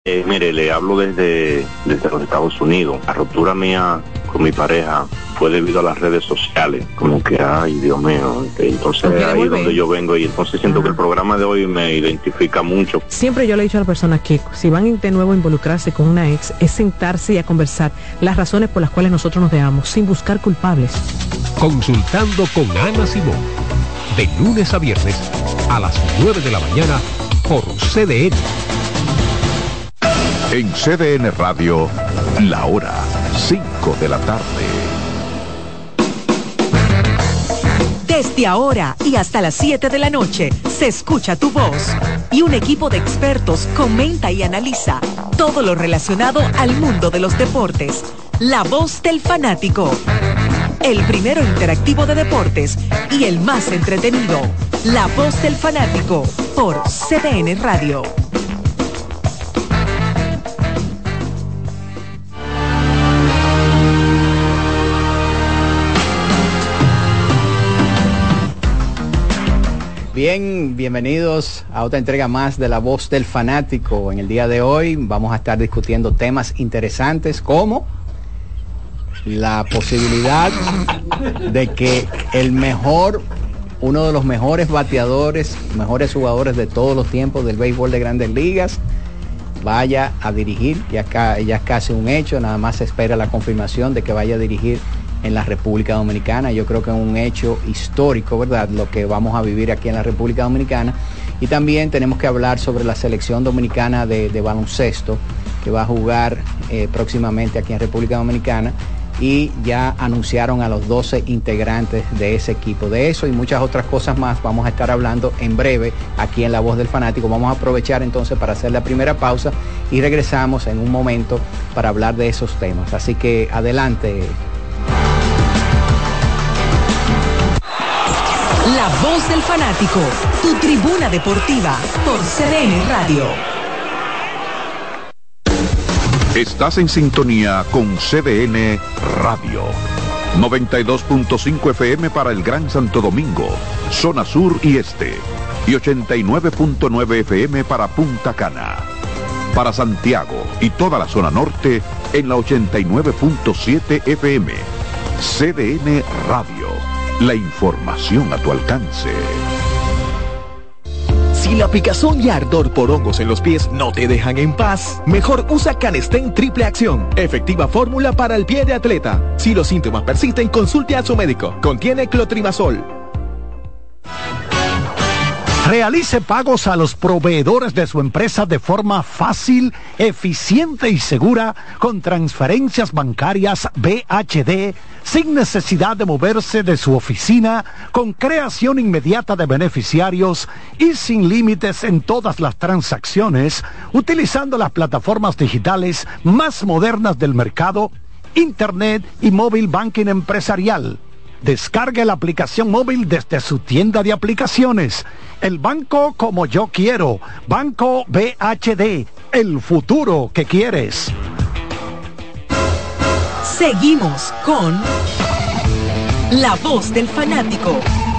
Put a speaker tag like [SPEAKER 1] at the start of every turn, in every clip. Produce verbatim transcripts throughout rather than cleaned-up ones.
[SPEAKER 1] Eh, mire, le hablo desde, desde los Estados Unidos. La ruptura mía con mi pareja fue debido a las redes sociales. Como que, ay, Dios mío. Entonces ahí es donde yo vengo y entonces siento Ajá. que el programa de hoy me identifica mucho.
[SPEAKER 2] Siempre yo le he dicho a las personas que si van de nuevo a involucrarse con una ex, es sentarse y a conversar las razones por las cuales nosotros nos dejamos, sin buscar culpables.
[SPEAKER 3] Consultando con Ana Simón, de lunes a viernes a las nueve de la mañana por C D N.
[SPEAKER 4] En C D N Radio, la hora cinco de la tarde.
[SPEAKER 5] Desde ahora y hasta las siete de la noche se escucha tu voz y un equipo de expertos comenta y analiza todo lo relacionado al mundo de los deportes. La voz del fanático, el primero interactivo de deportes y el más entretenido. La voz del fanático por C D N Radio.
[SPEAKER 6] Bien, bienvenidos a otra entrega más de La Voz del Fanático. En el día de hoy vamos a estar discutiendo temas interesantes como la posibilidad de que el mejor, uno de los mejores bateadores, mejores jugadores de todos los tiempos del béisbol de Grandes Ligas, vaya a dirigir. Ya, ya es casi un hecho, nada más se espera la confirmación de que vaya a dirigir en la República Dominicana. Yo creo que es un hecho histórico, ¿verdad?, lo que vamos a vivir aquí en la República Dominicana. Y también tenemos que hablar sobre la selección dominicana de, de baloncesto, que va a jugar eh, próximamente aquí en República Dominicana, y ya anunciaron a los doce integrantes de ese equipo. De eso y muchas otras cosas más vamos a estar hablando en breve aquí en La Voz del Fanático. Vamos a aprovechar entonces para hacer la primera pausa y regresamos en un momento para hablar de esos temas. Así que adelante.
[SPEAKER 5] La Voz del Fanático, tu tribuna deportiva por C D N Radio.
[SPEAKER 4] Estás en sintonía con C D N Radio. noventa y dos punto cinco F M para el Gran Santo Domingo, zona sur y este. Y ochenta y nueve punto nueve F M para Punta Cana. Para Santiago y toda la zona norte en la ochenta y nueve punto siete F M. C D N Radio. La información a tu alcance.
[SPEAKER 7] Si la picazón y ardor por hongos en los pies no te dejan en paz, mejor usa Canestén Triple Acción, efectiva fórmula para el pie de atleta. Si los síntomas persisten, consulte a su médico. Contiene clotrimazol.
[SPEAKER 8] Realice pagos a los proveedores de su empresa de forma fácil, eficiente y segura con transferencias bancarias B H D, sin necesidad de moverse de su oficina, con creación inmediata de beneficiarios y sin límites en todas las transacciones, utilizando las plataformas digitales más modernas del mercado, Internet y móvil banking empresarial. Descargue la aplicación móvil desde su tienda de aplicaciones. El banco como yo quiero. Banco B H D. El futuro que quieres.
[SPEAKER 5] Seguimos con La Voz del Fanático.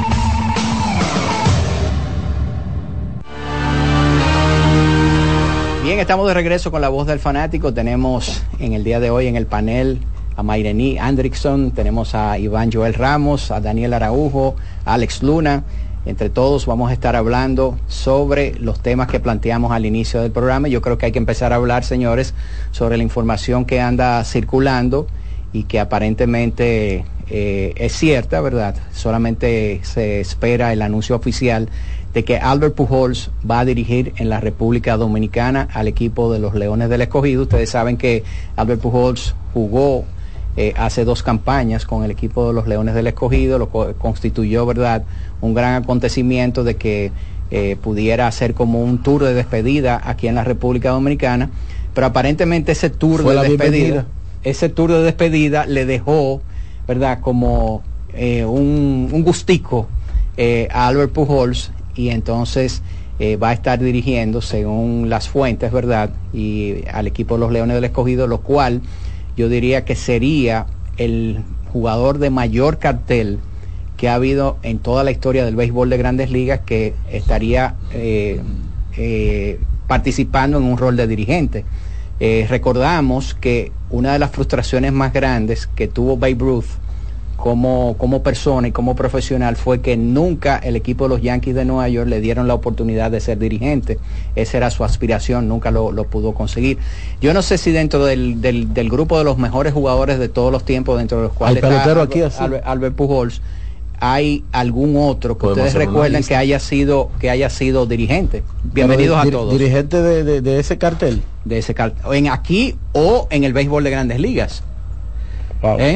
[SPEAKER 6] Bien, estamos de regreso con La Voz del Fanático. Tenemos en el día de hoy en el panel a Mayrení Andrickson, tenemos a Iván Joel Ramos, a Daniel Araujo, a Alex Luna. Entre todos vamos a estar hablando sobre los temas que planteamos al inicio del programa. Yo creo que hay que empezar a hablar, señores, sobre la información que anda circulando y que aparentemente eh, es cierta, ¿verdad? Solamente se espera el anuncio oficial de que Albert Pujols va a dirigir en la República Dominicana al equipo de los Leones del Escogido. Ustedes saben que Albert Pujols jugó Eh, hace dos campañas con el equipo de los Leones del Escogido, lo co- constituyó, ¿verdad?, un gran acontecimiento de que eh, pudiera hacer como un tour de despedida aquí en la República Dominicana, pero aparentemente ese tour
[SPEAKER 9] Fue
[SPEAKER 6] de
[SPEAKER 9] la
[SPEAKER 6] despedida,
[SPEAKER 9] bienvenida.
[SPEAKER 6] ese tour de despedida le dejó, ¿verdad?, como eh, un, un gustico eh, a Albert Pujols, y entonces eh, va a estar dirigiendo, según las fuentes, ¿verdad?, y al equipo de los Leones del Escogido, lo cual yo diría que sería el jugador de mayor cartel que ha habido en toda la historia del béisbol de Grandes Ligas, que estaría eh, eh, participando en un rol de dirigente. Eh, recordamos que una de las frustraciones más grandes que tuvo Babe Ruth como, como persona y como profesional fue que nunca el equipo de los Yankees de Nueva York le dieron la oportunidad de ser dirigente. Esa era su aspiración, nunca lo, lo pudo conseguir. Yo no sé si dentro del, del, del grupo de los mejores jugadores de todos los tiempos, dentro de los cuales está Albert, aquí Albert, Albert Pujols, hay algún otro que ustedes recuerden que haya sido que haya sido dirigente. Bienvenidos
[SPEAKER 9] dir,
[SPEAKER 6] a todos.
[SPEAKER 9] Dirigente de, de, de ese cartel.
[SPEAKER 6] De ese cartel. En aquí o en el béisbol de Grandes Ligas.
[SPEAKER 9] Wow.
[SPEAKER 6] ¿Eh?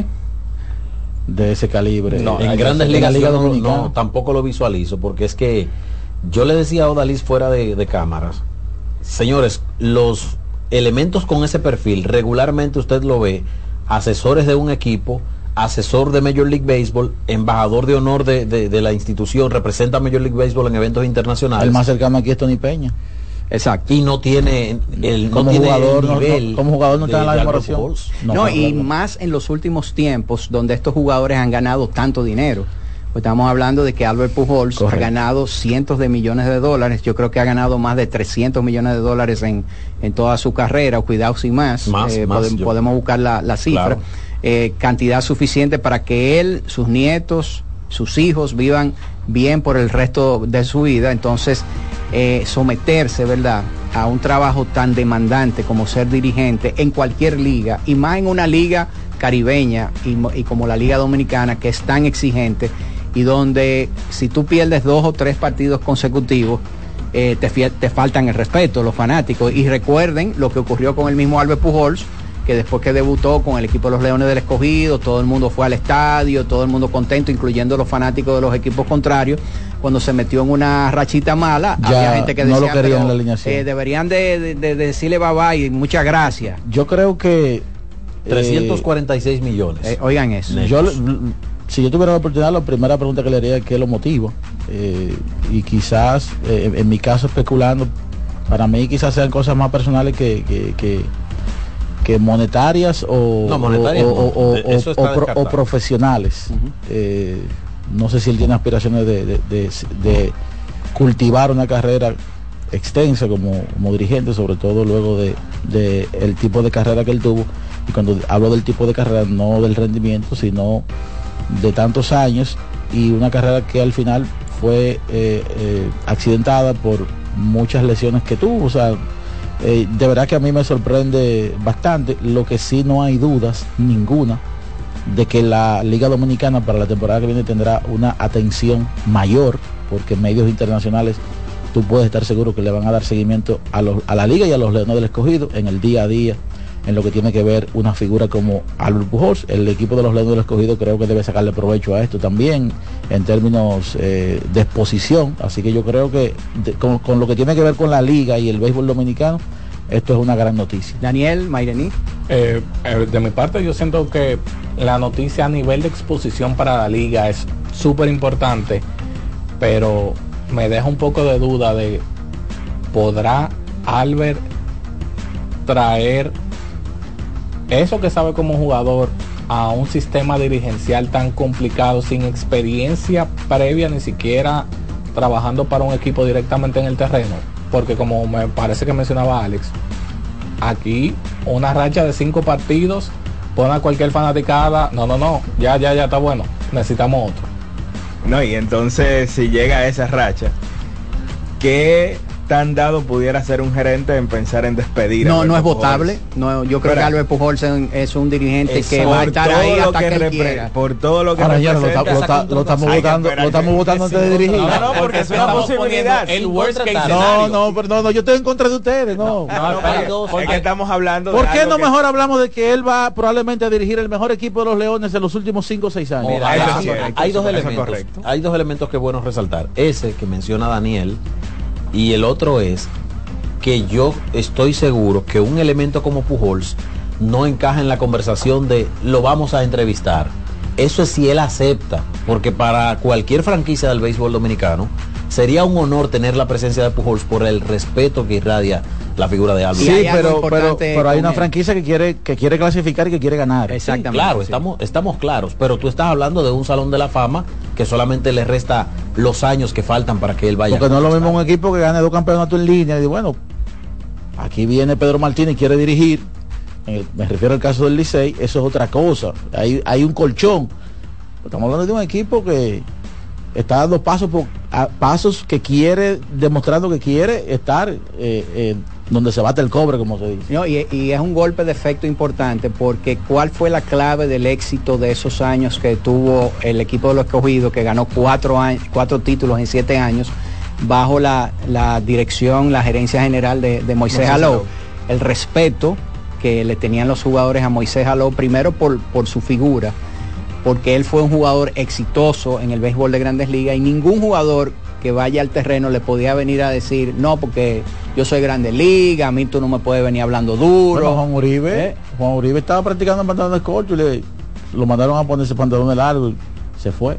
[SPEAKER 9] De ese calibre.
[SPEAKER 10] No, en Grandes Ligas Liga no, no, tampoco lo visualizo, porque es que yo le decía a Odalis fuera de, de cámaras, señores, los elementos con ese perfil, regularmente usted lo ve, asesores de un equipo, asesor de Major League Baseball, embajador de honor de, de, de la institución, representa a Major League Baseball en eventos internacionales.
[SPEAKER 9] El más cercano aquí es Tony Peña.
[SPEAKER 10] Exacto. Y no tiene el,
[SPEAKER 9] como
[SPEAKER 10] no tiene
[SPEAKER 9] jugador,
[SPEAKER 10] el nivel
[SPEAKER 9] no, no, como jugador no está en la demoración.
[SPEAKER 6] No, no y más en los últimos tiempos donde estos jugadores han ganado tanto dinero. Pues estamos hablando de que Albert Pujols Correcto. ha ganado cientos de millones de dólares. Yo creo que ha ganado más de trescientos millones de dólares en, en toda su carrera, o cuidado sin más.
[SPEAKER 10] más,
[SPEAKER 6] eh,
[SPEAKER 10] más
[SPEAKER 6] podemos, podemos buscar la, la cifra. Claro. Eh, cantidad suficiente para que él, sus nietos, sus hijos vivan bien por el resto de su vida. Entonces, eh, someterse, ¿verdad?, a un trabajo tan demandante como ser dirigente en cualquier liga, y más en una liga caribeña y, y como la Liga Dominicana, que es tan exigente y donde si tú pierdes dos o tres partidos consecutivos, eh, te, te faltan el respeto los fanáticos. Y recuerden lo que ocurrió con el mismo Albert Pujols, que después que debutó con el equipo de los Leones del Escogido, todo el mundo fue al estadio, todo el mundo contento, incluyendo los fanáticos de los equipos contrarios. Cuando se metió en una rachita mala,
[SPEAKER 9] ya
[SPEAKER 6] había gente que decía,
[SPEAKER 9] no lo querían en la
[SPEAKER 6] alineación. Eh, deberían de, de, de decirle bye bye y muchas gracias.
[SPEAKER 9] Yo creo que
[SPEAKER 10] trescientos cuarenta y seis millones.
[SPEAKER 6] Eh, oigan eso.
[SPEAKER 9] Yo, si yo tuviera la oportunidad, la primera pregunta que le haría es qué lo motiva. Eh, y quizás, eh, en mi caso, especulando, para mí quizás sean cosas más personales que... que, que que monetarias o,
[SPEAKER 10] no, monetarias
[SPEAKER 9] o,
[SPEAKER 10] no.
[SPEAKER 9] o, o,
[SPEAKER 10] Eso
[SPEAKER 9] o, pro, o profesionales. Uh-huh. eh, no sé si él tiene aspiraciones de, de, de, de cultivar una carrera extensa como, como dirigente, sobre todo luego de, de el tipo de carrera que él tuvo. Y cuando hablo del tipo de carrera, no del rendimiento, sino de tantos años, y una carrera que al final fue eh, eh, accidentada por muchas lesiones que tuvo. O sea, Eh, de verdad que a mí me sorprende bastante. Lo que sí no hay dudas ninguna de que la Liga Dominicana para la temporada que viene tendrá una atención mayor, porque en medios internacionales tú puedes estar seguro que le van a dar seguimiento a, los, a la Liga y a los Leones del Escogido en el día a día, en lo que tiene que ver una figura como Albert Pujols. El equipo de los Leones del Escogido creo que debe sacarle provecho a esto también en términos eh, de exposición. Así que yo creo que de, con, con lo que tiene que ver con la liga y el béisbol dominicano, esto es una gran noticia.
[SPEAKER 6] Daniel Mairení.
[SPEAKER 11] Eh, eh, de mi parte, yo siento que la noticia a nivel de exposición para la liga es súper importante, pero me deja un poco de duda de ¿podrá Albert traer eso que sabe como jugador a un sistema dirigencial tan complicado, sin experiencia previa, ni siquiera trabajando para un equipo directamente en el terreno? Porque como me parece que mencionaba Alex, aquí una racha de cinco partidos pone a cualquier fanaticada, no, no, no, ya, ya, ya está bueno, necesitamos otro.
[SPEAKER 12] No, y entonces si llega a esa racha, ¿qué tan dado pudiera ser un gerente en pensar en despedir?
[SPEAKER 6] No, no es votable. No, yo creo Pero, que Albert Pujols es un dirigente que va a estar ahí hasta que, que él quiera.
[SPEAKER 12] Por todo lo que
[SPEAKER 9] Ahora ya lo, lo, lo, lo estamos votando, lo estamos votando antes de dirigir.
[SPEAKER 12] No, no, porque es una posibilidad.
[SPEAKER 11] El worst case
[SPEAKER 9] no, no, pero no, no, yo estoy en contra de ustedes, no.
[SPEAKER 12] No, no, no porque, dos, porque hay, estamos hablando
[SPEAKER 9] ¿Por
[SPEAKER 12] de
[SPEAKER 9] qué no
[SPEAKER 12] que...
[SPEAKER 9] mejor hablamos de que él va probablemente a dirigir el mejor equipo de los Leones en los últimos cinco o seis años?
[SPEAKER 10] Mira, hay, sí, hay dos elementos. Hay dos elementos que es bueno resaltar. Ese que menciona Daniel, y el otro es que yo estoy seguro que un elemento como Pujols no encaja en la conversación de lo vamos a entrevistar. Eso es si él acepta, porque para cualquier franquicia del béisbol dominicano sería un honor tener la presencia de Pujols por el respeto que irradia la figura de Albert.
[SPEAKER 9] Sí, pero, pero, pero hay una franquicia que quiere que quiere clasificar y que quiere ganar.
[SPEAKER 10] Exactamente. Sí, claro, sí. estamos, estamos claros, pero tú estás hablando de un Salón de la Fama que solamente le resta los años que faltan para que él vaya.
[SPEAKER 9] Porque no es lo mismo un equipo que gane dos campeonatos en línea y bueno, Aquí viene Pedro Martínez y quiere dirigir, eh, me refiero al caso del Licey, eso es otra cosa. Hay, hay un colchón. Estamos hablando de un equipo que está dando pasos por, a, pasos que quiere, demostrando que quiere estar eh, eh, donde se bate el cobre, como se dice.
[SPEAKER 6] No, y, y es un golpe de efecto importante, porque ¿cuál fue la clave del éxito de esos años que tuvo el equipo de los Escogidos, que ganó cuatro, años, cuatro títulos en siete años, bajo la, la dirección, la gerencia general de, de Moisés Alou? El respeto que le tenían los jugadores a Moisés Alou, primero por, por su figura, porque él fue un jugador exitoso en el béisbol de Grandes Ligas, y ningún jugador que vaya al terreno le podía venir a decir, no, porque yo soy Grandes Ligas, a mí tú no me puedes venir hablando duro.
[SPEAKER 9] Bueno, Juan Uribe, ¿Eh? Juan Uribe estaba practicando en pantalones cortos y le, lo mandaron a ponerse pantalones largos y se fue.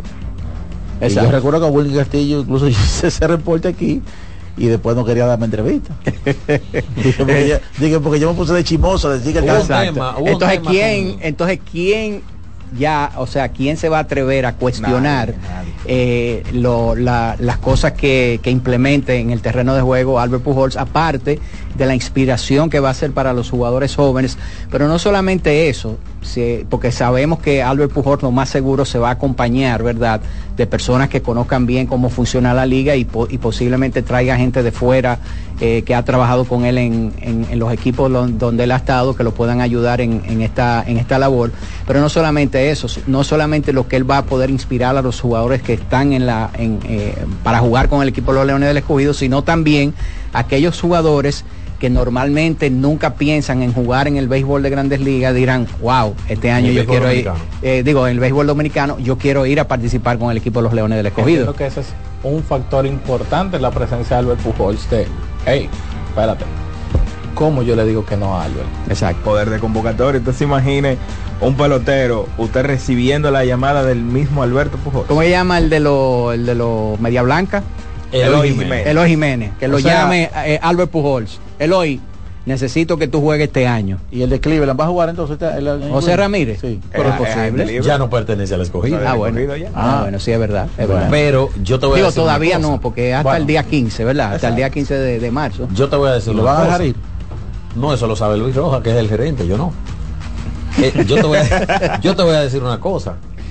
[SPEAKER 9] Y yo recuerdo que a Willy Castillo incluso hice ese reporte aquí y después no quería darme entrevista. dije, porque ya, dije, porque yo me puse de chimoso a decir que
[SPEAKER 6] el tema, entonces quién con... entonces quién ya, o sea, quién se va a atrever a cuestionar nadie, nadie. Eh, lo, la, las cosas que, que implemente en el terreno de juego Albert Pujols, aparte de la inspiración que va a ser para los jugadores jóvenes? Pero no solamente eso, si, porque sabemos que Albert Pujols lo más seguro se va a acompañar, ¿verdad?, de personas que conozcan bien cómo funciona la liga y, po, y posiblemente traiga gente de fuera eh, que ha trabajado con él en, en, en los equipos lo, donde él ha estado, que lo puedan ayudar en, en, esta, en esta labor. Pero no solamente eso, no solamente lo que él va a poder inspirar a los jugadores que están en la en, eh, para jugar con el equipo de los Leones del Escogido, sino también aquellos jugadores que normalmente nunca piensan en jugar en el béisbol de Grandes Ligas, dirán, wow, este año yo quiero ir, eh, digo, en el béisbol dominicano, yo quiero ir a participar con el equipo de los Leones del Escogido.
[SPEAKER 11] Creo que ese es un factor importante en la presencia de Albert Pujols, de, hey, espérate, ¿cómo yo le digo que no a Albert?
[SPEAKER 12] Exacto. Poder de convocatoria. Usted se imagine un pelotero, usted recibiendo la llamada del mismo Alberto Pujols.
[SPEAKER 6] ¿Cómo se llama el de los el de los Media Blanca? Eloy Jiménez. Eloy Jiménez, que o lo sea, llame eh, Albert Pujols. Eloy, necesito que tú juegues este año.
[SPEAKER 9] Y el de Cleveland va a jugar entonces el, el, el,
[SPEAKER 6] José Ramírez.
[SPEAKER 9] Sí.
[SPEAKER 6] Pero es posible.
[SPEAKER 10] Ya no pertenece al Escogido.
[SPEAKER 6] Ah, bueno. Ah, ah, bueno, sí es verdad, es verdad.
[SPEAKER 10] Pero yo te voy
[SPEAKER 6] Digo,
[SPEAKER 10] a decir
[SPEAKER 6] todavía no, porque hasta bueno, el día quince, ¿verdad? Hasta exacto. el día quince de, de marzo.
[SPEAKER 10] Yo te voy a decir,
[SPEAKER 9] ¿lo van a dejar ir?
[SPEAKER 10] No, eso lo sabe Luis Rojas, que es el gerente, yo no. Eh, yo, te voy a, yo te voy a decir una cosa.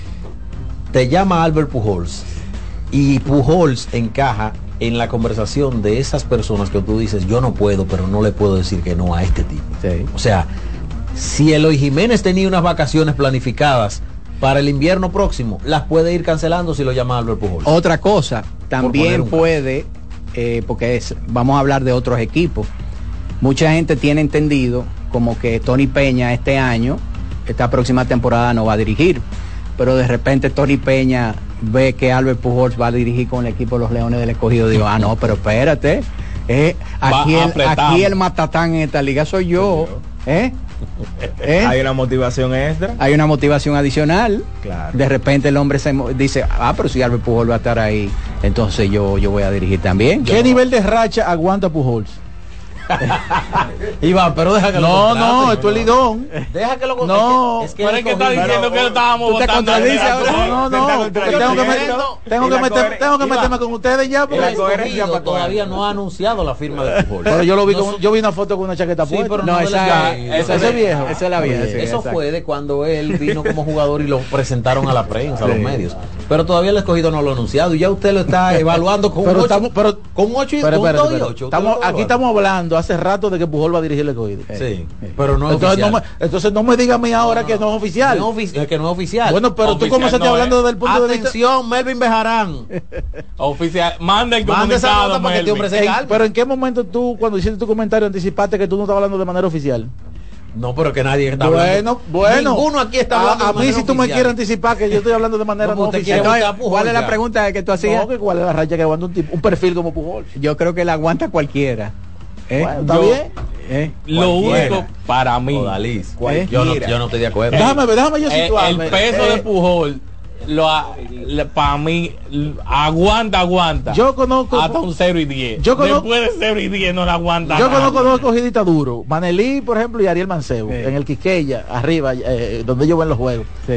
[SPEAKER 10] Te llama Albert Pujols y Pujols encaja en la conversación de esas personas que tú dices, yo no puedo, pero no le puedo decir que no a este tipo.
[SPEAKER 6] Sí.
[SPEAKER 10] O sea, si Eloy Jiménez tenía unas vacaciones planificadas para el invierno próximo, las puede ir cancelando si lo llama Albert Pujols.
[SPEAKER 6] Otra cosa, también puede, eh, porque es, vamos a hablar de otros equipos. Mucha gente tiene entendido como que Tony Peña este año, esta próxima temporada no va a dirigir, pero de repente Tony Peña ve que Albert Pujols va a dirigir con el equipo de los Leones del Escogido. Digo, ah, no, pero espérate, eh, aquí, el, aquí el matatán en esta liga soy yo. ¿Eh?
[SPEAKER 12] ¿Eh? Hay una motivación extra.
[SPEAKER 6] Hay una motivación adicional.
[SPEAKER 12] Claro.
[SPEAKER 6] De repente el hombre se dice, ah, pero si Albert Pujols va a estar ahí, entonces yo, yo voy a dirigir también.
[SPEAKER 9] ¿Qué yo nivel no. de racha aguanta Pujols?
[SPEAKER 10] Iván, pero deja que
[SPEAKER 9] no,
[SPEAKER 10] lo
[SPEAKER 9] no, esto es Lidón.
[SPEAKER 10] Deja que lo
[SPEAKER 9] no,
[SPEAKER 11] es que, es que, es que está diciendo que lo estábamos votando.
[SPEAKER 9] No, no, no, tengo que meter, tengo que meter, tengo que meterme con ustedes ya porque
[SPEAKER 10] todavía no ha anunciado la firma de Pujols.
[SPEAKER 9] Pero yo lo vi con, yo vi una foto con una chaqueta puesta.
[SPEAKER 6] No, esa es viejo.
[SPEAKER 10] Esa es la vieja. Eso fue de cuando él vino como jugador y lo presentaron a la prensa, a los medios. Pero todavía el Escogido no lo ha anunciado y ya usted lo está evaluando con un ocho y ocho.
[SPEAKER 9] Aquí estamos hablando hace rato de que Pujols va a dirigir el Escogido.
[SPEAKER 10] Sí, pero no es
[SPEAKER 9] entonces,
[SPEAKER 10] oficial.
[SPEAKER 9] No me, entonces no me diga a mí ahora no, que no es oficial.
[SPEAKER 10] No es que no es oficial.
[SPEAKER 9] Bueno, pero oficial tú comenzaste no hablando desde el punto
[SPEAKER 10] Atención,
[SPEAKER 9] de vista.
[SPEAKER 10] Atención, Melvin Bejarán.
[SPEAKER 11] Oficial, manda el comunicado,
[SPEAKER 10] Melvin.
[SPEAKER 9] En, pero en qué momento tú, cuando hiciste tu comentario, anticipaste que tú no estabas hablando de manera oficial?
[SPEAKER 10] No, pero que nadie está
[SPEAKER 9] bueno,
[SPEAKER 10] hablando.
[SPEAKER 9] Bueno,
[SPEAKER 10] ninguno aquí está hablando.
[SPEAKER 9] A, a mí si tú oficial. me quieres anticipar que yo estoy hablando de manera no, no oficial.
[SPEAKER 6] No, ¿cuál es la pregunta que tú hacías?
[SPEAKER 9] No, que cuál es la racha que aguanta un tipo, un perfil como Pujols.
[SPEAKER 6] Yo creo que la aguanta cualquiera. ¿Eh?
[SPEAKER 9] Bueno, ¿está
[SPEAKER 6] yo,
[SPEAKER 9] bien?
[SPEAKER 11] ¿Eh? Lo único para mí.
[SPEAKER 10] ¿Eh? Yo, no, yo no estoy de acuerdo.
[SPEAKER 9] Déjame, déjame yo
[SPEAKER 11] situarme. El peso eh, de Pujols lo para mí aguanta, aguanta.
[SPEAKER 9] Yo conozco
[SPEAKER 11] hasta un cero y diez.
[SPEAKER 9] Yo conozco,
[SPEAKER 11] después de cero y diez no la aguanta.
[SPEAKER 9] Yo conozco dos cogiditas duros. Manelí, por ejemplo, y Ariel Mancebo, sí. en el Quisqueya, arriba, eh, donde ellos ven los juegos.
[SPEAKER 6] Sí.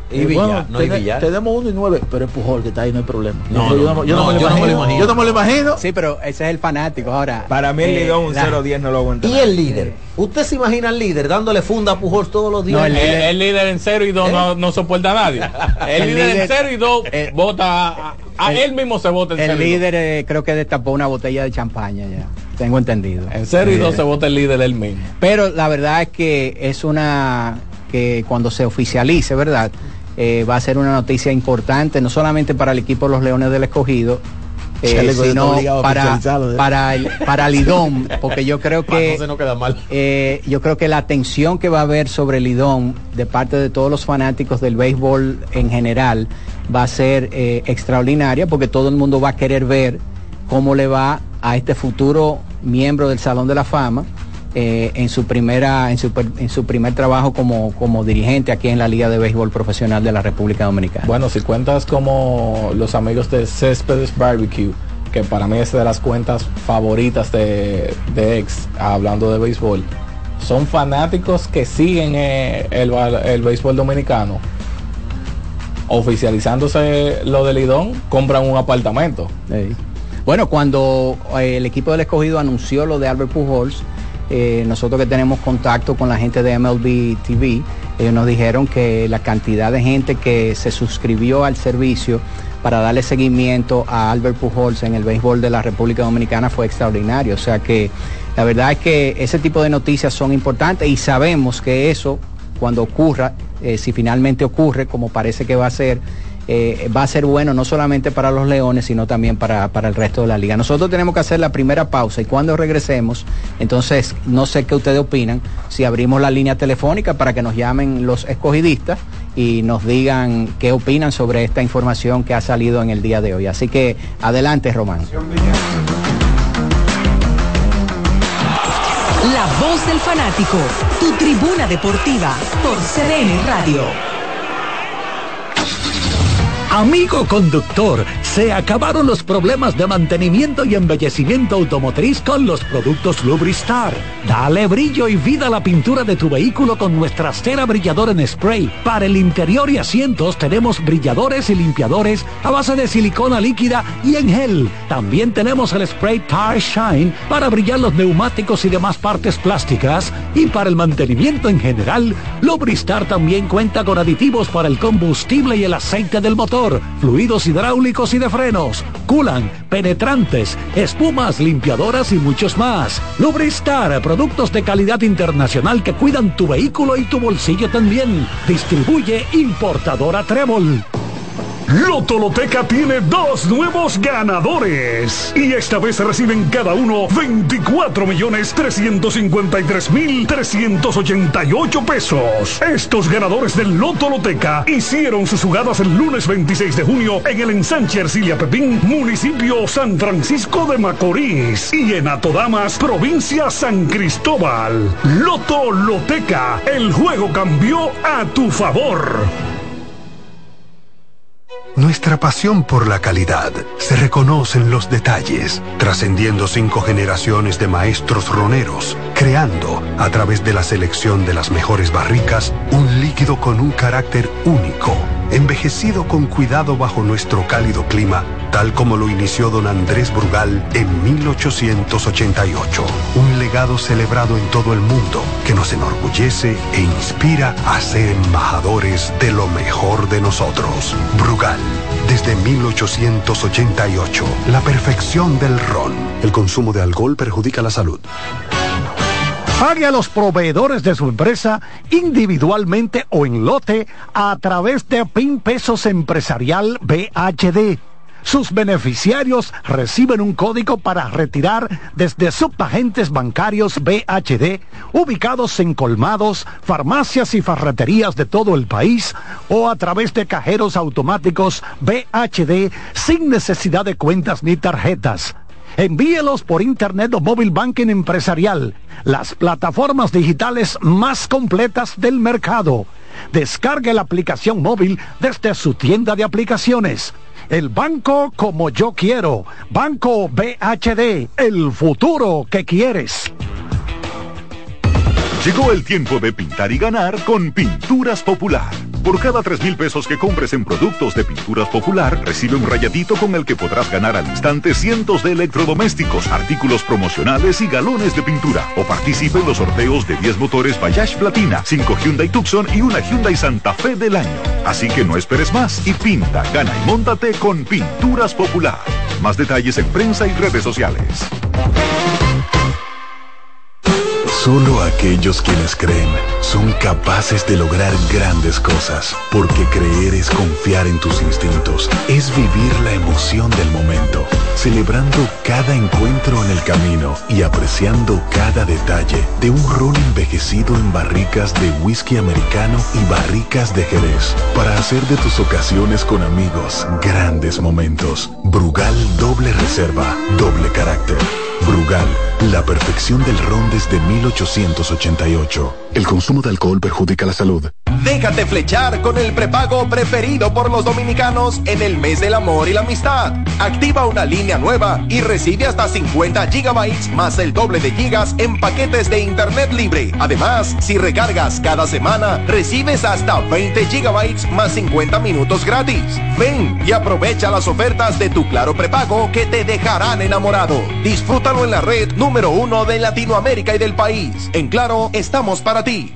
[SPEAKER 10] Y Villar, bueno, no hay Villar.
[SPEAKER 9] Tenemos uno y nueve, pero es Pujol que está ahí, no hay problema.
[SPEAKER 10] No, yo, no, yo, no, no, me yo no me lo imagino.
[SPEAKER 6] Yo no me lo imagino. Sí, pero ese es el fanático. Ahora,
[SPEAKER 12] para mí el eh, Lidón un cero diez no lo aguanta.
[SPEAKER 10] ¿Y nada. El líder? ¿Usted se imagina al líder dándole funda a Pujol todos los días?
[SPEAKER 11] No, el, líder, el, el líder en cero y dos ¿Eh? no, no soporta a nadie. El, el líder, líder en cero y dos eh, vota a, a el, él mismo se vota en
[SPEAKER 6] el
[SPEAKER 11] cero.
[SPEAKER 6] El líder eh, creo que destapó una botella de champaña ya. Tengo entendido.
[SPEAKER 11] En cero y dos se vota el líder él mismo.
[SPEAKER 6] Pero la verdad es que es una que cuando se oficialice, ¿verdad? Eh, va a ser una noticia importante, no solamente para el equipo de los Leones del Escogido, eh, sino para, para el para Lidón, porque yo creo que
[SPEAKER 10] no queda mal.
[SPEAKER 6] Eh, yo creo que la atención que va a haber sobre Lidón de parte de todos los fanáticos del béisbol en general va a ser eh, extraordinaria, porque todo el mundo va a querer ver cómo le va a este futuro miembro del Salón de la Fama eh, en su primera en su, en su primer trabajo como, como dirigente aquí en la Liga de Béisbol Profesional de la República Dominicana.
[SPEAKER 11] Bueno, si cuentas como los amigos de Céspedes Barbecue, que para mí es de las cuentas favoritas de, de ex, hablando de béisbol, son fanáticos que siguen eh, el, el béisbol dominicano. Oficializándose lo de Lidón, compran un apartamento.
[SPEAKER 6] Sí. Bueno, cuando eh, el equipo del Escogido anunció lo de Albert Pujols, eh, nosotros que tenemos contacto con la gente de M L B T V, ellos nos dijeron que la cantidad de gente que se suscribió al servicio para darle seguimiento a Albert Pujols en el béisbol de la República Dominicana fue extraordinario. O sea que la verdad es que ese tipo de noticias son importantes y sabemos que eso, cuando ocurra, eh, si finalmente ocurre, como parece que va a ser, Eh, va a ser bueno no solamente para los Leones, sino también para, para el resto de la liga. Nosotros tenemos que hacer la primera pausa y cuando regresemos, entonces no sé qué ustedes opinan, si abrimos la línea telefónica para que nos llamen los escogidistas y nos digan qué opinan sobre esta información que ha salido en el día de hoy. Así que adelante, Román.
[SPEAKER 5] La voz del fanático, tu tribuna deportiva por C D N Radio.
[SPEAKER 8] Amigo conductor, se acabaron los problemas de mantenimiento y embellecimiento automotriz con los productos Lubristar. Dale brillo y vida a la pintura de tu vehículo con nuestra cera brilladora en spray. Para el interior y asientos tenemos brilladores y limpiadores a base de silicona líquida y en gel. También tenemos el spray Tire Shine para brillar los neumáticos y demás partes plásticas. Y para el mantenimiento en general, Lubristar también cuenta con aditivos para el combustible y el aceite del motor, fluidos hidráulicos y de frenos, culan, penetrantes, espumas, limpiadoras y muchos más. Lubristar, productos de calidad internacional que cuidan tu vehículo y tu bolsillo también. Distribuye importadora Trébol.
[SPEAKER 13] Loto Loteca tiene dos nuevos ganadores y esta vez reciben cada uno veinticuatro millones trescientos cincuenta y tres mil trescientos ochenta y ocho pesos. Estos ganadores del Loto Loteca hicieron sus jugadas el lunes veintiséis de junio en el ensanche Ercilia Pepín, municipio San Francisco de Macorís, y en Atodamas, provincia San Cristóbal. Loto Loteca, el juego cambió a tu favor.
[SPEAKER 14] Nuestra pasión por la calidad se reconoce en los detalles, trascendiendo cinco generaciones de maestros roneros, creando, a través de la selección de las mejores barricas, un líquido con un carácter único, envejecido con cuidado bajo nuestro cálido clima, tal como lo inició don Andrés Brugal en mil ochocientos ochenta y ocho. Un legado celebrado en todo el mundo que nos enorgullece e inspira a ser embajadores de lo mejor de nosotros. Brugal, desde mil ochocientos ochenta y ocho, la perfección del ron. El consumo de alcohol perjudica la salud.
[SPEAKER 8] Pague a los proveedores de su empresa individualmente o en lote a través de PIN Pesos Empresarial B H D. Sus beneficiarios reciben un código para retirar desde subagentes bancarios B H D ubicados en colmados, farmacias y ferreterías de todo el país o a través de cajeros automáticos B H D sin necesidad de cuentas ni tarjetas. Envíelos por internet o móvil banking empresarial, las plataformas digitales más completas del mercado. Descargue la aplicación móvil desde su tienda de aplicaciones. El banco como yo quiero. Banco B H D, el futuro que quieres.
[SPEAKER 4] Llegó el tiempo de pintar y ganar con Pinturas Popular. Por cada tres mil pesos que compres en productos de Pinturas Popular, recibe un rayadito con el que podrás ganar al instante cientos de electrodomésticos, artículos promocionales y galones de pintura. O participe en los sorteos de diez motores Bayash Platina, cinco Hyundai Tucson y una Hyundai Santa Fe del año. Así que no esperes más y pinta, gana y móntate con Pinturas Popular. Más detalles en prensa y redes sociales.
[SPEAKER 15] Solo aquellos quienes creen son capaces de lograr grandes cosas, porque creer es confiar en tus instintos, es vivir la emoción del momento, celebrando cada encuentro en el camino y apreciando cada detalle de un ron envejecido en barricas de whisky americano y barricas de Jerez, para hacer de tus ocasiones con amigos grandes momentos. Brugal doble reserva, doble carácter. Brugal, la perfección del ron desde mil ochocientos ochenta y ocho. El consumo de alcohol perjudica la salud.
[SPEAKER 16] Déjate flechar con el prepago preferido por los dominicanos en el mes del amor y la amistad. Activa una línea nueva y recibe hasta cincuenta gigabytes más el doble de gigas en paquetes de internet libre. Además, si recargas cada semana, recibes hasta veinte gigabytes más cincuenta minutos gratis. Ven y aprovecha las ofertas de tu Claro prepago que te dejarán enamorado. Disfrútalo en la red número uno de Latinoamérica y del país. En Claro, estamos para ti.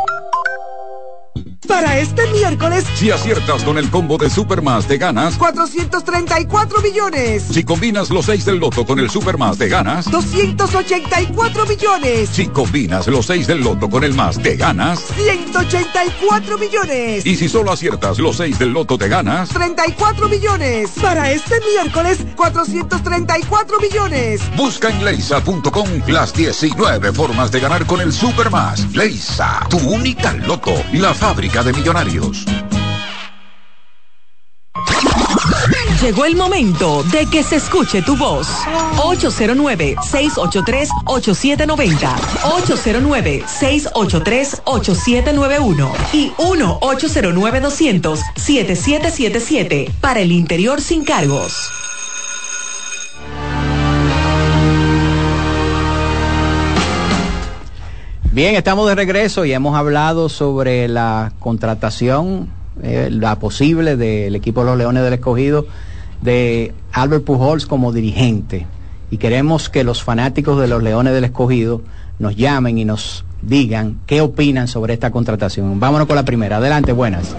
[SPEAKER 17] Para este miércoles,
[SPEAKER 4] si aciertas con el combo de Supermás, te ganas
[SPEAKER 17] cuatrocientos treinta y cuatro millones.
[SPEAKER 4] Si combinas los seis del loto con el Supermás, te ganas
[SPEAKER 17] doscientos ochenta y cuatro millones.
[SPEAKER 4] Si combinas los seis del loto con el más, te ganas
[SPEAKER 17] ciento ochenta y cuatro millones.
[SPEAKER 4] Y si solo aciertas los seis del loto, te ganas
[SPEAKER 17] treinta y cuatro millones. Para este miércoles, cuatrocientos treinta y cuatro millones.
[SPEAKER 4] Busca en leisa punto com las diecinueve formas de ganar con el Supermás. Leisa, tu única loto, la fábrica de millonarios.
[SPEAKER 5] Llegó el momento de que se escuche tu voz. ocho cero nueve, seis ocho tres, ocho siete nueve cero, ocho cero nueve, seis ocho tres, ocho siete nueve uno y uno ocho cero nueve, doscientos, setenta y siete setenta y siete para el interior sin cargos.
[SPEAKER 6] Bien, estamos de regreso y hemos hablado sobre la contratación, eh, la posible del equipo de los Leones del Escogido de Albert Pujols como dirigente. Y queremos que los fanáticos de los Leones del Escogido nos llamen y nos digan qué opinan sobre esta contratación. Vámonos con la primera. Adelante, buenas.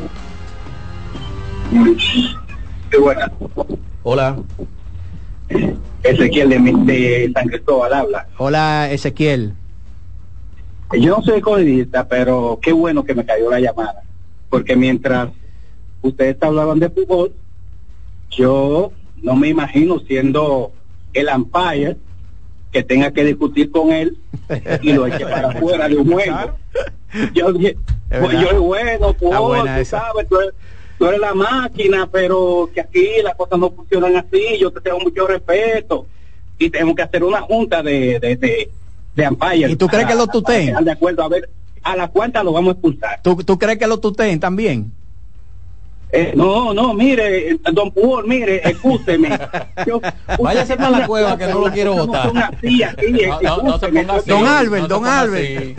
[SPEAKER 18] Qué buenas.
[SPEAKER 6] Hola.
[SPEAKER 18] Ezequiel de, de San Cristóbal habla.
[SPEAKER 6] Hola, Ezequiel.
[SPEAKER 18] Yo no soy escogidista, pero qué bueno que me cayó la llamada, porque mientras ustedes hablaban de fútbol, yo no me imagino siendo el umpire que tenga que discutir con él y lo eche para afuera de un juego. Yo dije, pues yo es bueno, pues, tú sabes, tú eres, tú eres la máquina, pero que aquí las cosas no funcionan así, yo te tengo mucho respeto y tenemos que hacer una junta de... de, de de umpire.
[SPEAKER 6] ¿Y tú crees que lo tuteen?
[SPEAKER 18] De acuerdo, a ver, a la cuenta lo vamos a expulsar.
[SPEAKER 6] ¿Tú, tú crees que lo tuteen también?
[SPEAKER 18] Eh, no, no, mire, don Pujol, mire, escúcheme.
[SPEAKER 10] Váyase para la cueva que no lo quiero votar.
[SPEAKER 6] Don Albert, don Albert.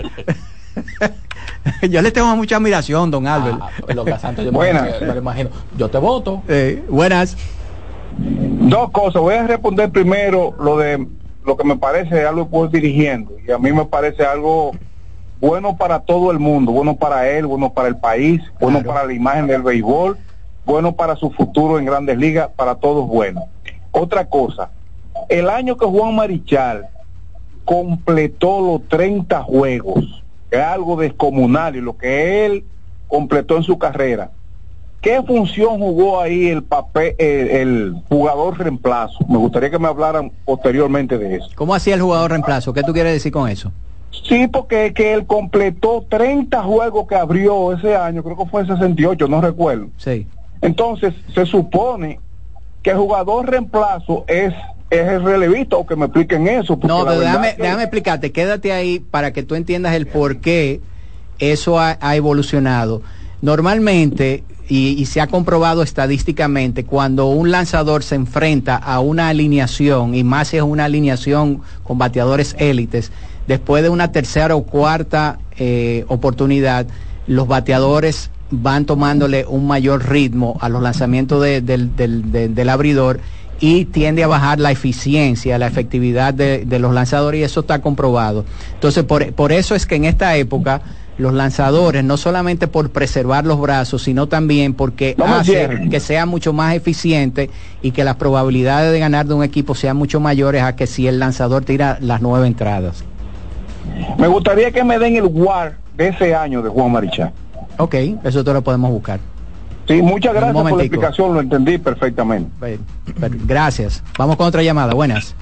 [SPEAKER 6] Yo le tengo mucha admiración, don Albert.
[SPEAKER 11] Ah, lo que Santos, yo buenas. Me, me lo imagino. Yo te voto.
[SPEAKER 6] Eh, buenas.
[SPEAKER 19] Dos cosas. Voy a responder primero lo de lo que me parece algo pues dirigiendo, y a mí me parece algo bueno para todo el mundo, bueno para él, bueno para el país, claro, bueno para la imagen del béisbol, bueno para su futuro en Grandes Ligas, para todos bueno. Otra cosa, el año que Juan Marichal completó los treinta juegos, que es algo descomunal, y lo que él completó en su carrera, ¿qué función jugó ahí el papel, el, el jugador reemplazo? Me gustaría que me hablaran posteriormente de eso.
[SPEAKER 6] ¿Cómo hacía el jugador reemplazo? ¿Qué tú quieres decir con eso?
[SPEAKER 19] Sí, porque que él completó treinta juegos que abrió ese año, creo que fue en sesenta y ocho, no recuerdo.
[SPEAKER 6] Sí.
[SPEAKER 19] Entonces, se supone que el jugador reemplazo es, es el relevista, o que me expliquen eso.
[SPEAKER 6] No, pero déjame, que... déjame explicarte, quédate ahí para que tú entiendas el por qué eso ha, ha evolucionado. Normalmente, y, y se ha comprobado estadísticamente, cuando un lanzador se enfrenta a una alineación, y más si es una alineación con bateadores élites, después de una tercera o cuarta eh, oportunidad, los bateadores van tomándole un mayor ritmo a los lanzamientos de, del, del, del, del abridor y tiende a bajar la eficiencia, la efectividad de, de los lanzadores, y eso está comprobado. Entonces, por, por eso es que en esta época los lanzadores, no solamente por preservar los brazos, sino también porque
[SPEAKER 19] no
[SPEAKER 6] hace que sea mucho más eficiente y que las probabilidades de ganar de un equipo sean mucho mayores a que si el lanzador tira las nueve entradas.
[SPEAKER 19] Me gustaría que me den el W A R de ese año de Juan Marichal.
[SPEAKER 6] Ok, eso te lo podemos buscar.
[SPEAKER 19] Sí, muchas gracias por la explicación, lo entendí perfectamente.
[SPEAKER 6] Gracias. Vamos con otra llamada. Buenas.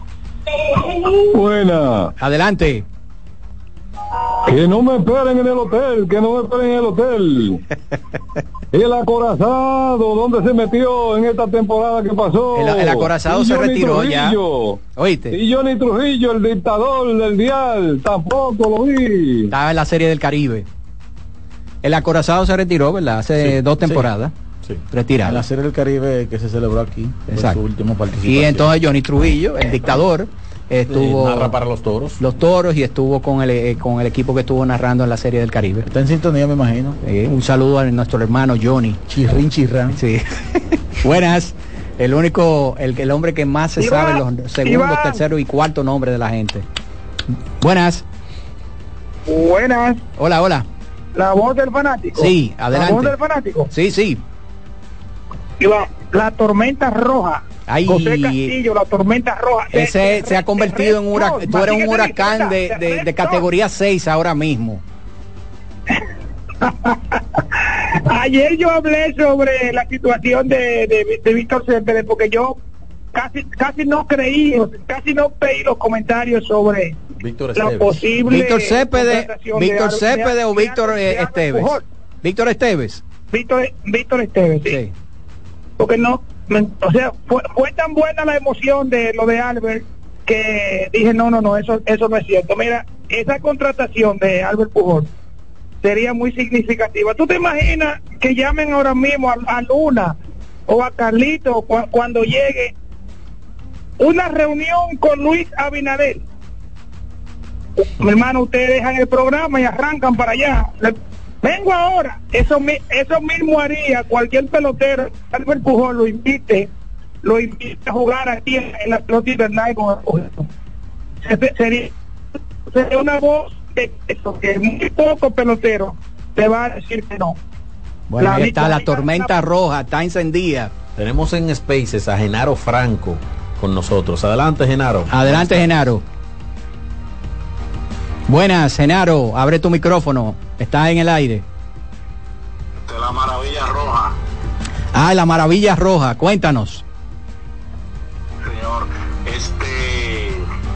[SPEAKER 19] Buenas.
[SPEAKER 6] Adelante.
[SPEAKER 19] Que no me esperen en el hotel, que no me esperen en el hotel. El acorazado, ¿dónde se metió en esta temporada que pasó?
[SPEAKER 6] El, el acorazado se retiró
[SPEAKER 19] Trujillo.
[SPEAKER 6] ya. ¿Oíste?
[SPEAKER 19] Y Johnny Trujillo, el dictador del dial, tampoco lo vi.
[SPEAKER 6] Estaba en la Serie del Caribe. El acorazado se retiró, ¿verdad? Hace sí, dos temporadas.
[SPEAKER 9] Sí, sí.
[SPEAKER 6] Retirado.
[SPEAKER 9] En la Serie del Caribe que se celebró aquí.
[SPEAKER 6] Exacto.
[SPEAKER 9] Su último participación.
[SPEAKER 6] Y entonces Johnny Trujillo, el dictador, estuvo
[SPEAKER 10] narra para los toros.
[SPEAKER 6] Los toros y estuvo con el eh, con el equipo que estuvo narrando en la Serie del Caribe.
[SPEAKER 9] Está en sintonía, me imagino.
[SPEAKER 6] Eh, un saludo a nuestro hermano Johnny.
[SPEAKER 9] Chirrín Chirrán.
[SPEAKER 6] Sí. Buenas. El único, el, el hombre que más se Iván, sabe los segundos, Iván. terceros y cuarto nombres de la gente. Buenas.
[SPEAKER 20] Buenas.
[SPEAKER 6] Hola, hola.
[SPEAKER 20] La voz del fanático.
[SPEAKER 6] Sí, adelante.
[SPEAKER 20] La voz del fanático.
[SPEAKER 6] Sí, sí.
[SPEAKER 20] Iván, la tormenta roja.
[SPEAKER 6] Ay,
[SPEAKER 20] José Castillo, la tormenta roja.
[SPEAKER 6] Ese se, se ha convertido en un huracán. Tú eres un huracán de, de, de categoría seis ahora mismo.
[SPEAKER 20] Ayer yo hablé sobre la situación de, de, de Víctor Céspedes, porque yo casi casi no creí, casi no creí los comentarios sobre
[SPEAKER 10] Víctor
[SPEAKER 20] la posible
[SPEAKER 6] Víctor Céspedes, Víctor Céspedes o Víctor eh, Esteves. Víctor Esteves.
[SPEAKER 20] Víctor Víctor Esteves, sí. sí. Porque no, o sea, fue, fue tan buena la emoción de lo de Albert que dije no, no, no, eso eso no es cierto. Mira, esa contratación de Albert Pujol sería muy significativa. ¿Tú te imaginas que llamen ahora mismo a, a Luna o a Carlito cu cuando llegue una reunión con Luis Abinader? Mi hermano, ustedes dejan el programa y arrancan para allá. Le, vengo ahora. Eso, eso mismo haría cualquier pelotero. Albert Pujol lo invite, lo invite a jugar aquí en, en la pelota invernal con el sería, sería una voz de eso, que muy poco pelotero te va a decir que no.
[SPEAKER 6] Bueno, la ahí está la tormenta roja, está encendida.
[SPEAKER 10] Tenemos en Spaces a Genaro Franco con nosotros. Adelante, Genaro.
[SPEAKER 6] Adelante, Genaro. Buenas, Genaro, abre tu micrófono, está en el aire.
[SPEAKER 21] De la Maravilla Roja.
[SPEAKER 6] Ah, la Maravilla Roja, cuéntanos.
[SPEAKER 21] Señor, este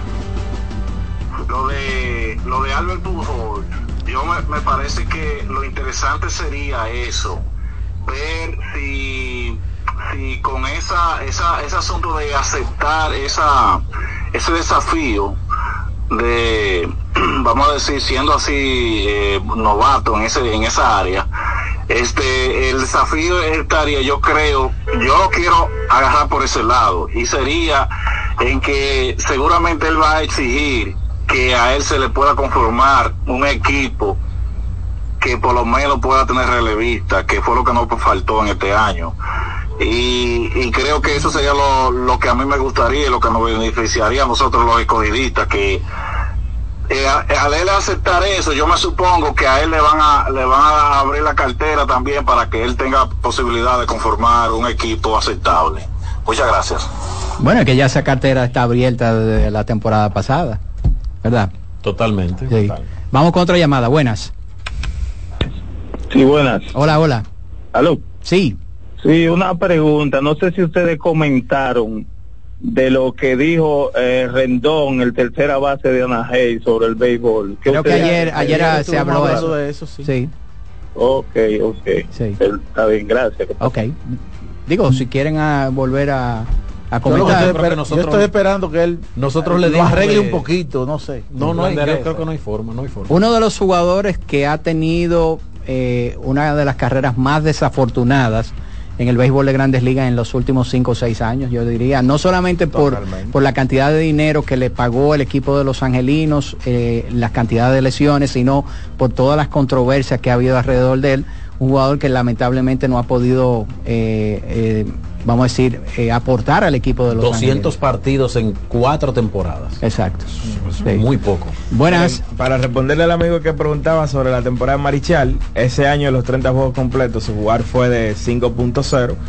[SPEAKER 21] lo de lo de Albert Pujol, yo me, me parece que lo interesante sería eso, ver si si con esa esa ese asunto de aceptar esa ese desafío de, vamos a decir, siendo así eh, novato en ese en esa área, este el desafío estaría, yo creo, yo lo quiero agarrar por ese lado, y sería en que seguramente él va a exigir que a él se le pueda conformar un equipo que por lo menos pueda tener relevista, que fue lo que nos faltó en este año. Y, y creo que eso sería lo, lo que a mí me gustaría y lo que nos beneficiaría a nosotros los escogidistas, que eh, al él aceptar eso, yo me supongo que a él le van a le van a abrir la cartera también para que él tenga posibilidad de conformar un equipo aceptable. Muchas gracias.
[SPEAKER 6] Bueno, que ya esa cartera está abierta desde la temporada pasada, ¿verdad?
[SPEAKER 10] Totalmente.
[SPEAKER 6] Sí.
[SPEAKER 10] Total.
[SPEAKER 6] Vamos con otra llamada. Buenas.
[SPEAKER 22] Sí, buenas.
[SPEAKER 6] Hola, hola.
[SPEAKER 22] ¿Aló?
[SPEAKER 6] Sí.
[SPEAKER 22] Sí, una pregunta. No sé si ustedes comentaron de lo que dijo eh, Rendón, el tercera base de Anaheim, sobre el béisbol.
[SPEAKER 6] Creo que ayer ayer, ayer se habló de eso.
[SPEAKER 9] de eso. Sí.
[SPEAKER 6] Sí.
[SPEAKER 22] Ok, ok.
[SPEAKER 6] Sí.
[SPEAKER 22] Está bien, gracias.
[SPEAKER 6] Ok. Digo, si quieren a volver a, a comentar.
[SPEAKER 9] Yo, estoy, nosotros, yo estoy esperando que él
[SPEAKER 10] nosotros le
[SPEAKER 9] lo arregle que... un poquito, no sé.
[SPEAKER 10] No, no, hay, yo creo que no hay forma, no hay forma.
[SPEAKER 6] Uno de los jugadores que ha tenido eh, una de las carreras más desafortunadas en el béisbol de Grandes Ligas en los últimos cinco o seis años, yo diría, no solamente por, por la cantidad de dinero que le pagó el equipo de los angelinos, eh, las cantidades de lesiones, sino por todas las controversias que ha habido alrededor de él. un jugador que lamentablemente no ha podido, eh, eh, vamos a decir, eh, aportar al equipo de los
[SPEAKER 10] doscientos
[SPEAKER 6] Ángeles.
[SPEAKER 10] Partidos en cuatro temporadas.
[SPEAKER 6] Exacto.
[SPEAKER 10] Sí. Muy poco.
[SPEAKER 6] Buenas.
[SPEAKER 12] Para, para responderle al amigo que preguntaba sobre la temporada de Marichal, ese año los treinta juegos completos, su jugar fue de cinco punto cero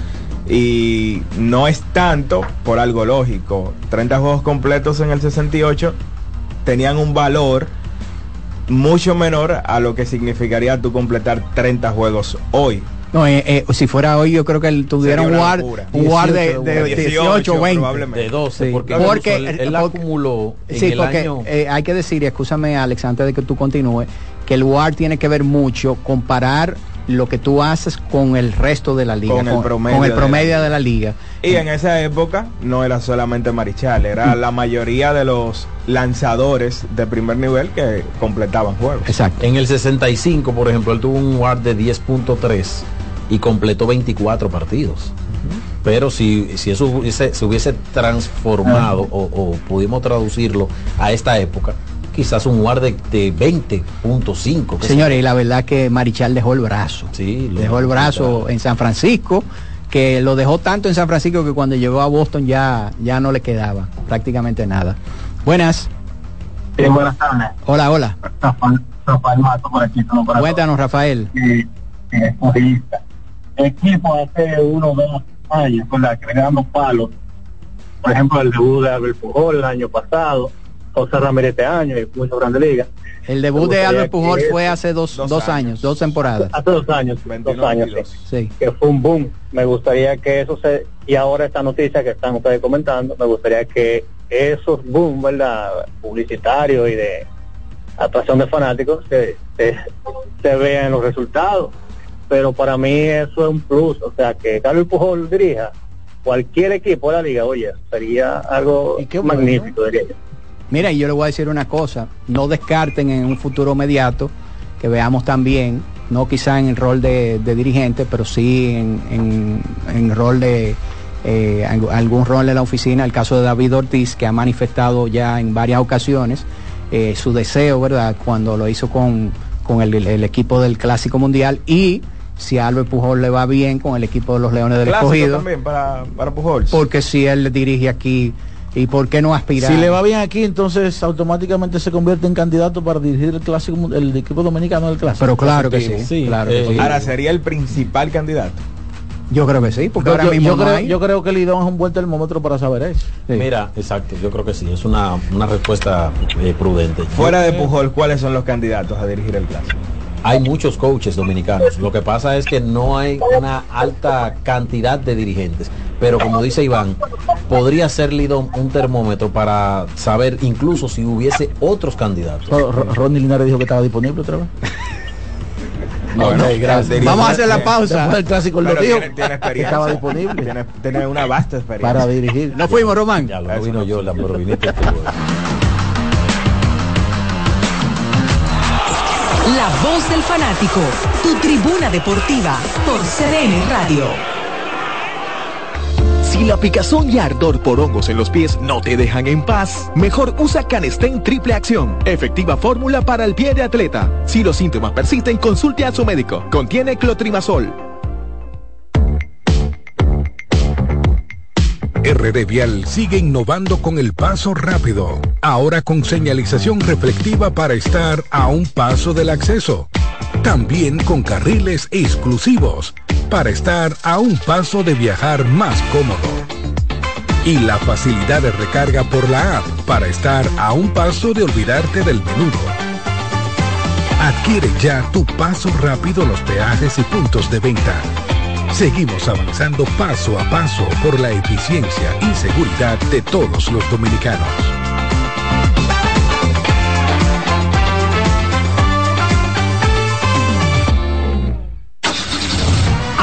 [SPEAKER 12] y no es tanto por algo lógico. treinta juegos completos en el sesenta y ocho tenían un valor mucho menor a lo que significaría tú completar treinta juegos hoy.
[SPEAKER 6] No, eh, eh, si fuera hoy yo creo que él tuviera un guard, un guard de, de dieciocho o veinte.
[SPEAKER 10] De doce,
[SPEAKER 6] Sí,
[SPEAKER 10] porque,
[SPEAKER 6] porque
[SPEAKER 10] él, él
[SPEAKER 6] porque-
[SPEAKER 10] acumuló en
[SPEAKER 6] Sí,
[SPEAKER 10] el
[SPEAKER 6] porque
[SPEAKER 10] año...
[SPEAKER 6] eh, hay que decir, y escúchame Alex, antes de que tú continúes, que el W A R tiene que ver mucho comparar lo que tú haces con el resto de la liga,
[SPEAKER 12] Con el promedio
[SPEAKER 6] con el
[SPEAKER 12] de
[SPEAKER 6] promedio
[SPEAKER 12] la
[SPEAKER 6] de la liga.
[SPEAKER 12] Y en esa época no era solamente Marichal, era la mayoría de los lanzadores de primer nivel que completaban juegos.
[SPEAKER 6] Exacto.
[SPEAKER 10] En el sesenta y cinco, por ejemplo, él tuvo un W A R de diez punto tres y completó veinticuatro partidos. Pero si, si eso hubiese, se hubiese transformado o, o pudimos traducirlo a esta época, quizás un W A R de, de veinte punto cinco.
[SPEAKER 6] Señores, y la verdad que Marichal dejó el brazo.
[SPEAKER 10] Sí, lo
[SPEAKER 6] dejó el brazo
[SPEAKER 10] claro.
[SPEAKER 6] en San Francisco, que lo dejó tanto en San Francisco que cuando llegó a Boston ya, ya no le quedaba prácticamente nada. Buenas.
[SPEAKER 18] Sí, buenas tardes.
[SPEAKER 6] Hola, hola.
[SPEAKER 18] Rafael, Rafael Mato por aquí. Todo para
[SPEAKER 6] Cuéntanos, Rafael.
[SPEAKER 18] Sí, sí, es futbolista. El equipo hace uno o dos años, con la que le damos palos. Por ejemplo, el debut de Albert Pujol el año pasado, José Ramírez este año y mucho Grande Liga.
[SPEAKER 6] El debut de Albert Pujol fue hace dos, dos, dos años, años, dos temporadas.
[SPEAKER 18] Hace dos años, dos años, sí.
[SPEAKER 6] sí.
[SPEAKER 18] Que fue un boom. Me gustaría que eso se... Y ahora esta noticia que están ustedes comentando, me gustaría que esos boom, ¿verdad? Publicitarios y de atracción de fanáticos se, se, se vean en los resultados. Pero para mí eso es un plus. O sea, que Carlos Pujol dirija cualquier equipo de la liga, oye, sería algo magnífico, bueno, diría yo.
[SPEAKER 6] Mira, y yo le voy a decir una cosa, no descarten en un futuro inmediato que veamos también, no quizá en el rol de, de dirigente, pero sí en, en, en rol de eh, algún rol de la oficina, el caso de David Ortiz, que ha manifestado ya en varias ocasiones eh, su deseo, ¿verdad?, cuando lo hizo con, con el, el equipo del Clásico Mundial, y si a Albert Pujol le va bien con el equipo de los Leones del
[SPEAKER 12] Clásico
[SPEAKER 6] Escogido,
[SPEAKER 12] también para, para Pujol,
[SPEAKER 6] porque si él dirige aquí, ¿y por qué no aspirar?
[SPEAKER 9] Si le va bien aquí, entonces automáticamente se convierte en candidato para dirigir el clásico, el equipo dominicano del clásico.
[SPEAKER 6] Pero claro que sí,
[SPEAKER 9] sí
[SPEAKER 6] claro
[SPEAKER 9] eh,
[SPEAKER 6] que sí.
[SPEAKER 12] Ahora sería el principal candidato.
[SPEAKER 6] Yo creo que sí, porque
[SPEAKER 9] yo,
[SPEAKER 6] ahora
[SPEAKER 9] yo,
[SPEAKER 6] mismo
[SPEAKER 9] yo
[SPEAKER 6] no
[SPEAKER 9] creo,
[SPEAKER 6] hay.
[SPEAKER 9] yo creo que Lidón es un buen termómetro para saber eso.
[SPEAKER 6] Sí.
[SPEAKER 10] Mira, exacto, yo creo que sí, es una, una respuesta eh, prudente.
[SPEAKER 12] Fuera de Pujol, ¿cuáles son los candidatos a dirigir el clásico?
[SPEAKER 10] Hay muchos coaches dominicanos. Lo que pasa es que no hay una alta cantidad de dirigentes. Pero como dice Iván, podría ser Lidón un termómetro para saber incluso si hubiese otros candidatos.
[SPEAKER 9] Oh, Ronnie Linares dijo que estaba disponible otra vez.
[SPEAKER 6] Bueno, okay, gracias. Vamos a hacer la pausa.
[SPEAKER 9] Después del clásico lo dijo.
[SPEAKER 12] Tiene, tiene
[SPEAKER 9] que estaba disponible.
[SPEAKER 12] Tiene, tiene una vasta experiencia.
[SPEAKER 9] Para dirigir.
[SPEAKER 6] ¿No fuimos, Román?
[SPEAKER 10] Ya lo vino yo, la Lamborghini.
[SPEAKER 5] La voz del fanático, tu tribuna deportiva por C D N Radio.
[SPEAKER 7] Si la picazón y ardor por hongos en los pies no te dejan en paz, mejor usa Canestén Triple Acción, efectiva fórmula para el pie de atleta. Si los síntomas persisten, consulte a su médico. Contiene clotrimazol.
[SPEAKER 3] R D Vial sigue innovando con el paso rápido, ahora con señalización reflectiva para estar a un paso del acceso. También con carriles exclusivos para estar a un paso de viajar más cómodo. Y la facilidad de recarga por la app para estar a un paso de olvidarte del menudo. Adquiere ya tu paso rápido los peajes y puntos de venta. Seguimos avanzando paso a paso por la eficiencia y seguridad de todos los dominicanos.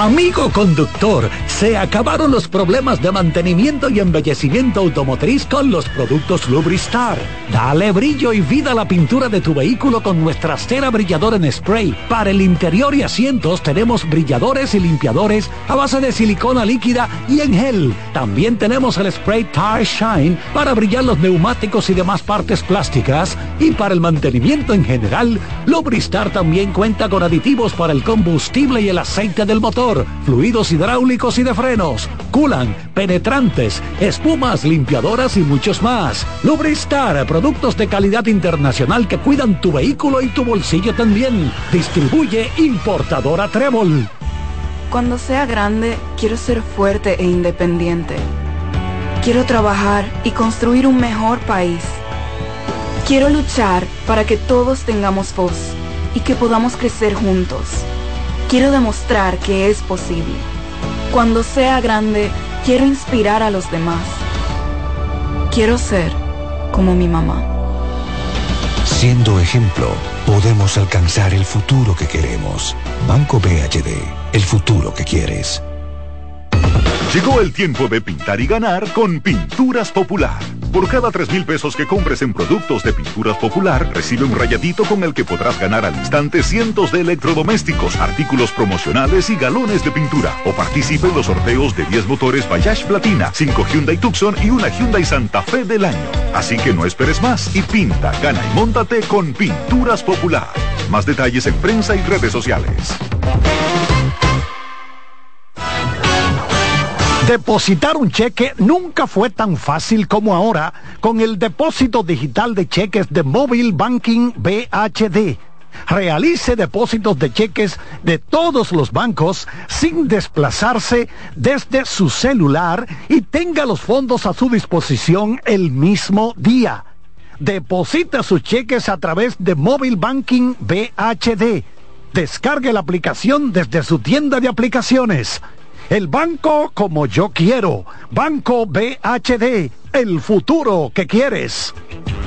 [SPEAKER 8] Amigo conductor, se acabaron los problemas de mantenimiento y embellecimiento automotriz con los productos Lubristar. Dale brillo y vida a la pintura de tu vehículo con nuestra cera brilladora en spray. Para el interior y asientos tenemos brilladores y limpiadores a base de silicona líquida y en gel. También tenemos el spray Tire Shine para brillar los neumáticos y demás partes plásticas. Y para el mantenimiento en general, Lubristar también cuenta con aditivos para el combustible y el aceite del motor, fluidos hidráulicos y de frenos, culan, penetrantes, espumas, limpiadoras y muchos más. Lubristar, productos de calidad internacional que cuidan tu vehículo y tu bolsillo también. Distribuye importadora Trébol.
[SPEAKER 1] Cuando sea grande, quiero ser fuerte e independiente. Quiero trabajar y construir un mejor país. Quiero luchar para que todos tengamos voz y que podamos crecer juntos. Quiero demostrar que es posible. Cuando sea grande, quiero inspirar a los demás. Quiero ser como mi mamá.
[SPEAKER 2] Siendo ejemplo, podemos alcanzar el futuro que queremos. Banco B H D, el futuro que quieres.
[SPEAKER 4] Llegó el tiempo de pintar y ganar con Pinturas Popular. Por cada tres mil pesos que compres en productos de Pinturas Popular, recibe un rayadito con el que podrás ganar al instante cientos de electrodomésticos, artículos promocionales y galones de pintura. O participe en los sorteos de diez motores Bayash Platina, cinco Hyundai Tucson y una Hyundai Santa Fe del año. Así que no esperes más y pinta, gana y móntate con Pinturas Popular. Más detalles en prensa y redes sociales.
[SPEAKER 8] Depositar un cheque nunca fue tan fácil como ahora con el depósito digital de cheques de Mobile Banking B H D. Realice depósitos de cheques de todos los bancos sin desplazarse desde su celular y tenga los fondos a su disposición el mismo día. Deposita sus cheques a través de Mobile Banking B H D. Descargue la aplicación desde su tienda de aplicaciones. El banco como yo quiero. Banco B H D, el futuro que quieres.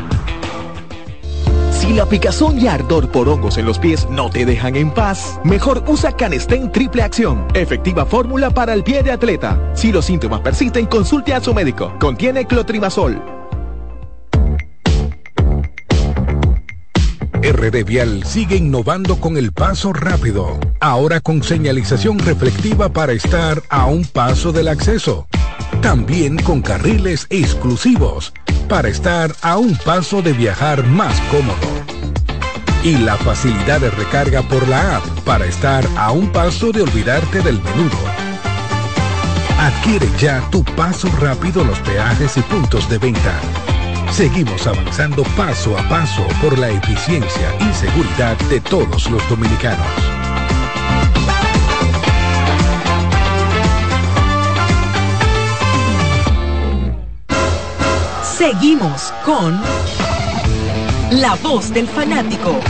[SPEAKER 7] Si la picazón y ardor por hongos en los pies no te dejan en paz, mejor usa Canestén Triple Acción, efectiva fórmula para el pie de atleta. Si los síntomas persisten, consulte a su médico. Contiene clotrimazol.
[SPEAKER 3] R D Vial sigue innovando con el paso rápido, ahora con señalización reflectiva para estar a un paso del acceso. También con carriles exclusivos para estar a un paso de viajar más cómodo. Y la facilidad de recarga por la app para estar a un paso de olvidarte del menudo. Adquiere ya tu paso rápido en los peajes y puntos de venta. Seguimos avanzando paso a paso por la eficiencia y seguridad de todos los dominicanos.
[SPEAKER 5] Seguimos con La Voz del Fanático.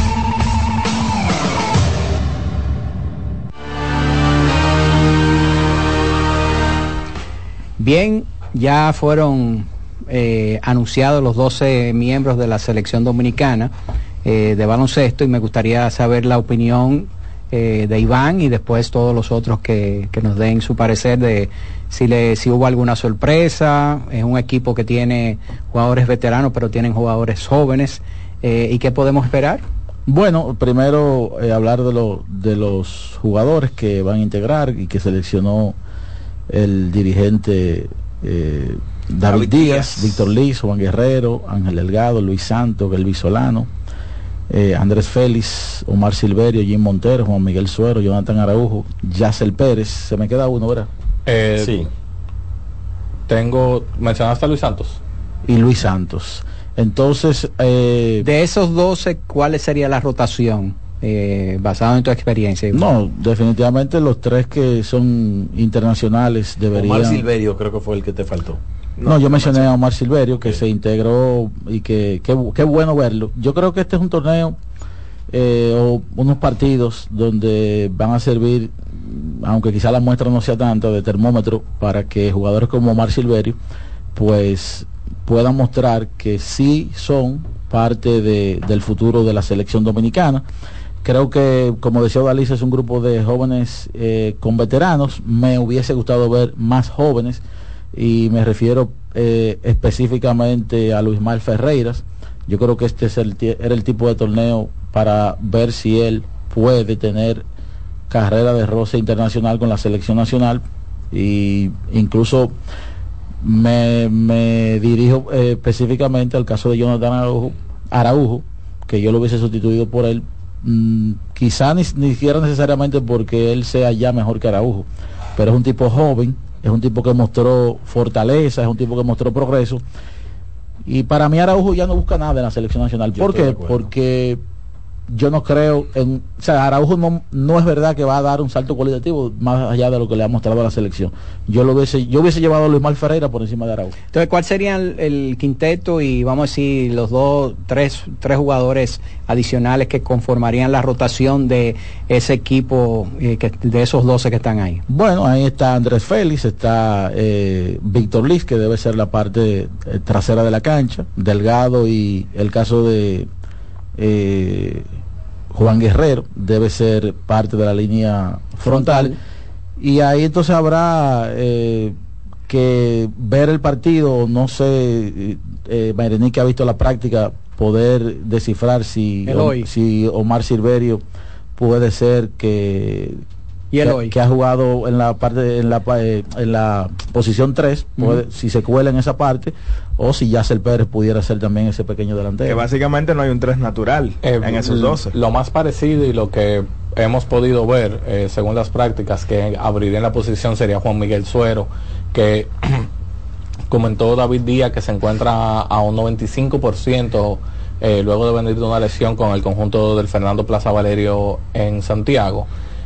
[SPEAKER 6] Bien, ya fueron eh, anunciados los doce miembros de la selección dominicana eh, de baloncesto y me gustaría saber la opinión eh, de Iván y después todos los otros que, que nos den su parecer de si, le, si hubo alguna sorpresa. Es un equipo que tiene jugadores veteranos pero tienen jugadores jóvenes eh, y qué podemos esperar.
[SPEAKER 9] Bueno, primero eh, hablar de, lo, de los jugadores que van a integrar y que seleccionó el dirigente eh, David, David Díaz, Díaz, Víctor Liz, Juan Guerrero, Ángel Delgado, Luis Santos, Gelby Solano, eh, Andrés Félix, Omar Silverio, Jim Montero, Juan Miguel Suero, Jonathan Araujo, Yacel Pérez. Se me queda uno, ¿verdad?
[SPEAKER 11] Eh, sí. Tengo, mencionaste a Luis Santos.
[SPEAKER 9] Y Luis Santos. Entonces, eh,
[SPEAKER 6] de esos doce, ¿cuál sería la rotación? Eh, basado en tu experiencia.
[SPEAKER 9] No, definitivamente los tres que son internacionales deberían.
[SPEAKER 10] Omar Silverio creo que fue el que te faltó.
[SPEAKER 9] No, no yo mencioné a Omar Silverio que sí. se integró y que qué bueno verlo. Yo creo que este es un torneo eh, o unos partidos donde van a servir, aunque quizá la muestra no sea tanta, de termómetro para que jugadores como Omar Silverio pues puedan mostrar que sí son parte de, del futuro de la selección dominicana, creo que, como decía Odalisa, es un grupo de jóvenes eh, con veteranos. Me hubiese gustado ver más jóvenes, y me refiero eh, específicamente a Luis Mar Ferreiras. Yo creo que este es el, era el tipo de torneo para ver si él puede tener carrera de roce internacional con la selección nacional, y incluso me, me dirijo eh, específicamente al caso de Jonathan Araujo, Araujo, que yo lo hubiese sustituido por él, mm, quizá ni, ni siquiera necesariamente porque él sea ya mejor que Araujo, pero es un tipo joven, es un tipo que mostró fortaleza, es un tipo que mostró progreso, y para mí Araujo ya no busca nada en la selección nacional. ¿Por qué? Porque yo no creo en, o sea, Araujo no, no es verdad que va a dar un salto cualitativo más allá de lo que le ha mostrado a la selección. Yo lo hubiese, yo hubiese llevado a Luis Mar Ferreira por encima de Araujo.
[SPEAKER 6] Entonces, ¿cuál sería el, el quinteto y vamos a decir los dos, tres, tres jugadores adicionales que conformarían la rotación de ese equipo, eh, que, de esos doce que están ahí?
[SPEAKER 9] Bueno, ahí está Andrés Félix, está eh, Víctor Liz, que debe ser la parte eh, trasera de la cancha, Delgado, y el caso de eh, Juan Guerrero debe ser parte de la línea frontal, y ahí entonces habrá eh, que ver el partido. No sé, eh, Mayrenique ha visto la práctica, poder descifrar si, o, si Omar Silverio puede ser que
[SPEAKER 6] ¿Y el
[SPEAKER 9] que,
[SPEAKER 6] hoy?
[SPEAKER 9] que ha jugado en la parte en la eh, en la posición tres, puede, uh-huh. si se cuela en esa parte, o si Yasser Pérez pudiera ser también ese pequeño delantero.
[SPEAKER 12] Que básicamente no hay un tres natural eh, en esos doce.
[SPEAKER 11] Lo más parecido y lo que hemos podido ver eh, según las prácticas que abriría en la posición sería Juan Miguel Suero, que comentó David Díaz que se encuentra a un noventa y cinco por ciento eh, luego de venir de una lesión con el conjunto del Fernando Plaza Valerio en Santiago.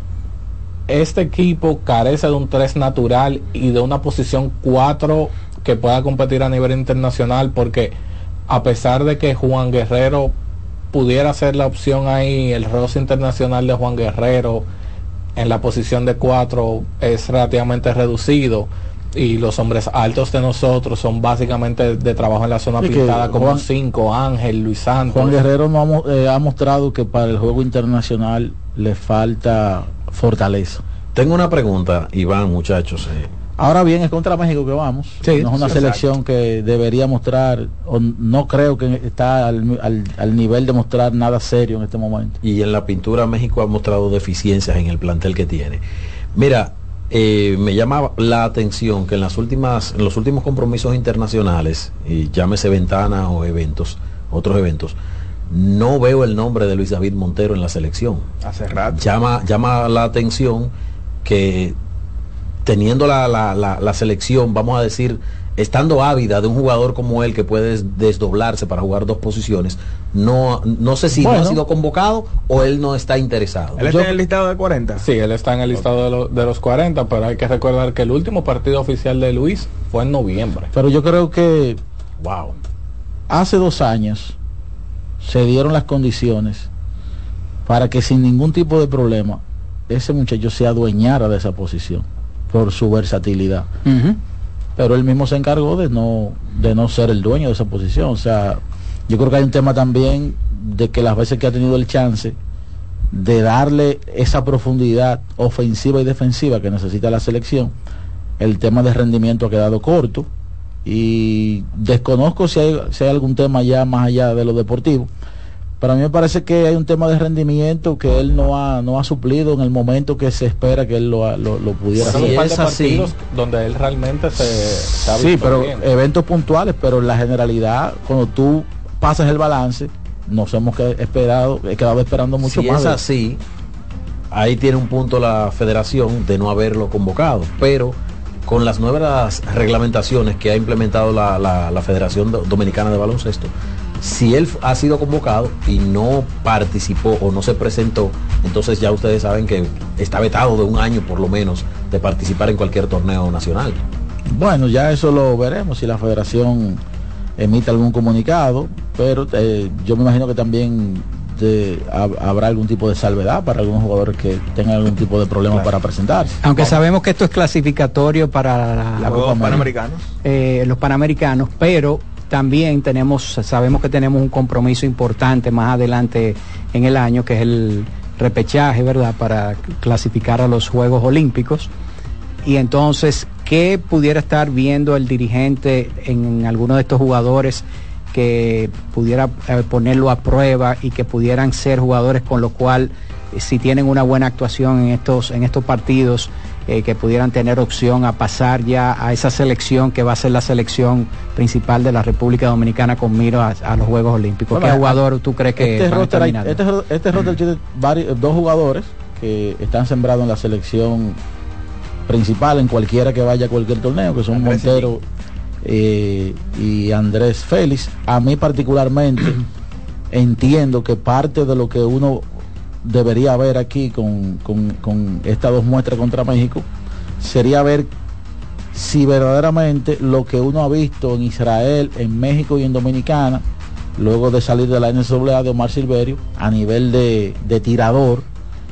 [SPEAKER 11] Este equipo carece de un tres natural y de una posición cuatro que pueda competir a nivel internacional, porque a pesar de que Juan Guerrero pudiera ser la opción ahí, el roce internacional de Juan Guerrero en la posición de cuatro es relativamente reducido, y los hombres altos de nosotros son básicamente de trabajo en la zona pintada, como Juan, cinco, Ángel, Luis Santos.
[SPEAKER 9] Juan Guerrero no ha, eh, ha mostrado que para el juego internacional le falta fortaleza.
[SPEAKER 10] Tengo una pregunta, Iván, muchachos. Eh.
[SPEAKER 9] Ahora bien, es contra México que vamos. Sí, no es una sí, selección exacto. que debería mostrar, o no creo que está al, al, al nivel de mostrar nada serio en este momento.
[SPEAKER 10] Y en la pintura México ha mostrado deficiencias en el plantel que tiene. Mira, eh, me llama la atención que en las últimas, en los últimos compromisos internacionales, y llámese ventana o eventos, otros eventos, no veo el nombre de Luis David Montero en la selección.
[SPEAKER 12] Hace rato.
[SPEAKER 10] Llama, llama la atención que teniendo la, la, la, la selección, vamos a decir, estando ávida de un jugador como él que puede desdoblarse para jugar dos posiciones, no, no sé si bueno. no ha sido convocado o él no está interesado.
[SPEAKER 12] ¿Él está Yo, en el listado de cuarenta?
[SPEAKER 11] Sí, él está en el listado okay. de, lo, de los cuarenta, pero hay que recordar que el último partido oficial de Luis fue en noviembre.
[SPEAKER 9] Pero yo creo que, wow, hace dos años se dieron las condiciones para que sin ningún tipo de problema ese muchacho se adueñara de esa posición por su versatilidad. Uh-huh. Pero él mismo se encargó de no de no ser el dueño de esa posición. O sea, yo creo que hay un tema también de que las veces que ha tenido el chance de darle esa profundidad ofensiva y defensiva que necesita la selección, el tema de rendimiento ha quedado corto, y desconozco si hay, si hay algún tema ya más allá de lo deportivo. Pero a mí me parece que hay un tema de rendimiento que él no ha no ha suplido en el momento que se espera que él lo, lo, lo pudiera
[SPEAKER 11] hacer.
[SPEAKER 9] Sí,
[SPEAKER 11] es así. Donde él realmente se, se ha
[SPEAKER 9] sí, pero
[SPEAKER 11] bien.
[SPEAKER 9] Eventos puntuales, pero en la generalidad, cuando tú pasas el balance, nos hemos esperado, he quedado esperando mucho
[SPEAKER 10] si
[SPEAKER 9] más.
[SPEAKER 10] Si es así, ahí tiene un punto la federación de no haberlo convocado, pero con las nuevas reglamentaciones que ha implementado la, la, la Federación Dominicana de Baloncesto, si él ha sido convocado y no participó o no se presentó, entonces ya ustedes saben que está vetado de un año por lo menos de participar en cualquier torneo nacional.
[SPEAKER 9] Bueno, ya eso lo veremos si la federación emite algún comunicado, pero eh, yo me imagino que también de, ha, habrá algún tipo de salvedad para algunos jugadores que tengan algún tipo de problema claro. para presentarse.
[SPEAKER 6] Aunque sabemos que esto es clasificatorio para la,
[SPEAKER 12] la los panamericanos,
[SPEAKER 6] eh, los panamericanos, pero también tenemos, sabemos que tenemos un compromiso importante más adelante en el año, que es el, repechaje, ¿verdad?, para clasificar a los Juegos Olímpicos. Y entonces, ¿qué pudiera estar viendo el dirigente en alguno de estos jugadores que pudiera eh, ponerlo a prueba y que pudieran ser jugadores con lo cual, eh, si tienen una buena actuación en estos, en estos partidos, eh, que pudieran tener opción a pasar ya a esa selección que va a ser la selección principal de la República Dominicana con miro a, a los Juegos Olímpicos? Bueno, ¿qué jugador tú crees que
[SPEAKER 9] este
[SPEAKER 6] van a
[SPEAKER 9] roster, hay,
[SPEAKER 6] terminar?
[SPEAKER 9] este, este roster tiene varios, dos jugadores que están sembrados en la selección principal en cualquiera que vaya a cualquier torneo, que son Andrés Montero eh, y Andrés Félix. A mí particularmente entiendo que parte de lo que uno debería ver aquí con, con, con estas dos muestras contra México sería ver si verdaderamente lo que uno ha visto en Israel, en México y en Dominicana, luego de salir de la N C A A de Omar Silverio, a nivel de, de tirador,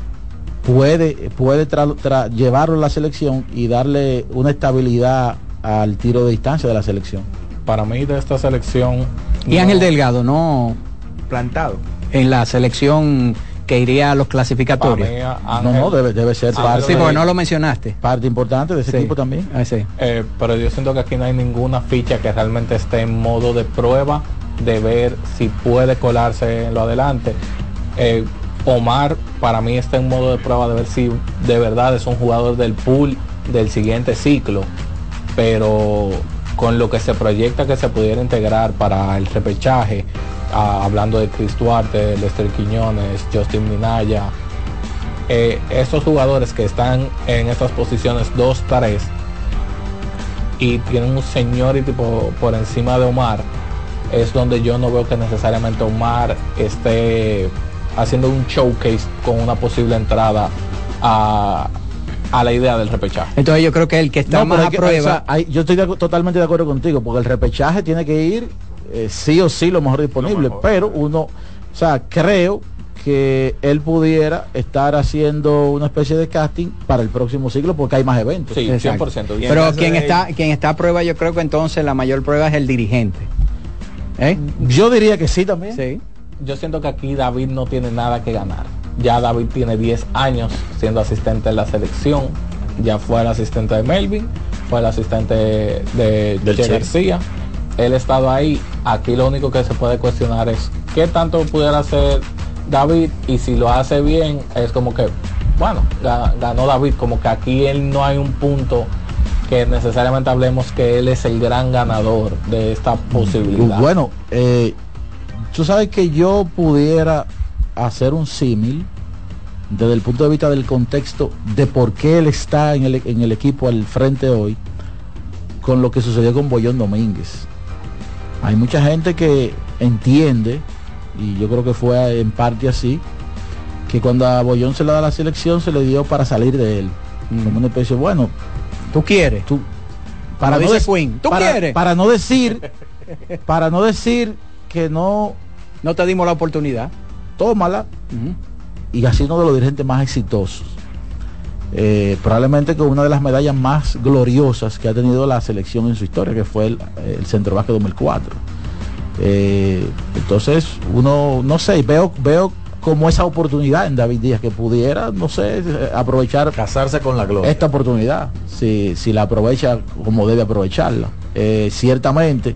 [SPEAKER 9] puede, puede tra, tra, llevarlo a la selección y darle una estabilidad al tiro de distancia de la selección.
[SPEAKER 11] Para mí de esta selección...
[SPEAKER 6] Y no... Ángel Delgado, no
[SPEAKER 12] plantado
[SPEAKER 6] en la selección que iría a los clasificatorios.
[SPEAKER 11] Mí, Ángel,
[SPEAKER 9] no, no, debe, debe ser
[SPEAKER 6] sí,
[SPEAKER 9] parte.
[SPEAKER 6] Sí, porque no lo mencionaste.
[SPEAKER 9] Parte importante de ese
[SPEAKER 6] sí.
[SPEAKER 9] equipo también.
[SPEAKER 6] Ah, sí.
[SPEAKER 11] eh, pero yo siento que aquí no hay ninguna ficha que realmente esté en modo de prueba, de ver si puede colarse en lo adelante. Eh, Omar para mí está en modo de prueba de ver si de verdad es un jugador del pool del siguiente ciclo, pero con lo que se proyecta que se pudiera integrar para el repechaje, ah, hablando de Chris Duarte, Lester Quiñones, Justin Minaya, eh, estos jugadores que están en estas posiciones dos tres y tienen un seniority por, por encima de Omar, es donde yo no veo que necesariamente Omar esté haciendo un showcase con una posible entrada a, a la idea del repechaje.
[SPEAKER 6] Entonces yo creo que el que está no, más a
[SPEAKER 9] que,
[SPEAKER 6] prueba...
[SPEAKER 9] O sea, hay, yo estoy de, totalmente de acuerdo contigo, porque el repechaje tiene que ir eh, sí o sí lo mejor disponible, lo mejor. Pero uno, o sea, creo que él pudiera estar haciendo una especie de casting para el próximo ciclo porque hay más eventos.
[SPEAKER 11] Sí, cien por ciento.
[SPEAKER 6] Pero quien está, quien está a prueba, yo creo que entonces la mayor prueba es el dirigente. ¿Eh?
[SPEAKER 9] Yo diría que sí también.
[SPEAKER 6] Sí.
[SPEAKER 11] Yo siento que aquí David no tiene nada que ganar. Ya David tiene diez años siendo asistente de la selección. Ya fue el asistente de Melvin, fue el asistente de, de Del Che García. Él ha estado ahí. Aquí lo único que se puede cuestionar es qué tanto pudiera hacer David, y si lo hace bien es como que, bueno, ganó David. Como que aquí él no hay un punto que necesariamente hablemos que él es el gran ganador de esta posibilidad.
[SPEAKER 9] Bueno, eh, tú sabes que yo pudiera hacer un símil desde el punto de vista del contexto de por qué él está en el, en el equipo al frente hoy con lo que sucedió con Bollón Domínguez. Hay mucha gente que entiende, y yo creo que fue en parte así, que cuando a Bollón se le da la selección se le dio para salir de él, mm. como una especie, bueno,
[SPEAKER 6] tú quieres,
[SPEAKER 9] tú, para no,
[SPEAKER 6] no
[SPEAKER 9] decir,
[SPEAKER 6] Queen, tú
[SPEAKER 9] para,
[SPEAKER 6] quieres,
[SPEAKER 9] para no decir, para no decir que no,
[SPEAKER 6] no te dimos la oportunidad,
[SPEAKER 9] tómala. Uh-huh. Y así uno de los dirigentes más exitosos, eh, probablemente con una de las medallas más gloriosas que ha tenido la selección en su historia, que fue el, el Centro Básquet dos mil cuatro. Eh, entonces uno, no sé, veo veo como esa oportunidad en David Díaz, que pudiera, no sé, aprovechar,
[SPEAKER 10] casarse con la gloria,
[SPEAKER 9] esta oportunidad, si, si la aprovecha como debe aprovecharla. Eh, ciertamente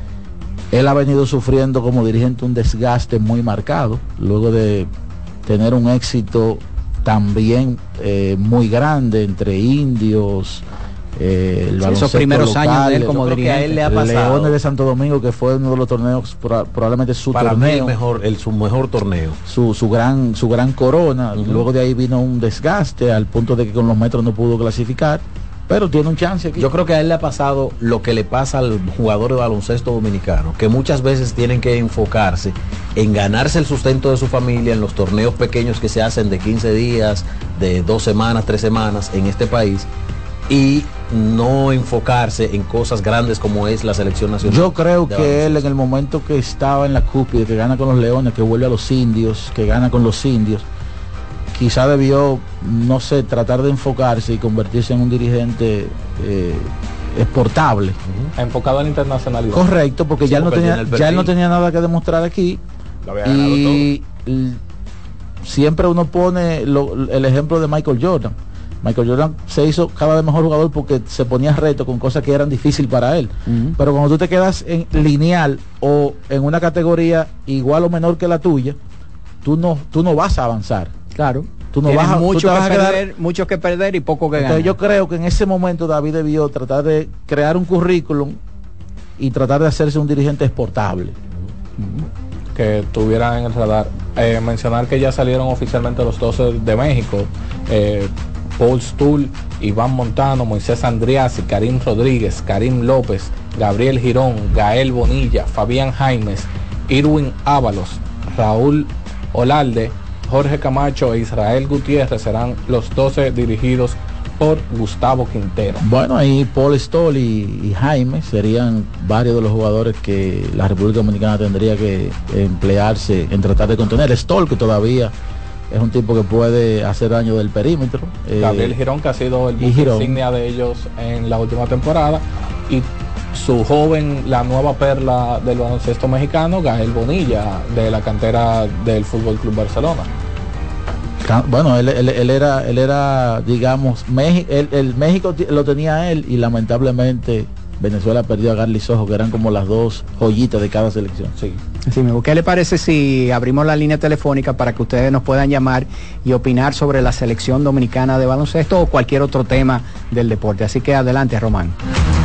[SPEAKER 9] él ha venido sufriendo como dirigente un desgaste muy marcado, luego de tener un éxito también eh, muy grande entre Indios, eh, el
[SPEAKER 6] sí, esos primeros local, años de él como dirigente,
[SPEAKER 9] a él le ha pasado. Leones de Santo Domingo, que fue uno de los torneos, probablemente su
[SPEAKER 10] para
[SPEAKER 9] torneo,
[SPEAKER 10] mí el mejor, el, su mejor torneo,
[SPEAKER 9] su, su gran su gran corona. Uh-huh. Luego de ahí vino un desgaste al punto de que con los metros no pudo clasificar, pero tiene un chance aquí.
[SPEAKER 10] Yo creo que a él le ha pasado lo que le pasa al jugador de baloncesto dominicano, que muchas veces tienen que enfocarse en ganarse el sustento de su familia en los torneos pequeños que se hacen de quince días, de dos semanas, tres semanas en este país, y no enfocarse en cosas grandes como es la selección nacional.
[SPEAKER 9] Yo creo que él, en el momento que estaba en la cúspide, que gana con los Leones, que vuelve a los Indios, que gana con los Indios, quizá debió, no sé, tratar de enfocarse y convertirse en un dirigente eh, exportable.
[SPEAKER 11] Uh-huh. Enfocado en internacionalidad.
[SPEAKER 9] Correcto, porque, sí, ya, porque él no tenía, ya él no tenía nada que demostrar aquí.
[SPEAKER 12] Lo había ganado
[SPEAKER 9] y
[SPEAKER 12] todo.
[SPEAKER 9] siempre uno pone lo, el ejemplo de Michael Jordan. Michael Jordan se hizo cada vez mejor jugador porque se ponía reto con cosas que eran difíciles para él. Uh-huh. Pero cuando tú te quedas en lineal o en una categoría igual o menor que la tuya, tú no, tú no vas a avanzar.
[SPEAKER 6] Claro.
[SPEAKER 9] Tú no vas a,
[SPEAKER 6] mucho,
[SPEAKER 9] tú te vas
[SPEAKER 6] que
[SPEAKER 9] a quedar,
[SPEAKER 6] perder, mucho que perder y poco que ganar.
[SPEAKER 9] Entonces yo creo que en ese momento David debió tratar de crear un currículum y tratar de hacerse un dirigente exportable.
[SPEAKER 11] Uh-huh. Que tuviera en el radar. Eh, mencionar que ya salieron oficialmente los doce de México. Eh, Paul Stull, Iván Montano, Moisés Andriasi, Karim Rodríguez, Karim López, Gabriel Girón, Gael Bonilla, Fabián Jaimes, Irwin Ábalos, Raúl Olalde, Jorge Camacho e Israel Gutiérrez serán los doce dirigidos por Gustavo Quintero.
[SPEAKER 9] Bueno, ahí Paul Stoll y, y Jaime serían varios de los jugadores que la República Dominicana tendría que emplearse en tratar de contener. Stoll, que todavía es un tipo que puede hacer daño del perímetro.
[SPEAKER 11] Gabriel
[SPEAKER 9] eh,
[SPEAKER 11] Girón, que ha sido el buque insignia de ellos en la última temporada, y su joven, la nueva perla del baloncesto mexicano, Gael Bonilla, de la cantera del Fútbol Club Barcelona.
[SPEAKER 9] Bueno, él, él, él era, él era, digamos, México, el, el México lo tenía él y lamentablemente Venezuela perdió a Garly Sojo, que eran como las dos joyitas de cada selección.
[SPEAKER 6] Sí. Sí, ¿qué le parece si abrimos la línea telefónica para que ustedes nos puedan llamar y opinar sobre la selección dominicana de baloncesto o cualquier otro tema del deporte? Así que adelante, Román.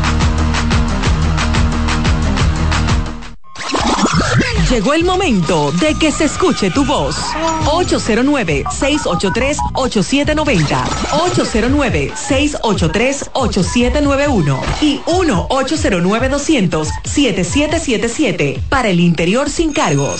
[SPEAKER 5] Llegó el momento de que se escuche tu voz. ocho cero nueve, seis ocho tres, ocho siete nueve cero, ocho cero nueve, seis ocho tres, ocho siete nueve uno y uno ocho cero nueve, doscientos, setenta y siete setenta y siete para el interior sin cargos.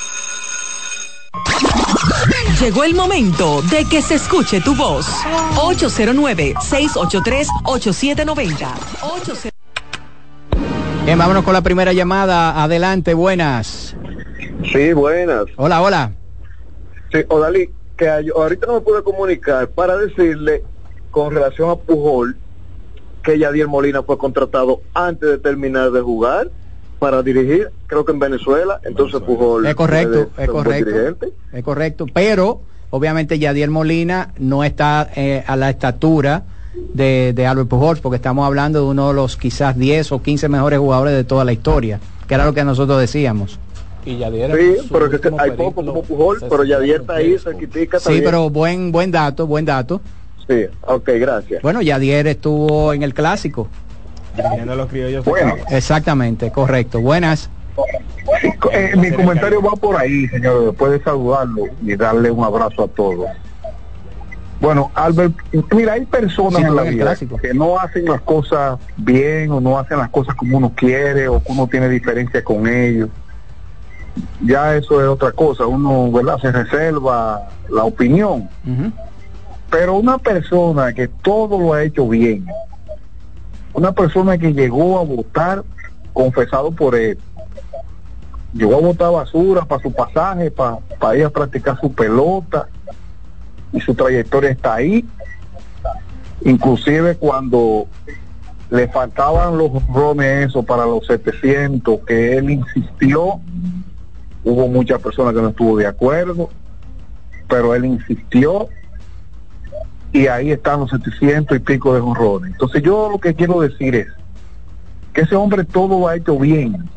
[SPEAKER 5] Llegó el momento de que se escuche tu voz. ocho cero nueve, seis ocho tres, ocho siete nueve cero.
[SPEAKER 6] Bien, vámonos con la primera llamada. Adelante, buenas.
[SPEAKER 13] Sí, buenas.
[SPEAKER 6] Hola, hola.
[SPEAKER 13] Sí, Odalí, que ahorita no me pude comunicar para decirle con relación a Pujol que Yadier Molina fue contratado antes de terminar de jugar para dirigir, creo que en Venezuela, entonces Pujol
[SPEAKER 6] es correcto, es correcto, es correcto, pero obviamente Yadier Molina no está eh, a la estatura de, de Albert Pujols, porque estamos hablando de uno de los quizás diez o quince mejores jugadores de toda la historia, que era lo que nosotros decíamos.
[SPEAKER 11] Y Yadier,
[SPEAKER 13] sí, pero es que hay poco como Pujol, pero Yadier está ahí, se critica
[SPEAKER 6] también. Sí, pero buen buen dato, buen dato.
[SPEAKER 13] Sí, ok, gracias.
[SPEAKER 6] Bueno, Yadier estuvo en el clásico.
[SPEAKER 12] Los criollos.
[SPEAKER 13] Bueno.
[SPEAKER 6] Exactamente, correcto. Buenas.
[SPEAKER 19] Eh, mi comentario va por ahí, señor, después de saludarlo y darle un abrazo a todos. Bueno, Albert, mira, hay personas sí, en la vida clásico. que no hacen las cosas bien o no hacen las cosas como uno quiere o que uno tiene diferencia con ellos. Ya eso es otra cosa, uno, ¿verdad?, se reserva la opinión. Uh-huh. Pero una persona que todo lo ha hecho bien, una persona que llegó a votar confesado por él, llegó a botar basura para su pasaje, para, para ir a practicar su pelota, y su trayectoria está ahí. Inclusive cuando le faltaban los honrones eso para los setecientos, que él insistió, hubo muchas personas que no estuvo de acuerdo, pero él insistió, y ahí están los setecientos y pico de honrones. Entonces yo lo que quiero decir es que ese hombre todo lo ha hecho bien.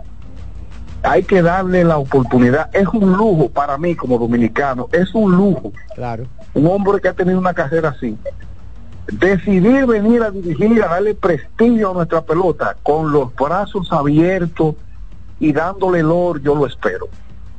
[SPEAKER 19] Hay que darle la oportunidad. Es un lujo para mí como dominicano, es un lujo.
[SPEAKER 6] Claro.
[SPEAKER 19] Un hombre que ha tenido una carrera así, decidir venir a dirigir, a darle prestigio a nuestra pelota con los brazos abiertos y dándole el oro, yo lo espero.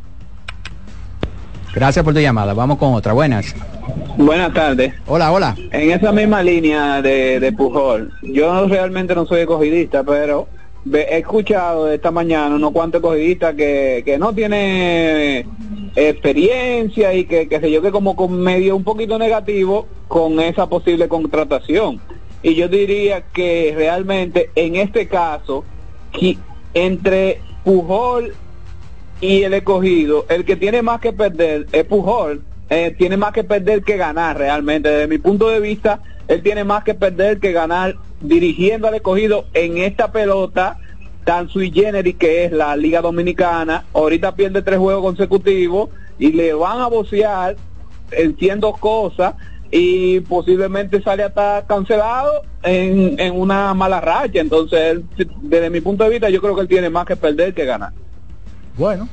[SPEAKER 6] Gracias por tu llamada. Vamos con otra. Buenas.
[SPEAKER 22] Buenas tardes.
[SPEAKER 6] Hola, hola.
[SPEAKER 22] En esa misma línea de, de Pujol, yo realmente no soy escogidista, pero he escuchado esta mañana unos cuantos escogidistas que, que no tiene experiencia y que, que sé yo, que como con medio un poquito negativo con esa posible contratación. Y yo diría que realmente en este caso, entre Pujol y el escogido, el que tiene más que perder es Pujol. Eh, tiene más que perder que ganar realmente. Desde mi punto de vista, él tiene más que perder que ganar dirigiendo al escogido en esta pelota tan sui generis que es la Liga Dominicana. Ahorita pierde tres juegos consecutivos y le van a vocear entiendo cosas y posiblemente sale hasta cancelado en, en una mala racha. Entonces él, desde mi punto de vista, yo creo que él tiene más que perder que ganar.
[SPEAKER 6] Bueno,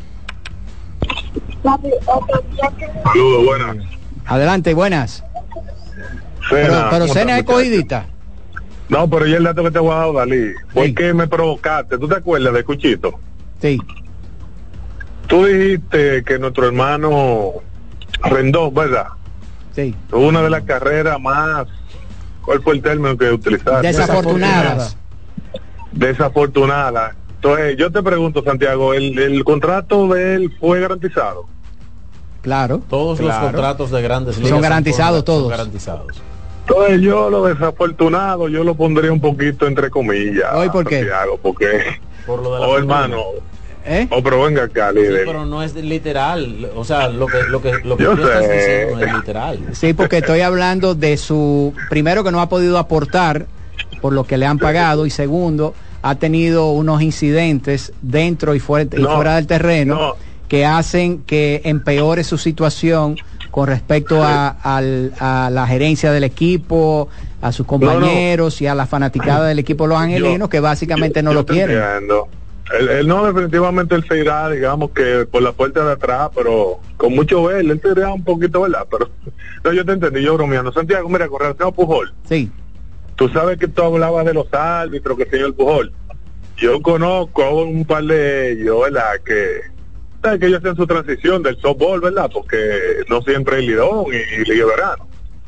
[SPEAKER 14] saludos, buenas.
[SPEAKER 6] Adelante, buenas.
[SPEAKER 14] Cena,
[SPEAKER 6] pero pero
[SPEAKER 14] ¿cómo
[SPEAKER 6] Cena es
[SPEAKER 14] estás,
[SPEAKER 6] cogidita.
[SPEAKER 14] No, pero ya el dato que te voy a dar, Dalí, fue sí. que me provocaste. ¿Tú te acuerdas de Cuchito?
[SPEAKER 6] Sí.
[SPEAKER 14] Tú dijiste que nuestro hermano Rendón, ¿verdad?
[SPEAKER 6] Sí.
[SPEAKER 14] Tuvo una de las carreras más, ¿cuál fue el término que utilizaste?
[SPEAKER 6] Desafortunadas.
[SPEAKER 14] Desafortunadas. Entonces, yo te pregunto, Santiago, ¿el, el contrato de él fue garantizado?
[SPEAKER 6] Claro.
[SPEAKER 10] Todos
[SPEAKER 6] claro.
[SPEAKER 10] los contratos de grandes ligas
[SPEAKER 6] son garantizados
[SPEAKER 10] son,
[SPEAKER 6] todos.
[SPEAKER 10] Son garantizados.
[SPEAKER 14] Entonces yo lo desafortunado, yo lo pondría un poquito entre comillas.
[SPEAKER 6] ¿Hoy por qué?
[SPEAKER 14] Santiago, porque,
[SPEAKER 10] por lo de la
[SPEAKER 14] oh hermano,
[SPEAKER 6] ¿Eh?
[SPEAKER 14] oh pero venga acá, líder.
[SPEAKER 10] Sí, pero no es literal, o sea, lo que lo que lo que
[SPEAKER 14] yo
[SPEAKER 10] tú
[SPEAKER 14] sé.
[SPEAKER 10] estás diciendo no es literal.
[SPEAKER 6] Sí, porque estoy hablando de su, primero que no ha podido aportar por lo que le han pagado y segundo, ha tenido unos incidentes dentro y fuera, no, y fuera del terreno no. que hacen que empeore su situación con respecto a, a, a la gerencia del equipo, a sus compañeros no, no. y a la fanaticada del equipo Los Angelinos, yo, que básicamente yo, no yo lo quieren.
[SPEAKER 14] Él, él no, definitivamente él se irá, digamos que por la puerta de atrás, pero con mucho ver, él se irá un poquito, ¿verdad? Pero no, yo te entendí, yo bromeando. Santiago, mira, con relación a Pujol.
[SPEAKER 6] Sí.
[SPEAKER 14] Tú sabes que tú hablabas de los árbitros, que señor Pujol. Yo conozco a un par de ellos, ¿verdad? Que que ellos hacen su transición del softball, ¿verdad? Porque no siempre hay lidón y, y liga verano.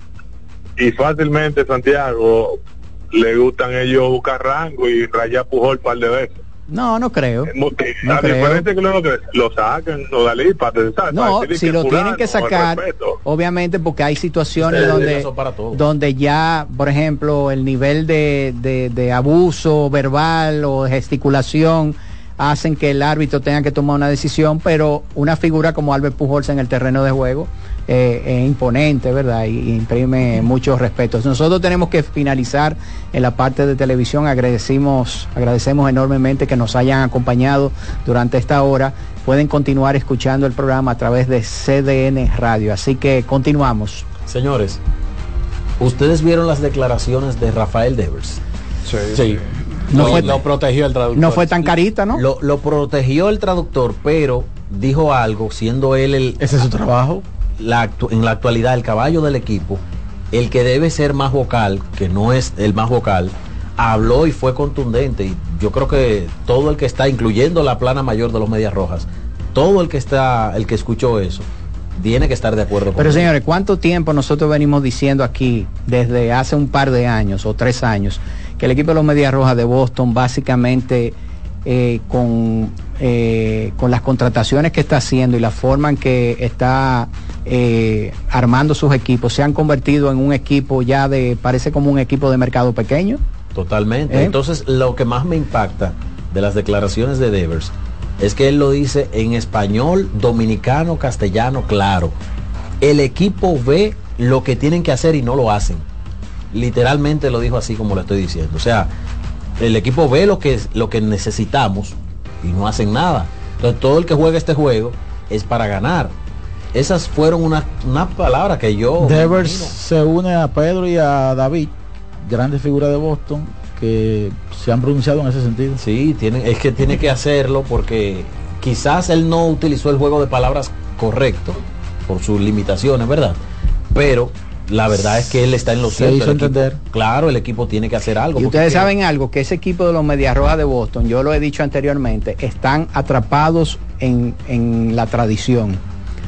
[SPEAKER 14] Y fácilmente Santiago le gustan ellos buscar rango y rayar Pujol un par de veces.
[SPEAKER 6] No, no creo.
[SPEAKER 14] No a
[SPEAKER 6] creo.
[SPEAKER 14] diferencia que luego que lo saquen, no Dalí, para pensar.
[SPEAKER 6] No,
[SPEAKER 14] para
[SPEAKER 6] si
[SPEAKER 14] que
[SPEAKER 6] lo
[SPEAKER 14] fulano,
[SPEAKER 6] tienen que sacar, obviamente porque hay situaciones sí, donde, donde ya, por ejemplo, el nivel de, de, de abuso verbal o gesticulación hacen que el árbitro tenga que tomar una decisión, pero una figura como Albert Pujols en el terreno de juego eh, es imponente, ¿verdad? Y, y imprime muchos respetos. Nosotros tenemos que finalizar en la parte de televisión. Agradecemos, agradecemos enormemente que nos hayan acompañado durante esta hora. Pueden continuar escuchando el programa a través de C D N Radio. Así que continuamos.
[SPEAKER 10] Señores, ¿ustedes vieron las declaraciones de Rafael Devers?
[SPEAKER 11] Sí.
[SPEAKER 10] sí.
[SPEAKER 6] No
[SPEAKER 10] lo,
[SPEAKER 6] fue,
[SPEAKER 10] lo protegió el traductor.
[SPEAKER 6] No fue tan carita, ¿no?
[SPEAKER 10] Lo, lo protegió el traductor, pero dijo algo, siendo él el...
[SPEAKER 6] Ese es su trabajo.
[SPEAKER 10] La actu, en la actualidad, el caballo del equipo, el que debe ser más vocal, que no es el más vocal, habló y fue contundente. Y yo creo que todo el que está, incluyendo la plana mayor de los Medias Rojas, todo el que está, el que escuchó eso, tiene que estar de acuerdo con
[SPEAKER 6] Pero
[SPEAKER 10] él.
[SPEAKER 6] Señores, ¿cuánto tiempo nosotros venimos diciendo aquí, desde hace un par de años o tres años, que el equipo de los Medias Rojas de Boston básicamente eh, con, eh, con las contrataciones que está haciendo y la forma en que está eh, armando sus equipos, se han convertido en un equipo ya de, parece como un equipo de mercado pequeño?
[SPEAKER 10] Totalmente. ¿Eh? Entonces, lo que más me impacta de las declaraciones de Devers es que él lo dice en español, dominicano, castellano, claro. El equipo ve lo que tienen que hacer y no lo hacen. Literalmente lo dijo así como lo estoy diciendo. O sea, el equipo ve lo que, lo que necesitamos y no hacen nada. Entonces todo el que juega este juego es para ganar. Esas fueron unas una palabras que yo...
[SPEAKER 9] Devers se une a Pedro y a David, grandes figuras de Boston, que se han pronunciado en ese sentido.
[SPEAKER 10] Sí, tiene, es que tiene que hacerlo porque quizás él no utilizó el juego de palabras correcto por sus limitaciones, ¿verdad? Pero la verdad es que él está en lo cierto.
[SPEAKER 9] Se hizo entender.
[SPEAKER 10] Claro, el equipo tiene que hacer algo.
[SPEAKER 6] Y ustedes saben algo, que ese equipo de los Medias Rojas de Boston, yo lo he dicho anteriormente, están atrapados en, en la tradición.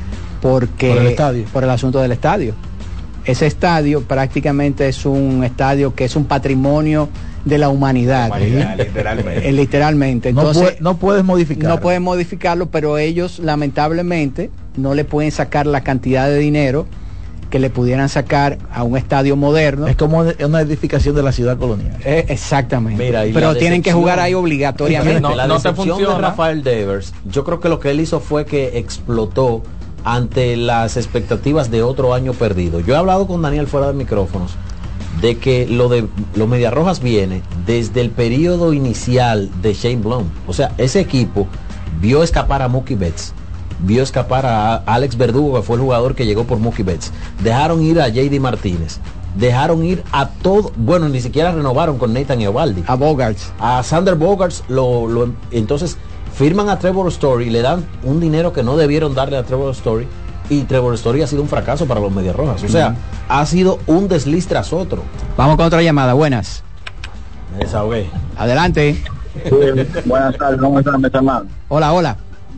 [SPEAKER 6] Porque,
[SPEAKER 9] por el estadio.
[SPEAKER 6] Por el asunto del estadio. Ese estadio prácticamente es un estadio que es un patrimonio de la humanidad.
[SPEAKER 12] humanidad literalmente.
[SPEAKER 6] Eh, literalmente.
[SPEAKER 9] Entonces,
[SPEAKER 6] no,
[SPEAKER 9] puede, no puedes modificarlo.
[SPEAKER 6] No pueden modificarlo, pero ellos lamentablemente no le pueden sacar la cantidad de dinero que le pudieran sacar a un estadio moderno.
[SPEAKER 9] Es como una edificación de la ciudad colonial.
[SPEAKER 6] Eh, exactamente.
[SPEAKER 10] Mira,
[SPEAKER 6] pero tienen que jugar ahí obligatoriamente.
[SPEAKER 10] No, la
[SPEAKER 11] no
[SPEAKER 10] decepción de Rafael Devers, yo creo que lo que él hizo fue que explotó ante las expectativas de otro año perdido. Yo he hablado con Daniel fuera de micrófonos de que lo de los Medias Rojas viene desde el periodo inicial de Shane Blum. O sea, ese equipo vio escapar a Mookie Betts vio escapar a Alex Verdugo, que fue el jugador que llegó por Mookie Betts. Dejaron ir a J D Martínez. Dejaron ir a todo, bueno, ni siquiera renovaron con Nathan Eovaldi.
[SPEAKER 6] A Bogarts.
[SPEAKER 10] A Sander Bogarts, lo, lo, entonces firman a Trevor Story, le dan un dinero que no debieron darle a Trevor Story, y Trevor Story ha sido un fracaso para los Medias Rojas. O sea, uh-huh. ha sido un desliz tras otro.
[SPEAKER 6] Vamos con otra llamada, buenas.
[SPEAKER 10] Me desahogué.
[SPEAKER 6] Adelante.
[SPEAKER 18] Sí, buenas tardes, ¿cómo están, mis hermanos?
[SPEAKER 6] Hola, hola.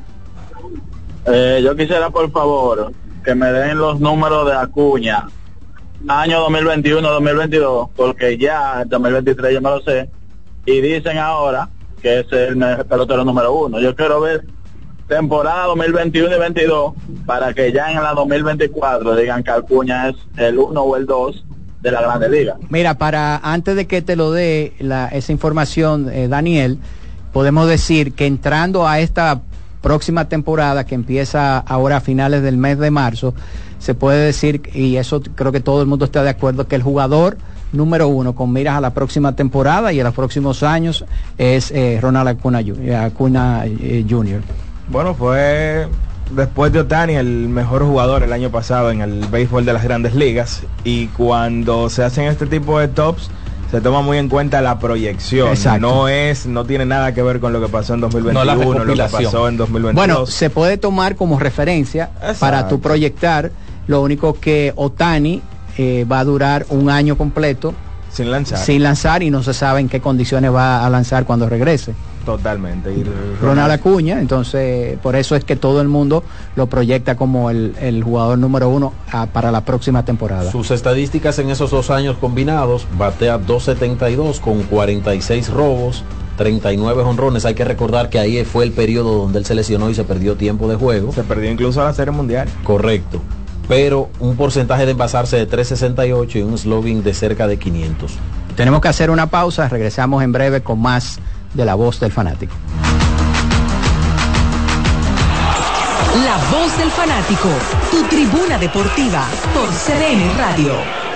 [SPEAKER 18] Eh, yo quisiera, por favor, que me den los números de Acuña, año dos mil veintiuno dos mil veintidós, porque ya el dos mil veintitrés yo me lo sé, y dicen ahora que es el pelotero número uno. Yo quiero ver temporada dos mil veintiuno y veintidós para que ya en la dos mil veinticuatro digan que Acuña es el uno o el dos de la Grande Liga.
[SPEAKER 6] Mira, para antes de que te lo dé la, esa información, eh, Daniel, podemos decir que entrando a esta próxima temporada que empieza ahora a finales del mes de marzo, se puede decir, y eso creo que todo el mundo está de acuerdo, que el jugador número uno con miras a la próxima temporada y a los próximos años es eh, Ronald Acuña, Acuña eh, junior
[SPEAKER 12] Bueno, fue después de Ohtani el mejor jugador el año pasado en el béisbol de las Grandes Ligas, y cuando se hacen este tipo de tops se toma muy en cuenta la proyección. Exacto. No es, no tiene nada que ver con lo que pasó en dos mil veintiuno, no lo que pasó en dos mil veintidós.
[SPEAKER 6] Bueno, se puede tomar como referencia. Exacto. Para tu proyectar. Lo único que Ohtani eh, va a durar un año completo
[SPEAKER 12] sin lanzar.
[SPEAKER 6] Sin lanzar y no se sabe en qué condiciones va a lanzar cuando regrese.
[SPEAKER 12] Totalmente. Y
[SPEAKER 6] Ronald Acuña, entonces por eso es que todo el mundo lo proyecta como el, el jugador número uno a, para la próxima temporada.
[SPEAKER 10] Sus estadísticas en esos dos años combinados: batea dos setenta y dos con cuarenta y seis robos, treinta y nueve jonrones. Hay que recordar que ahí fue el periodo donde él se lesionó y se perdió tiempo de juego.
[SPEAKER 12] Se perdió incluso a la Serie Mundial.
[SPEAKER 10] Correcto. Pero un porcentaje de envasarse de tres sesenta y ocho y un slugging de cerca de quinientos.
[SPEAKER 6] Tenemos que hacer una pausa, regresamos en breve con más de La Voz del Fanático.
[SPEAKER 5] La Voz del Fanático, tu tribuna deportiva por C D N Radio.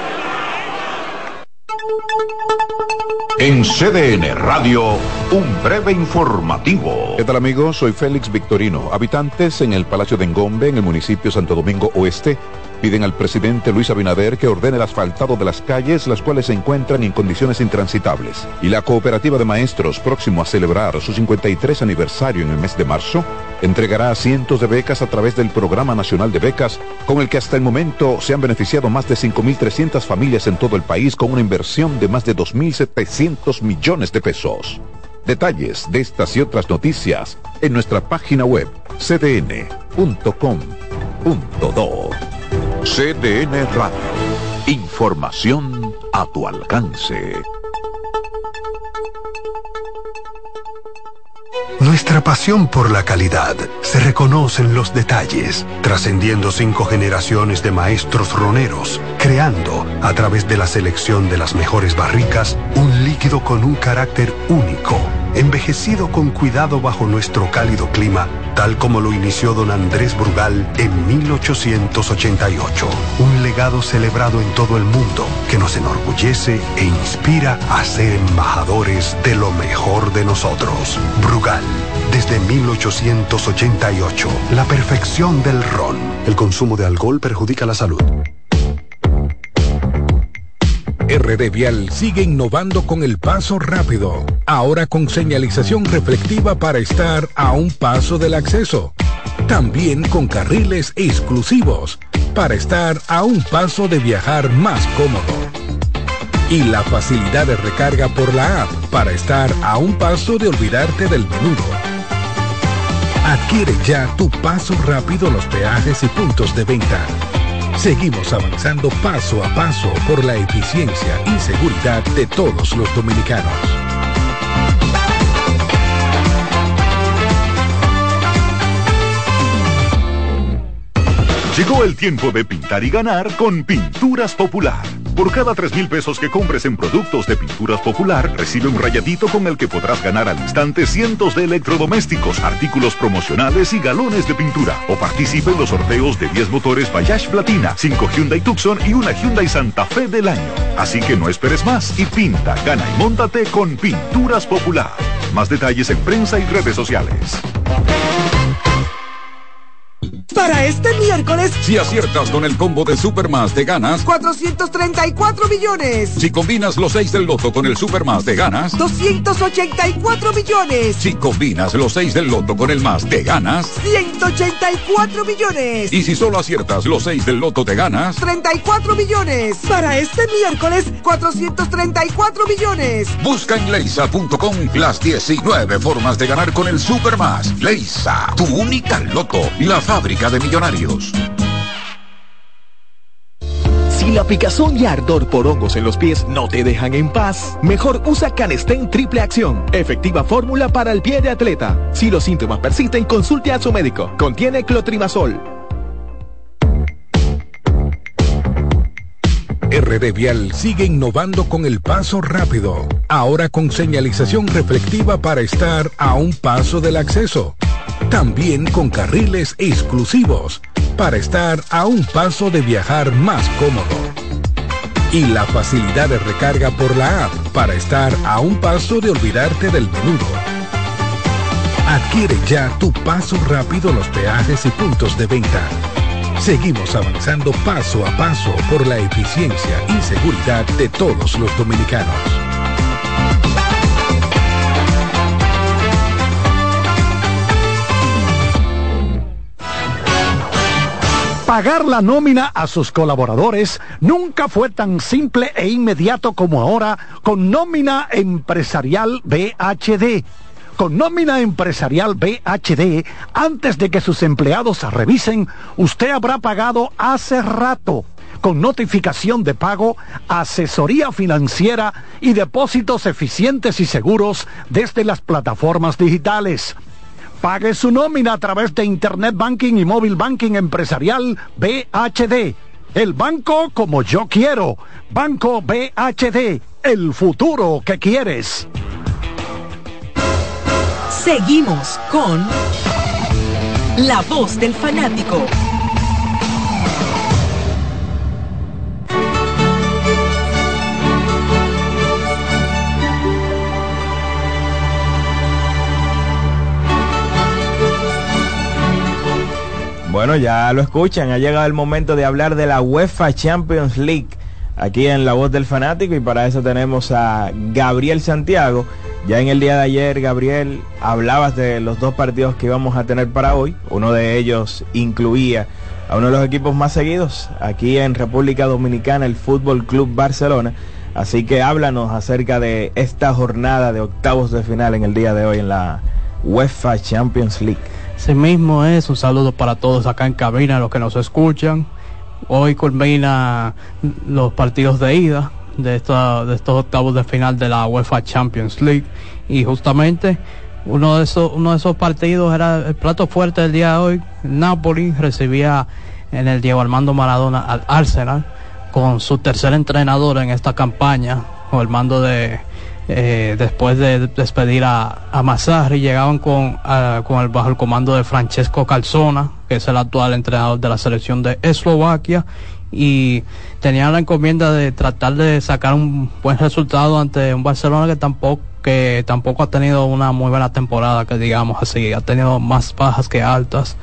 [SPEAKER 4] En C D N Radio, un breve informativo.
[SPEAKER 15] ¿Qué tal, amigos? Soy Félix Victorino. Habitantes en el Palacio de Engombe, en el municipio Santo Domingo Oeste, piden al presidente Luis Abinader que ordene el asfaltado de las calles, las cuales se encuentran en condiciones intransitables. Y la Cooperativa de Maestros, próximo a celebrar su cincuenta y tres aniversario en el mes de marzo, entregará cientos de becas a través del Programa Nacional de Becas, con el que hasta el momento se han beneficiado más de cinco mil trescientas familias en todo el país, con una inversión de más de dos mil setecientos millones de pesos. Detalles de estas y otras noticias en nuestra página web c d n punto com punto do.
[SPEAKER 4] C D N Radio. Información a tu alcance.
[SPEAKER 2] Nuestra pasión por la calidad se reconoce en los detalles, trascendiendo cinco generaciones de maestros roneros, creando, a través de la selección de las mejores barricas, un líquido con un carácter único, envejecido con cuidado bajo nuestro cálido clima, tal como lo inició don Andrés Brugal en mil ochocientos ochenta y ocho. Un legado celebrado en todo el mundo que nos enorgullece e inspira a ser embajadores de lo mejor de nosotros. Brugal, desde mil ochocientos ochenta y ocho, la perfección del ron. El consumo de alcohol perjudica la salud.
[SPEAKER 3] R D Vial sigue innovando con el paso rápido, ahora con señalización reflectiva para estar a un paso del acceso. También con carriles exclusivos para estar a un paso de viajar más cómodo. Y la facilidad de recarga por la app para estar a un paso de olvidarte del menudo. Adquiere ya tu paso rápido en los peajes y puntos de venta. Seguimos avanzando paso a paso por la eficiencia y seguridad de todos los dominicanos.
[SPEAKER 16] Llegó el tiempo de pintar y ganar con Pinturas Popular. Por cada tres mil pesos que compres en productos de Pinturas Popular, recibe un rayadito con el que podrás ganar al instante cientos de electrodomésticos, artículos promocionales y galones de pintura. O participe en los sorteos de diez motores Bayash Platina, cinco Hyundai Tucson y una Hyundai Santa Fe del año. Así que no esperes más y pinta, gana y móntate con Pinturas Popular. Más detalles en prensa y redes sociales.
[SPEAKER 17] Para este miércoles,
[SPEAKER 20] si aciertas con el combo de Supermás, te ganas
[SPEAKER 17] cuatrocientos treinta y cuatro millones.
[SPEAKER 20] Si combinas los seis del loto con el Supermás, te ganas
[SPEAKER 17] doscientos ochenta y cuatro millones.
[SPEAKER 20] Si combinas los seis del loto con el más, te ganas
[SPEAKER 17] ciento ochenta y cuatro millones.
[SPEAKER 20] Y si solo aciertas los seis del loto, te ganas
[SPEAKER 17] treinta y cuatro millones. Para este miércoles, cuatrocientos treinta y cuatro millones.
[SPEAKER 20] Busca en leisa punto com las diecinueve formas de ganar con el Supermás. Leisa, tu única loto, la fábrica de millonarios.
[SPEAKER 7] Si la picazón y ardor por hongos en los pies no te dejan en paz, mejor usa Canestén Triple Acción, efectiva fórmula para el pie de atleta. Si los síntomas persisten, consulte a su médico. Contiene clotrimazol.
[SPEAKER 3] R D Vial sigue innovando con el paso rápido, ahora con señalización reflectiva para estar a un paso del acceso. También con carriles exclusivos para estar a un paso de viajar más cómodo. Y la facilidad de recarga por la app para estar a un paso de olvidarte del menudo. Adquiere ya tu paso rápido en los peajes y puntos de venta. Seguimos avanzando paso a paso por la eficiencia y seguridad de todos los dominicanos.
[SPEAKER 8] Pagar la nómina a sus colaboradores nunca fue tan simple e inmediato como ahora con Nómina Empresarial B H D. Con Nómina Empresarial B H D, antes de que sus empleados revisen, usted habrá pagado hace rato, con notificación de pago, asesoría financiera y depósitos eficientes y seguros desde las plataformas digitales. Pague su nómina a través de Internet Banking y Móvil Banking Empresarial B H D. El banco como yo quiero. Banco B H D, el futuro que quieres.
[SPEAKER 5] Seguimos con La Voz del Fanático.
[SPEAKER 12] Bueno, ya lo escuchan, ha llegado el momento de hablar de la UEFA Champions League aquí en La Voz del Fanático, y para eso tenemos a Gabriel Santiago. Ya en el día de ayer, Gabriel, hablabas de los dos partidos que íbamos a tener para hoy. Uno de ellos incluía a uno de los equipos más seguidos aquí en República Dominicana, el Fútbol Club Barcelona. Así que háblanos acerca de esta jornada de octavos de final en el día de hoy en la UEFA Champions League.
[SPEAKER 11] Así mismo es, un saludo para todos acá en cabina, los que nos escuchan. Hoy culmina los partidos de ida de, esta, de estos octavos de final de la UEFA Champions League, y justamente uno de esos, uno de esos partidos era el plato fuerte del día de hoy. Napoli recibía en el Diego Armando Maradona al Arsenal, con su tercer entrenador en esta campaña, con el mando de Eh, después de despedir a, a Mazzarri. Llegaban con, uh, con el, bajo el comando de Francesco Calzona, que es el actual entrenador de la selección de Eslovaquia, y tenían la encomienda de tratar de sacar un buen resultado ante un Barcelona que tampoco que tampoco ha tenido una muy buena temporada, que digamos así, ha tenido más bajas que altas,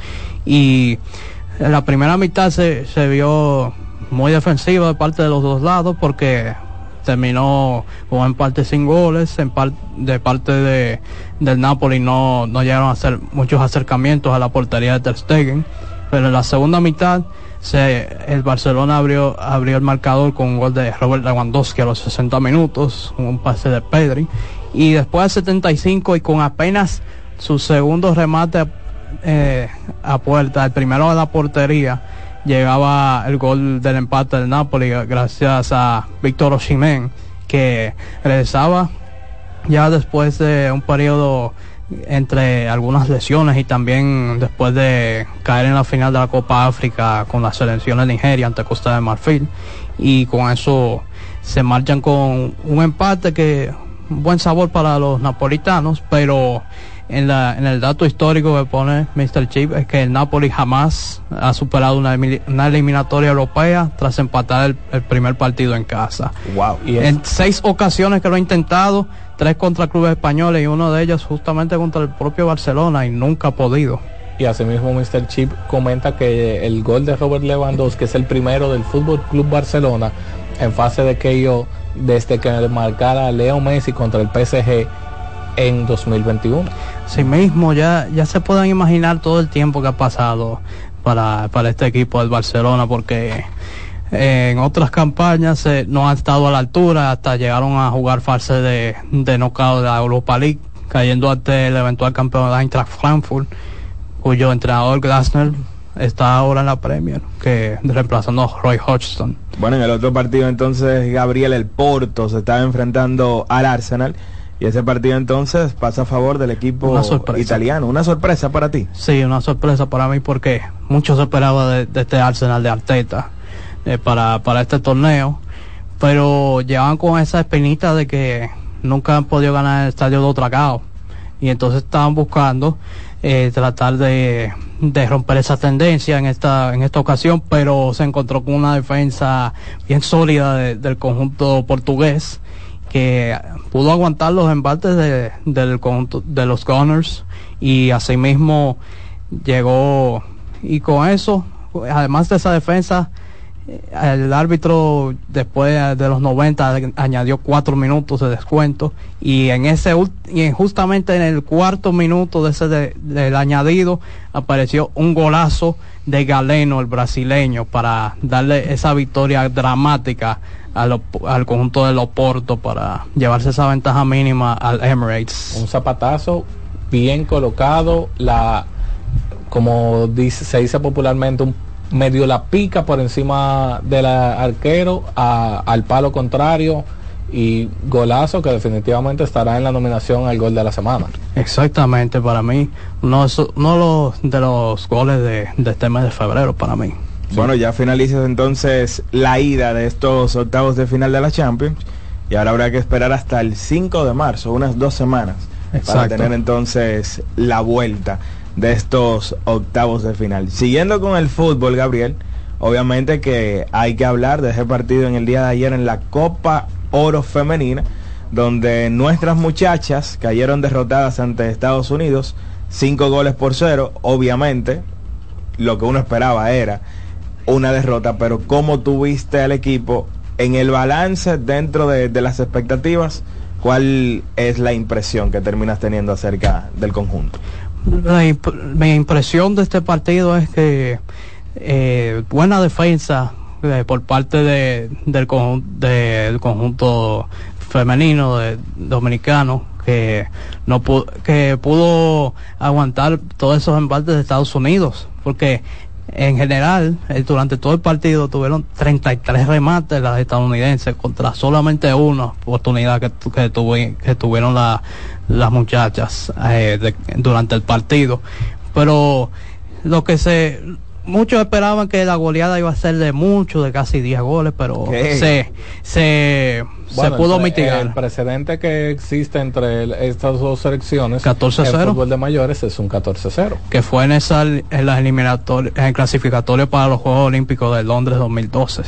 [SPEAKER 11] y en la primera mitad se, se vio muy defensiva de parte de los dos lados, porque terminó con empate sin goles. En par, de parte de del Napoli no, no llegaron a hacer muchos acercamientos a la portería de Ter Stegen, pero en la segunda mitad se, el Barcelona abrió, abrió el marcador con un gol de Robert Lewandowski a los sesenta minutos, con un pase de Pedri, y después al setenta y cinco, y con apenas su segundo remate eh, a puerta, el primero de la portería, llegaba el gol del empate del Napoli gracias a Víctor Osimhen, que regresaba ya después de un periodo entre algunas lesiones y también después de caer en la final de la Copa África con la selección de Nigeria ante Costa de Marfil, y con eso se marchan con un empate que un buen sabor para los napolitanos. Pero En, la, en el dato histórico que pone mister Chip es que el Napoli jamás ha superado una, una eliminatoria europea tras empatar el, el primer partido en casa.
[SPEAKER 12] Wow.
[SPEAKER 11] Y en seis ocasiones que lo ha intentado, tres contra clubes españoles y uno de ellos justamente contra el propio Barcelona, y nunca ha podido. y asimismo míster Chip comenta que el gol de Robert Lewandowski, que es el primero del Fútbol Club Barcelona en fase de K O desde que marcara Leo Messi contra el P S G en dos mil veintiuno.
[SPEAKER 1] Sí mismo, ya, ya se pueden imaginar todo el tiempo que ha pasado para, para este equipo del Barcelona, porque en otras campañas eh, no han estado a la altura, hasta llegaron a jugar fase de, de knockout de la Europa League, cayendo ante el eventual campeón de Eintracht Frankfurt, cuyo entrenador Glasner está ahora en la Premier, que reemplazando a Roy Hodgson.
[SPEAKER 12] Bueno, en el otro partido entonces Gabriel, el Porto se estaba enfrentando al Arsenal, y ese partido entonces pasa a favor del equipo italiano. ¿Una sorpresa para ti?
[SPEAKER 1] Sí, una sorpresa para mí, porque mucho se esperaba de, de este Arsenal de Arteta eh, para, para este torneo, pero llevan con esa espinita de que nunca han podido ganar el estadio de Dragao, y entonces estaban buscando eh, tratar de, de romper esa tendencia en esta en esta ocasión, pero se encontró con una defensa bien sólida de, del conjunto portugués, que pudo aguantar los embates de, del conjunto de los Gunners, y asimismo llegó, y con eso, además de esa defensa, el árbitro después de los noventa añadió cuatro minutos de descuento, y en ese y justamente en el cuarto minuto de ese de, del añadido apareció un golazo de Galeno, el brasileño, para darle esa victoria dramática a lo, al conjunto de Oporto para llevarse esa ventaja mínima al Emirates.
[SPEAKER 11] Un zapatazo bien colocado, la como dice, se dice popularmente, un medio la pica por encima del arquero a, al palo contrario, y golazo que definitivamente estará en la nominación al gol de la semana.
[SPEAKER 1] Exactamente, para mí uno, uno de los goles de, de este mes de febrero para mí.
[SPEAKER 12] Bueno, ya finaliza entonces la ida de estos octavos de final de la Champions, y ahora habrá que esperar hasta el cinco de marzo, unas dos semanas. Exacto. Para tener entonces la vuelta de estos octavos de final. Siguiendo con el fútbol, Gabriel, obviamente que hay que hablar de ese partido en el día de ayer en la Copa Oro Femenina, donde nuestras muchachas cayeron derrotadas ante Estados Unidos, cinco goles por cero. Obviamente, lo que uno esperaba era una derrota, pero ¿cómo tuviste al equipo en el balance dentro de, de las expectativas? ¿Cuál es la impresión que terminas teniendo acerca del conjunto?
[SPEAKER 1] La imp mi impresión de este partido es que eh, buena defensa eh, por parte de, del, conjunto, del conjunto femenino de, dominicano, que no pudo, que pudo aguantar todos esos embates de Estados Unidos, porque en general eh, durante todo el partido tuvieron treinta y tres remates las estadounidenses contra solamente una oportunidad que, que, tuve, que tuvieron la, las muchachas eh, de, durante el partido. Pero lo que se muchos esperaban que la goleada iba a ser de mucho, de casi diez goles, pero ¿Qué? se se
[SPEAKER 11] bueno,
[SPEAKER 1] se pudo
[SPEAKER 11] el,
[SPEAKER 1] mitigar.
[SPEAKER 11] El precedente que existe entre el, estas dos selecciones,
[SPEAKER 1] catorce cero,
[SPEAKER 11] en fútbol de mayores, es un catorce cero,
[SPEAKER 1] que fue en esa en las eliminatorias, en el clasificatorio para los Juegos Olímpicos de Londres dos mil doce.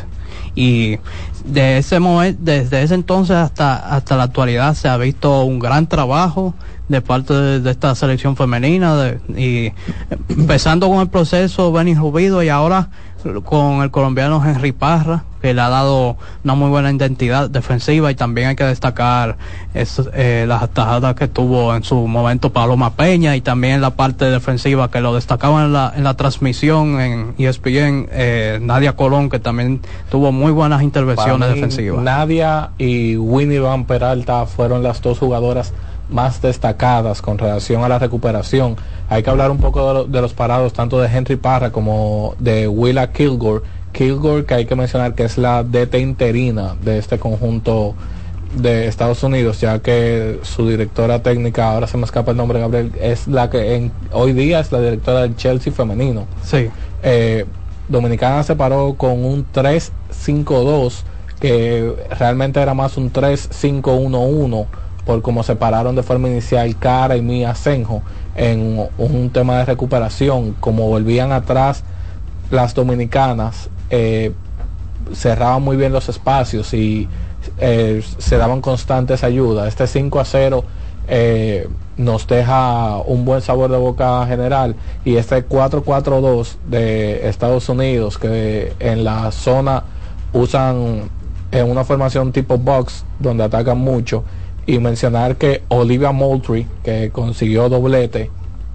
[SPEAKER 1] Y de ese momento, desde ese entonces hasta hasta la actualidad, se ha visto un gran trabajo de parte de, de esta selección femenina, de, y empezando con el proceso Benny Rubido, y ahora con el colombiano Henry Parra, que le ha dado una muy buena identidad defensiva. Y también hay que destacar es, eh, las atajadas que tuvo en su momento Paloma Peña, y también la parte defensiva que lo destacaba en la, en la transmisión en E S P N, eh, Nadia Colón, que también tuvo muy buenas intervenciones
[SPEAKER 11] mí,
[SPEAKER 1] defensivas.
[SPEAKER 11] Nadia y Winnie Van Peralta fueron las dos jugadoras más destacadas con relación a la recuperación. Hay que hablar un poco de, lo, de los parados tanto de Henry Parra como de Willa Kilgore. Kilgore, que hay que mencionar que es la D T interina de este conjunto de Estados Unidos, ya que su directora técnica, ahora se me escapa el nombre, Gabriel, es la que en, hoy día es la directora del Chelsea femenino.
[SPEAKER 1] Sí.
[SPEAKER 11] Eh, Dominicana se paró con un tres cinco dos, que realmente era más un tres cinco uno uno, por cómo se pararon de forma inicial Cara y Mía Senjo en un tema de recuperación. Como volvían atrás las dominicanas, eh, cerraban muy bien los espacios y eh, se daban constantes ayudas. Este cinco a cero eh, nos deja un buen sabor de boca general, y este cuatro cuatro dos de Estados Unidos, que en la zona usan en una formación tipo box donde atacan mucho, y mencionar que Olivia Moultrie, que consiguió doblete,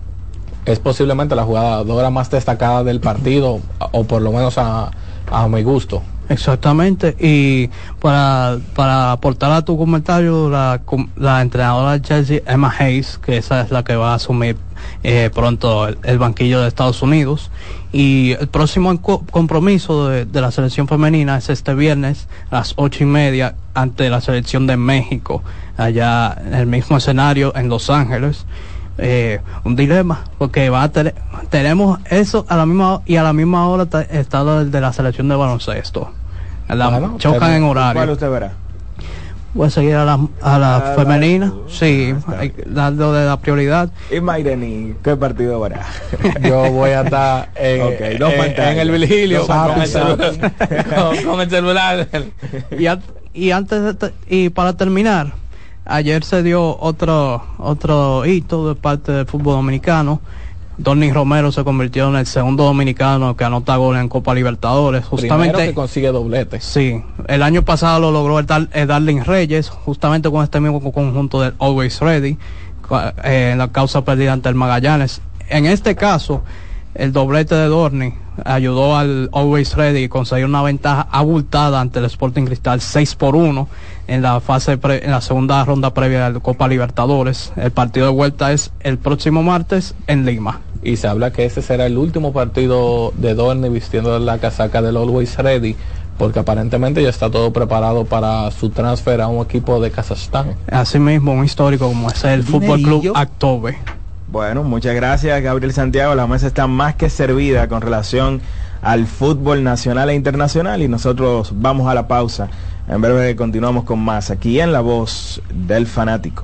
[SPEAKER 11] es posiblemente la jugadora más destacada del partido, o por lo menos a, a mi gusto.
[SPEAKER 1] Exactamente, y para, para aportar a tu comentario, la, la entrenadora de Chelsea, Emma Hayes, que esa es la que va a asumir eh, pronto el, el banquillo de Estados Unidos, y el próximo enco- compromiso de, de la selección femenina es este viernes a las ocho y media ante la selección de México, allá en el mismo escenario en Los Ángeles. Eh, un dilema, porque va a tener, tenemos eso a la misma y a la misma hora ta, está lo de la selección de baloncesto. La, bueno, chocan en horario.
[SPEAKER 12] ¿Cuál usted verá?
[SPEAKER 1] Voy a seguir a la, a la ah, femenina, la, sí, hay que darlo de la prioridad.
[SPEAKER 12] ¿Y Mayreni, qué partido verá?
[SPEAKER 11] Yo voy a estar en, okay, en, en el Virgilio con, el celular, con, con el celular.
[SPEAKER 1] y, a, y antes de, y para terminar, ayer se dio otro otro hito de parte del fútbol dominicano. Donny Romero se convirtió en el segundo dominicano que anota goles en Copa Libertadores. Justamente
[SPEAKER 11] primero que consigue doblete.
[SPEAKER 1] Sí, el año pasado lo logró el, Dar, el Darling Reyes, justamente con este mismo conjunto del Always Ready, eh, en la causa perdida ante el Magallanes. En este caso, el doblete de Donny ayudó al Always Ready a conseguir una ventaja abultada ante el Sporting Cristal seis por uno en la fase pre, en la segunda ronda previa de la Copa Libertadores. El partido de vuelta es el próximo martes en Lima.
[SPEAKER 11] Y se habla que ese será el último partido de Donny vistiendo la casaca del Always Ready, porque aparentemente ya está todo preparado para su transfer a un equipo de Kazajstán.
[SPEAKER 1] Así mismo, un histórico como es el Fútbol Club Aktobe.
[SPEAKER 12] Bueno, muchas gracias, Gabriel Santiago. La mesa está más que servida con relación al fútbol nacional e internacional, y nosotros vamos a la pausa. En breve continuamos con más aquí en La Voz del Fanático.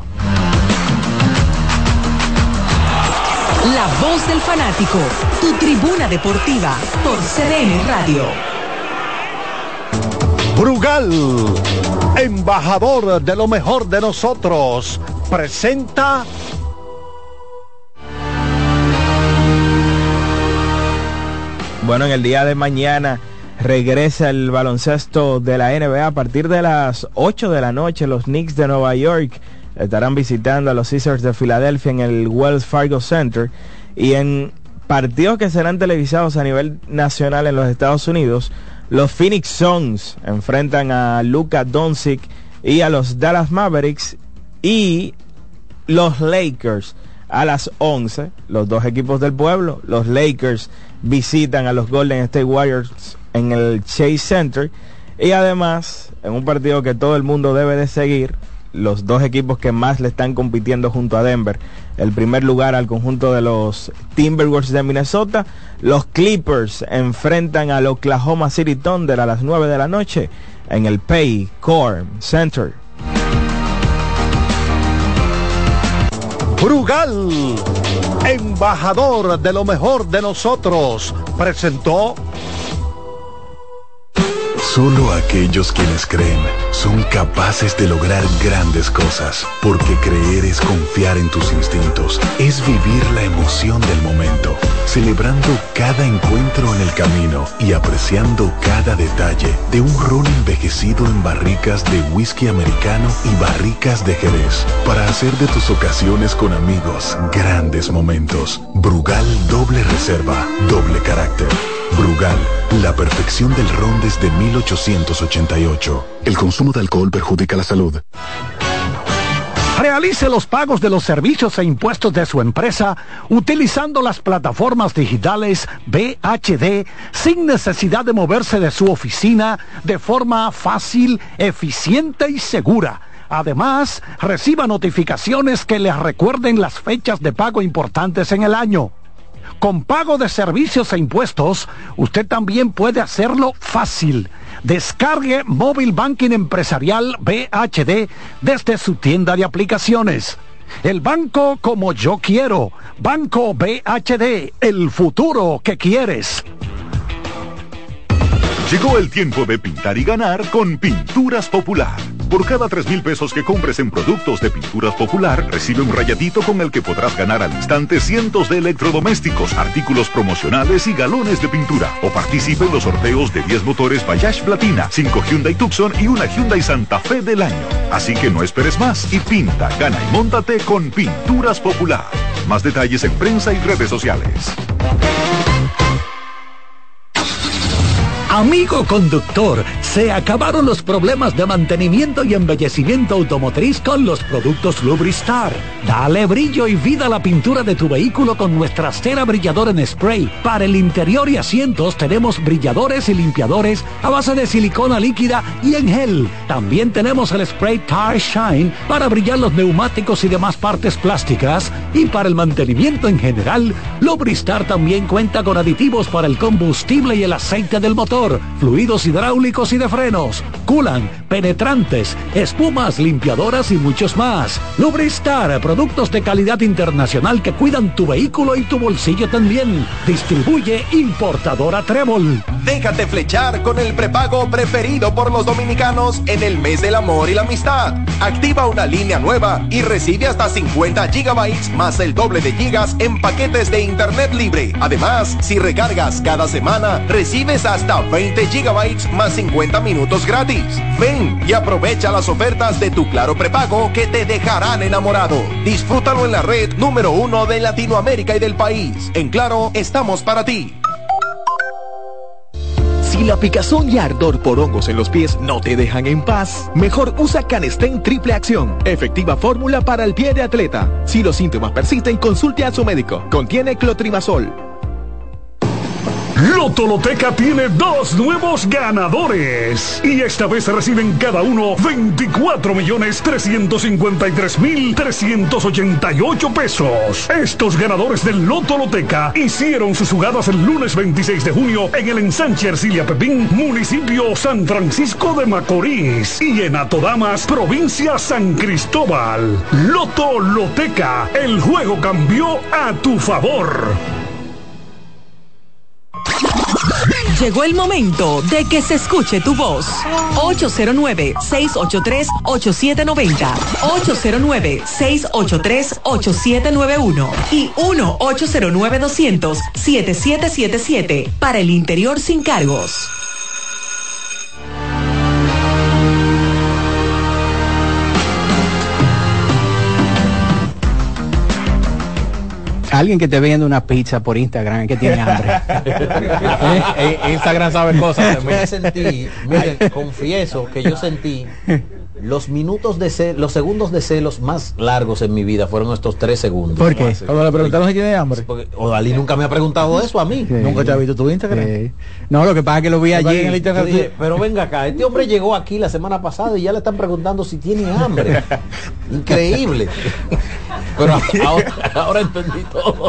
[SPEAKER 5] La Voz del Fanático, tu tribuna deportiva por C D N Radio.
[SPEAKER 8] Brugal, embajador de lo mejor de nosotros, presenta
[SPEAKER 12] Bueno, en el día de mañana regresa el baloncesto de la N B A a partir de las ocho de la noche. Los Knicks de Nueva York estarán visitando a los Sixers de Filadelfia en el Wells Fargo Center, y en partidos que serán televisados a nivel nacional en los Estados Unidos, los Phoenix Suns enfrentan a Luka Doncic y a los Dallas Mavericks, y los Lakers a las once, los dos equipos del pueblo. Los Lakers visitan a los Golden State Warriors en el Chase Center, y además en un partido que todo el mundo debe de seguir, los dos equipos que más le están compitiendo junto a Denver, el primer lugar al conjunto de los Timberwolves de Minnesota. Los Clippers enfrentan al Oklahoma City Thunder a las nueve de la noche en el Paycor Center.
[SPEAKER 8] Brugal, embajador de lo mejor de nosotros, presentó.
[SPEAKER 2] Solo aquellos quienes creen son capaces de lograr grandes cosas, porque creer es confiar en tus instintos, es vivir la emoción del momento, celebrando cada encuentro en el camino y apreciando cada detalle de un ron envejecido en barricas de whisky americano y barricas de Jerez, para hacer de tus ocasiones con amigos grandes momentos. Brugal doble reserva, doble carácter. Brugal, la perfección del ron desde mil ochocientos ochenta y ocho. El consumo de alcohol perjudica la salud.
[SPEAKER 8] Realice los pagos de los servicios e impuestos de su empresa utilizando las plataformas digitales B H D sin necesidad de moverse de su oficina, de forma fácil, eficiente y segura. Además, reciba notificaciones que les recuerden las fechas de pago importantes en el año. Con pago de servicios e impuestos, usted también puede hacerlo fácil. Descargue Móvil Banking Empresarial B H D desde su tienda de aplicaciones. El banco como yo quiero. Banco B H D, el futuro que quieres.
[SPEAKER 16] Llegó el tiempo de pintar y ganar con Pinturas Popular. Por cada tres mil pesos que compres en productos de Pinturas Popular, recibe un rayadito con el que podrás ganar al instante cientos de electrodomésticos, artículos promocionales y galones de pintura. O participe en los sorteos de diez motores Bayash Platina, cinco Hyundai Tucson y una Hyundai Santa Fe del año. Así que no esperes más y pinta, gana y móntate con Pinturas Popular. Más detalles en prensa y redes sociales.
[SPEAKER 8] Amigo conductor, se acabaron los problemas de mantenimiento y embellecimiento automotriz con los productos Lubristar. Dale brillo y vida a la pintura de tu vehículo con nuestra cera brilladora en spray. Para el interior y asientos tenemos brilladores y limpiadores a base de silicona líquida y en gel. También tenemos el spray Tire Shine para brillar los neumáticos y demás partes plásticas. Y para el mantenimiento en general, Lubristar también cuenta con aditivos para el combustible y el aceite del motor, fluidos hidráulicos y de frenos, culan, penetrantes, espumas, limpiadoras y muchos más. Lubristar, productos de calidad internacional que cuidan tu vehículo y tu bolsillo también. Distribuye importadora Trébol.
[SPEAKER 13] Déjate flechar con el prepago preferido por los dominicanos en el mes del amor y la amistad. Activa una línea nueva y recibe hasta cincuenta gigabytes más el doble de gigas en paquetes de internet libre. Además, si recargas cada semana, recibes hasta veinte gigabytes más cincuenta minutos gratis. Ven y aprovecha las ofertas de tu Claro prepago que te dejarán enamorado. Disfrútalo en la red número uno de Latinoamérica y del país. En Claro, estamos para ti.
[SPEAKER 7] Si la picazón y ardor por hongos en los pies no te dejan en paz, mejor usa Canestén Triple Acción, efectiva fórmula para el pie de atleta. Si los síntomas persisten, consulte a su médico. Contiene clotrimazol.
[SPEAKER 21] Loto Loteca tiene dos nuevos ganadores y esta vez reciben cada uno veinticuatro millones trescientos cincuenta y tres mil trescientos ochenta y ocho pesos. Estos ganadores del Loto Loteca hicieron sus jugadas el lunes veintiséis de junio en el ensanche Ercilia Pepín, municipio San Francisco de Macorís, y en Atodamas, provincia San Cristóbal. Loto Loteca, el juego cambió a tu favor.
[SPEAKER 5] Llegó el momento de que se escuche tu voz. ocho cero nueve, seis ocho tres, ocho siete nueve cero, ocho cero nueve, seis ocho tres, ocho siete nueve uno y uno ocho cero nueve, doscientos, siete siete siete siete para el interior sin cargos.
[SPEAKER 6] Alguien que te vende una pizza por Instagram es que tiene hambre.
[SPEAKER 10] Instagram sabe cosas de mí. Yo sentí, miren, confieso que yo sentí los minutos de cel, los segundos de celos más largos en mi vida fueron estos tres segundos.
[SPEAKER 6] ¿Por qué?
[SPEAKER 10] Cuando le preguntaron si tiene hambre. Porque Odalí nunca me ha preguntado eso a mí.
[SPEAKER 6] Sí.
[SPEAKER 10] Nunca te ha visto tu Instagram.
[SPEAKER 6] Sí. No, lo que pasa es que lo vi allí.
[SPEAKER 10] En el Instagram dije, pero venga acá, este hombre llegó aquí la semana pasada y ya le están preguntando si tiene hambre. Increíble. Pero ahora, ahora entendí todo.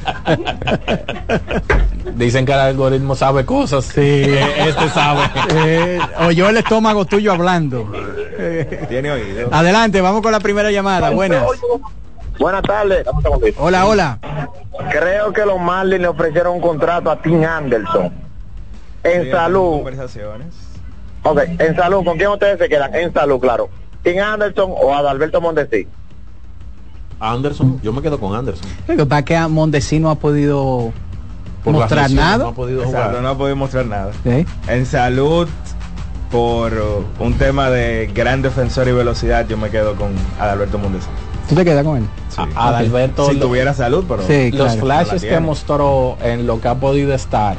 [SPEAKER 11] Dicen que el algoritmo sabe cosas.
[SPEAKER 6] Sí, este sabe. Eh, oyó el estómago tuyo hablando.
[SPEAKER 12] Tiene oído.
[SPEAKER 6] Adelante, vamos con la primera llamada. Buenas.
[SPEAKER 23] Buenas tardes.
[SPEAKER 6] Hola, hola.
[SPEAKER 23] Creo que los Marlins le ofrecieron un contrato a Tim Anderson. En sí, salud.
[SPEAKER 12] Conversaciones.
[SPEAKER 23] Ok, en salud, ¿con quién ustedes se quedan? En salud, claro. ¿Tim Anderson o Adalberto Mondesi?
[SPEAKER 10] Anderson, yo me quedo con Anderson.
[SPEAKER 6] Lo que pasa es que Mondesi no ha podido
[SPEAKER 10] por
[SPEAKER 6] mostrar nada.
[SPEAKER 10] No ha podido jugar.
[SPEAKER 12] Exacto, no ha podido mostrar nada.
[SPEAKER 6] ¿Sí?
[SPEAKER 12] En salud, por uh, un tema de gran defensor y velocidad, yo me quedo con Adalberto Mondesi.
[SPEAKER 6] ¿Tú te quedas con él?
[SPEAKER 12] Sí.
[SPEAKER 11] A Adalberto,
[SPEAKER 12] si
[SPEAKER 11] lo,
[SPEAKER 12] tuviera salud, pero
[SPEAKER 6] sí,
[SPEAKER 11] los
[SPEAKER 6] claro,
[SPEAKER 11] flashes que mostró en lo que ha podido estar,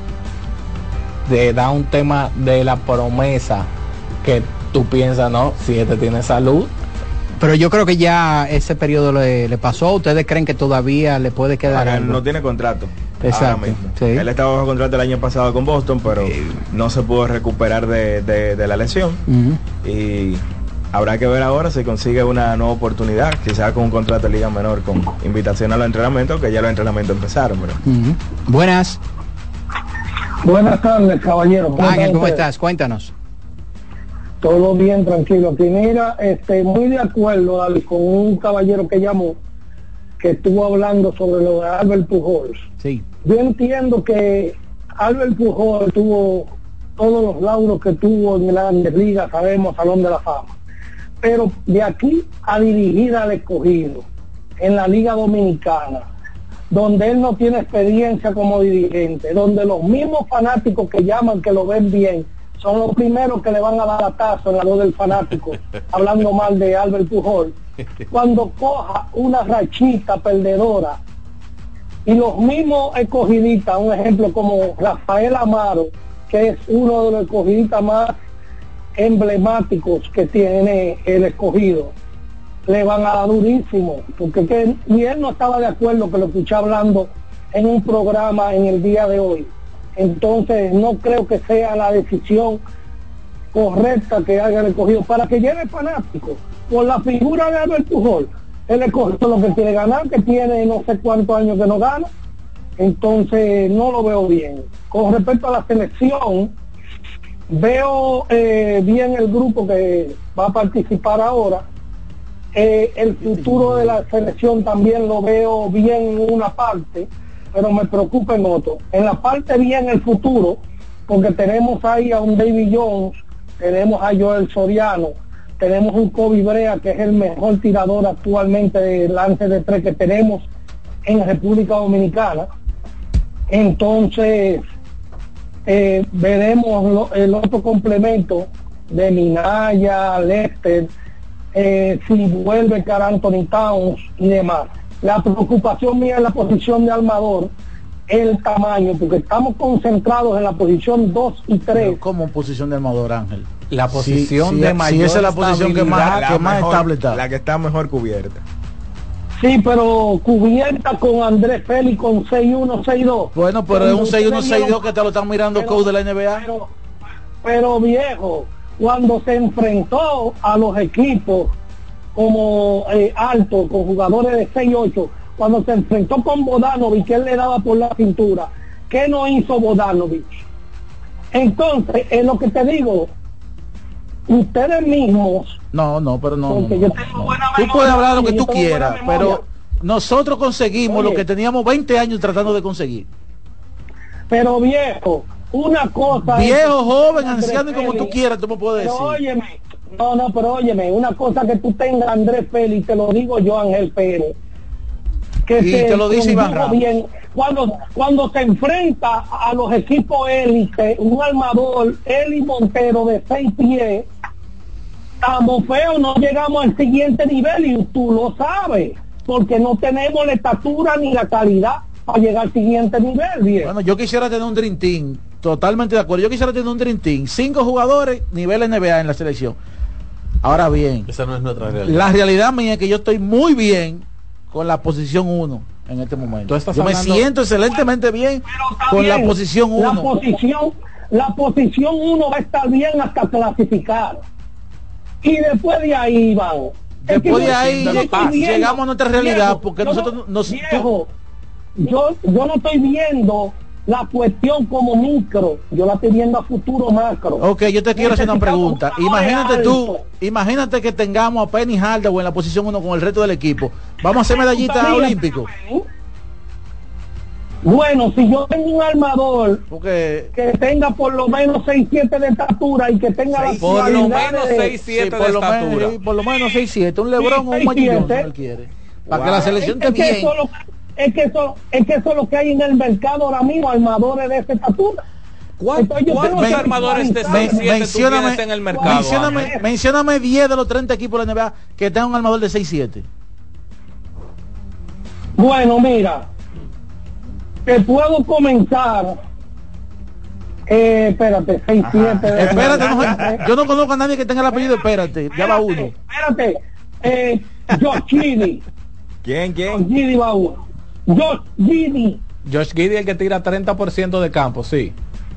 [SPEAKER 11] de da un tema de la promesa que tú piensas, no, si este tiene salud.
[SPEAKER 6] Pero yo creo que ya ese periodo le, le pasó. ¿Ustedes creen que todavía le puede quedar
[SPEAKER 12] Ahora,
[SPEAKER 6] algo?
[SPEAKER 12] No tiene contrato.
[SPEAKER 6] Exacto.
[SPEAKER 12] Sí. Él estaba bajo contrato el año pasado con Boston, pero sí. no se pudo recuperar de, de, de la lesión. Uh-huh. Y habrá que ver ahora si consigue una nueva oportunidad, quizás con un contrato de liga menor, con invitación a los entrenamientos, que ya los entrenamientos empezaron. Pero...
[SPEAKER 6] Uh-huh. Buenas.
[SPEAKER 23] Buenas tardes, caballero.
[SPEAKER 6] Ángel, ¿cómo estás? Cuéntanos.
[SPEAKER 23] Todo bien, tranquilo. Aquí mira, este, muy de acuerdo Dale, con un caballero que llamó, que estuvo hablando sobre lo de Albert Pujols.
[SPEAKER 6] Sí.
[SPEAKER 23] Yo entiendo que Albert Pujols tuvo todos los lauros que tuvo en la Grandes Ligas, sabemos, Salón de la Fama. Pero de aquí a dirigir al Escogido en la Liga Dominicana, donde él no tiene experiencia como dirigente, donde los mismos fanáticos que llaman, que lo ven bien, son los primeros que le van a dar latazo en la voz del fanático, hablando mal de Albert Pujols, cuando coja una rachita perdedora, y los mismos escogidistas, un ejemplo como Rafael Amaro, que es uno de los escogidistas más emblemáticos que tiene el Escogido, le van a dar durísimo, porque que, y él no estaba de acuerdo, que lo escuché hablando en un programa en el día de hoy. Entonces no creo que sea la decisión correcta que haya el Escogido para que llegue fanático por la figura de Albert Pujols. El Escogido lo que quiere ganar, que tiene no sé cuántos años que no gana, entonces no lo veo bien. Con respecto a la selección, veo eh, bien el grupo que va a participar ahora. Eh, el futuro de la selección también lo veo bien en una parte, pero me preocupa en otro. En la parte bien el futuro, porque tenemos ahí a un David Jones, tenemos a Joel Soriano, tenemos un Kobe Brea, que es el mejor tirador actualmente de lance de tres que tenemos en República Dominicana. Entonces eh, veremos lo, el otro complemento de Minaya, Lester, eh, si vuelve Karl Anthony Towns y demás. La preocupación mía en la posición de armador, el tamaño, porque estamos concentrados en la posición dos y tres.
[SPEAKER 9] ¿Cómo posición de armador, Ángel?
[SPEAKER 12] La posición
[SPEAKER 9] sí, sí,
[SPEAKER 12] de mayor
[SPEAKER 9] sí, esa es la posición que más, que más
[SPEAKER 12] mejor,
[SPEAKER 9] estable está.
[SPEAKER 12] La que está mejor cubierta.
[SPEAKER 23] Sí, pero cubierta con Andrés Félix con seis uno, seis dos.
[SPEAKER 9] Bueno, pero es un seis uno, seis dos que te lo están mirando el coach de la N B A.
[SPEAKER 23] Pero, pero viejo, cuando se enfrentó a los equipos como eh, alto, con jugadores de seis ocho, cuando se enfrentó con Bogdanovic, que él le daba por la cintura, ¿qué no hizo Bogdanovic? Entonces, es lo que te digo, ustedes mismos,
[SPEAKER 9] no, no, pero no,
[SPEAKER 23] porque
[SPEAKER 9] no,
[SPEAKER 23] yo
[SPEAKER 9] no,
[SPEAKER 23] tengo
[SPEAKER 9] no.
[SPEAKER 23] buena
[SPEAKER 9] Tú
[SPEAKER 23] memoria,
[SPEAKER 9] puedes hablar lo que
[SPEAKER 23] yo
[SPEAKER 9] tú
[SPEAKER 23] tengo
[SPEAKER 9] quieras,
[SPEAKER 23] buena memoria.
[SPEAKER 9] pero nosotros conseguimos
[SPEAKER 23] Oye,
[SPEAKER 9] lo que teníamos veinte años tratando de conseguir.
[SPEAKER 23] Pero viejo, una cosa
[SPEAKER 9] viejo,
[SPEAKER 23] es,
[SPEAKER 9] joven,
[SPEAKER 23] Andrés
[SPEAKER 9] anciano y como
[SPEAKER 23] Félix,
[SPEAKER 9] tú quieras, tú me puedes
[SPEAKER 23] pero
[SPEAKER 9] decir.
[SPEAKER 23] óyeme, no, no, pero óyeme, una cosa que tú tengas Andrés Félix, te lo digo yo, Ángel Pérez, que
[SPEAKER 9] y
[SPEAKER 23] se
[SPEAKER 9] te lo dice Iván Ramos.
[SPEAKER 23] Bien, cuando, cuando se enfrenta a los equipos élite, un armador, Eli Montero de seis pies, estamos feos, no llegamos al siguiente nivel y tú lo sabes, porque no tenemos la estatura ni la calidad para llegar al siguiente nivel, bien.
[SPEAKER 9] Bueno, yo quisiera tener un Dream Team, totalmente de acuerdo, yo quisiera tener un Dream Team, cinco jugadores, nivel N B A en la selección. Ahora bien,
[SPEAKER 10] esa no es nuestra realidad.
[SPEAKER 9] La realidad mía es que yo estoy muy bien con la posición uno en este momento. Yo
[SPEAKER 12] hablando...
[SPEAKER 9] me siento excelentemente bien con
[SPEAKER 23] bien,
[SPEAKER 9] la posición uno.
[SPEAKER 23] La posición, la posición uno va a estar bien hasta clasificar. Y después de ahí, vamos.
[SPEAKER 9] Después
[SPEAKER 23] es
[SPEAKER 9] de ahí
[SPEAKER 23] viendo,
[SPEAKER 9] llegamos a nuestra realidad,
[SPEAKER 23] viejo,
[SPEAKER 9] porque
[SPEAKER 23] yo
[SPEAKER 9] nosotros
[SPEAKER 23] no,
[SPEAKER 9] nos...
[SPEAKER 23] viejo, yo, yo no estoy viendo la cuestión como micro, yo la estoy viendo a futuro macro.
[SPEAKER 9] Ok, yo te quiero hacer una pregunta. Imagínate tú, imagínate que tengamos a Penny Hardaway en la posición uno con el resto del equipo. Vamos a hacer medallita olímpico.
[SPEAKER 23] Bueno, si yo tengo un armador
[SPEAKER 9] Porque...
[SPEAKER 23] que tenga por lo menos seis siete de estatura y que tenga
[SPEAKER 11] seis, la por lo menos seis siete sí, de
[SPEAKER 9] lo
[SPEAKER 11] estatura.
[SPEAKER 9] Menos, sí, por lo menos seis siete, un LeBron sí, o un Magic Johnson, si él quiere. Para wow. que la selección esté bien.
[SPEAKER 23] Solo, es que eso es que eso es lo que hay en el mercado ahora mismo, armadores de esa estatura.
[SPEAKER 11] ¿Cuántos armadores de seis siete tú tienes en el mercado?
[SPEAKER 9] Mencióname, mencióname diez de los treinta equipos de la N B A que tengan un armador de seis siete.
[SPEAKER 23] Bueno, mira, te puedo comenzar. Eh, espérate, seis siete.
[SPEAKER 9] Espérate, no, yo no conozco a nadie que tenga el apellido. Espérate, ya va uno.
[SPEAKER 23] Espérate, eh, Josh Giddey.
[SPEAKER 12] ¿Quién, quién?
[SPEAKER 23] Josh Giddey va uno. Josh Giddey.
[SPEAKER 11] Josh Giddey el que tira treinta por ciento de campo, sí.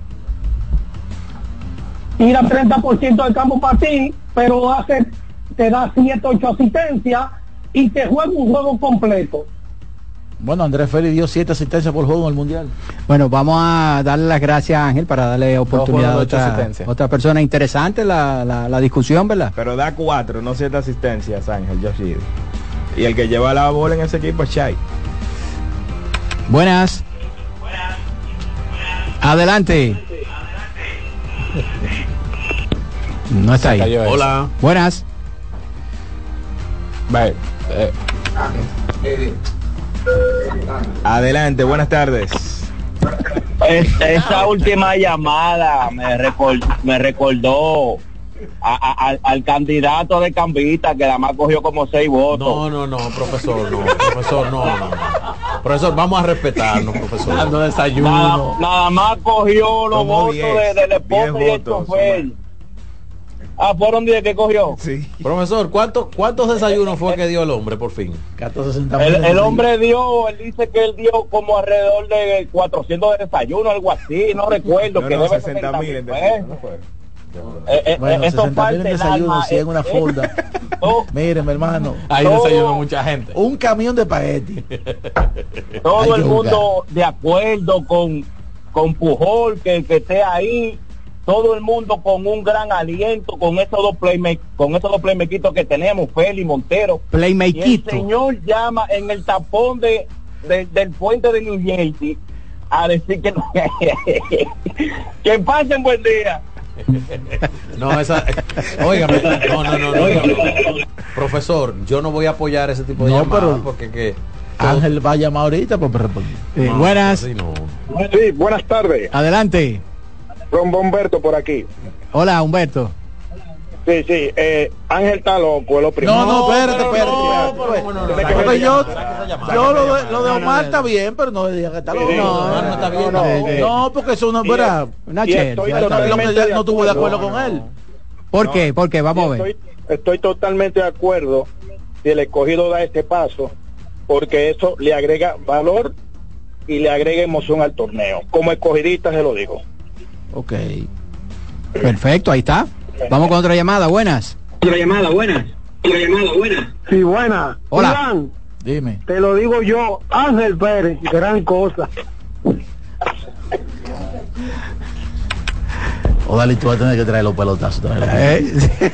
[SPEAKER 23] Tira treinta por ciento del campo para ti, pero hace, te da siete, ocho asistencias y te juega un juego completo.
[SPEAKER 9] Bueno, Andrés Félix dio siete asistencias por juego en el Mundial.
[SPEAKER 6] Bueno, vamos a darle las gracias a Ángel para darle oportunidad a otra, otra persona interesante la, la, la discusión, ¿verdad?
[SPEAKER 12] Pero da cuatro, no siete asistencias, Ángel, Josh Giddey. Y el que lleva la bola en ese equipo es Shai.
[SPEAKER 6] Buenas. Adelante. No está ahí.
[SPEAKER 12] Hola.
[SPEAKER 6] Buenas.
[SPEAKER 12] Bye. Eh. Adelante, buenas tardes.
[SPEAKER 14] Es, esa última llamada me recordó, me recordó a, a, al, al candidato de Cambita que nada más cogió como seis votos.
[SPEAKER 10] No, no, no, profesor, no, profesor, no, no. Profesor, vamos a respetarnos, profesor.
[SPEAKER 14] Dando desayuno. Nada, nada más cogió los votos de, del esposo y el chofer. Ah, fueron diez que cogió.
[SPEAKER 10] Sí. Profesor, ¿cuántos cuántos desayunos fue que dio el hombre por fin?
[SPEAKER 14] El, el hombre dio, él dice que él dio como alrededor de cuatrocientos de desayunos, algo así, no recuerdo.
[SPEAKER 12] No,
[SPEAKER 14] que
[SPEAKER 12] no,
[SPEAKER 14] debe
[SPEAKER 12] sesenta mil en
[SPEAKER 14] desayunos,
[SPEAKER 12] no fue.
[SPEAKER 14] Eh, eh,
[SPEAKER 9] bueno,
[SPEAKER 14] eso
[SPEAKER 9] sesenta mil en desayuno, cien en una folda. Mire, mi hermano.
[SPEAKER 11] Ahí desayunó mucha gente.
[SPEAKER 9] Un camión de espagueti.
[SPEAKER 14] Todo
[SPEAKER 9] Ay,
[SPEAKER 14] el
[SPEAKER 9] yo,
[SPEAKER 14] mundo de acuerdo con, con Pujol, que, que esté ahí. Todo el mundo con un gran aliento, con esos dos playmakers, con esos dos playmakers que tenemos, Feli y Montero.
[SPEAKER 6] Playmaker.
[SPEAKER 14] Y el señor llama en el tapón de, de del puente de New Jersey a decir que que pasen buen día.
[SPEAKER 10] No, esa, óigame, no, no, no, no, profesor, yo no voy a apoyar ese tipo de
[SPEAKER 9] no,
[SPEAKER 10] llamadas
[SPEAKER 9] pero
[SPEAKER 10] porque que
[SPEAKER 9] Ángel va a llamar ahorita para responder.
[SPEAKER 6] Sí, no, buenas.
[SPEAKER 10] Sí, no.
[SPEAKER 19] Sí, buenas tardes.
[SPEAKER 6] Adelante.
[SPEAKER 19] Ron Humberto por aquí.
[SPEAKER 6] Hola, Humberto.
[SPEAKER 19] Sí, sí, eh, Ángel está loco, es lo primero.
[SPEAKER 9] No, no, espérate, espérate.
[SPEAKER 19] No,
[SPEAKER 9] no, no, no, yo, yo lo de, lo de Omar está bien, pero no diga que está loco.
[SPEAKER 10] No, no está bien.
[SPEAKER 19] No, no,
[SPEAKER 9] no, porque eso no es verdad.
[SPEAKER 6] Una
[SPEAKER 19] chévere.
[SPEAKER 9] No estuvo de acuerdo con él.
[SPEAKER 6] ¿Por qué? ¿Por qué? Vamos a ver.
[SPEAKER 19] Estoy, estoy totalmente de acuerdo si el escogido da este paso, porque eso le agrega valor y le agrega emoción al torneo. Como escogidista se lo digo.
[SPEAKER 6] Ok. Perfecto, ahí está. Vamos con otra llamada, buenas.
[SPEAKER 19] Otra llamada, buenas. Otra llamada, buenas. Sí, buenas.
[SPEAKER 6] Hola.
[SPEAKER 19] Iván,
[SPEAKER 9] dime.
[SPEAKER 19] te lo digo yo, Ángel Pérez, gran cosa.
[SPEAKER 9] O dale, tú vas a tener que traer los pelotazos. ¿Eh?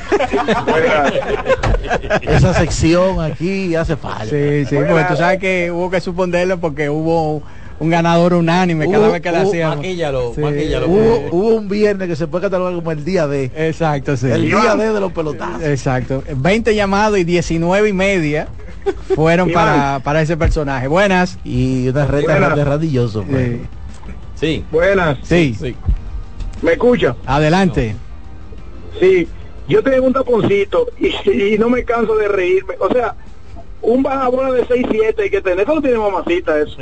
[SPEAKER 9] Esa sección aquí hace falta.
[SPEAKER 6] Sí, sí, porque tú sabes que hubo que suspenderlo porque hubo un ganador unánime cada
[SPEAKER 9] hubo,
[SPEAKER 6] vez que le hacían.
[SPEAKER 10] Maquíllalo,
[SPEAKER 6] sí.
[SPEAKER 10] maquíllalo.
[SPEAKER 9] Hubo, hubo un viernes que se puede catalogar como el día de.
[SPEAKER 6] Exacto, sí.
[SPEAKER 9] El día de de los pelotazos.
[SPEAKER 6] Exacto. veinte llamados y diecinueve y media fueron para, para ese personaje. Buenas.
[SPEAKER 9] Y una reta de radilloso.
[SPEAKER 6] Sí.
[SPEAKER 10] Sí.
[SPEAKER 19] Buenas.
[SPEAKER 6] Sí.
[SPEAKER 10] Sí.
[SPEAKER 19] ¿Me escucha?
[SPEAKER 6] Adelante.
[SPEAKER 19] Sí, yo tengo un taponcito y, y no me canso de reírme. O sea, un bajabola de seis siete y que tenés, eso no tiene mamacita eso.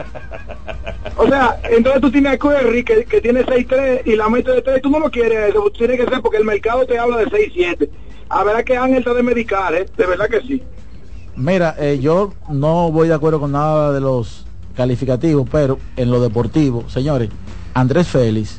[SPEAKER 19] O sea, entonces tú tienes a Curry que, que tiene seis tres y la mete de tres, tú no lo quieres eso, tiene que ser porque el mercado te habla de seis siete. A ver, que Ángel está de medicar, ¿eh? De verdad que sí.
[SPEAKER 9] Mira, eh, yo no voy de acuerdo con nada de los calificativos, pero en lo deportivo, señores, Andrés Félix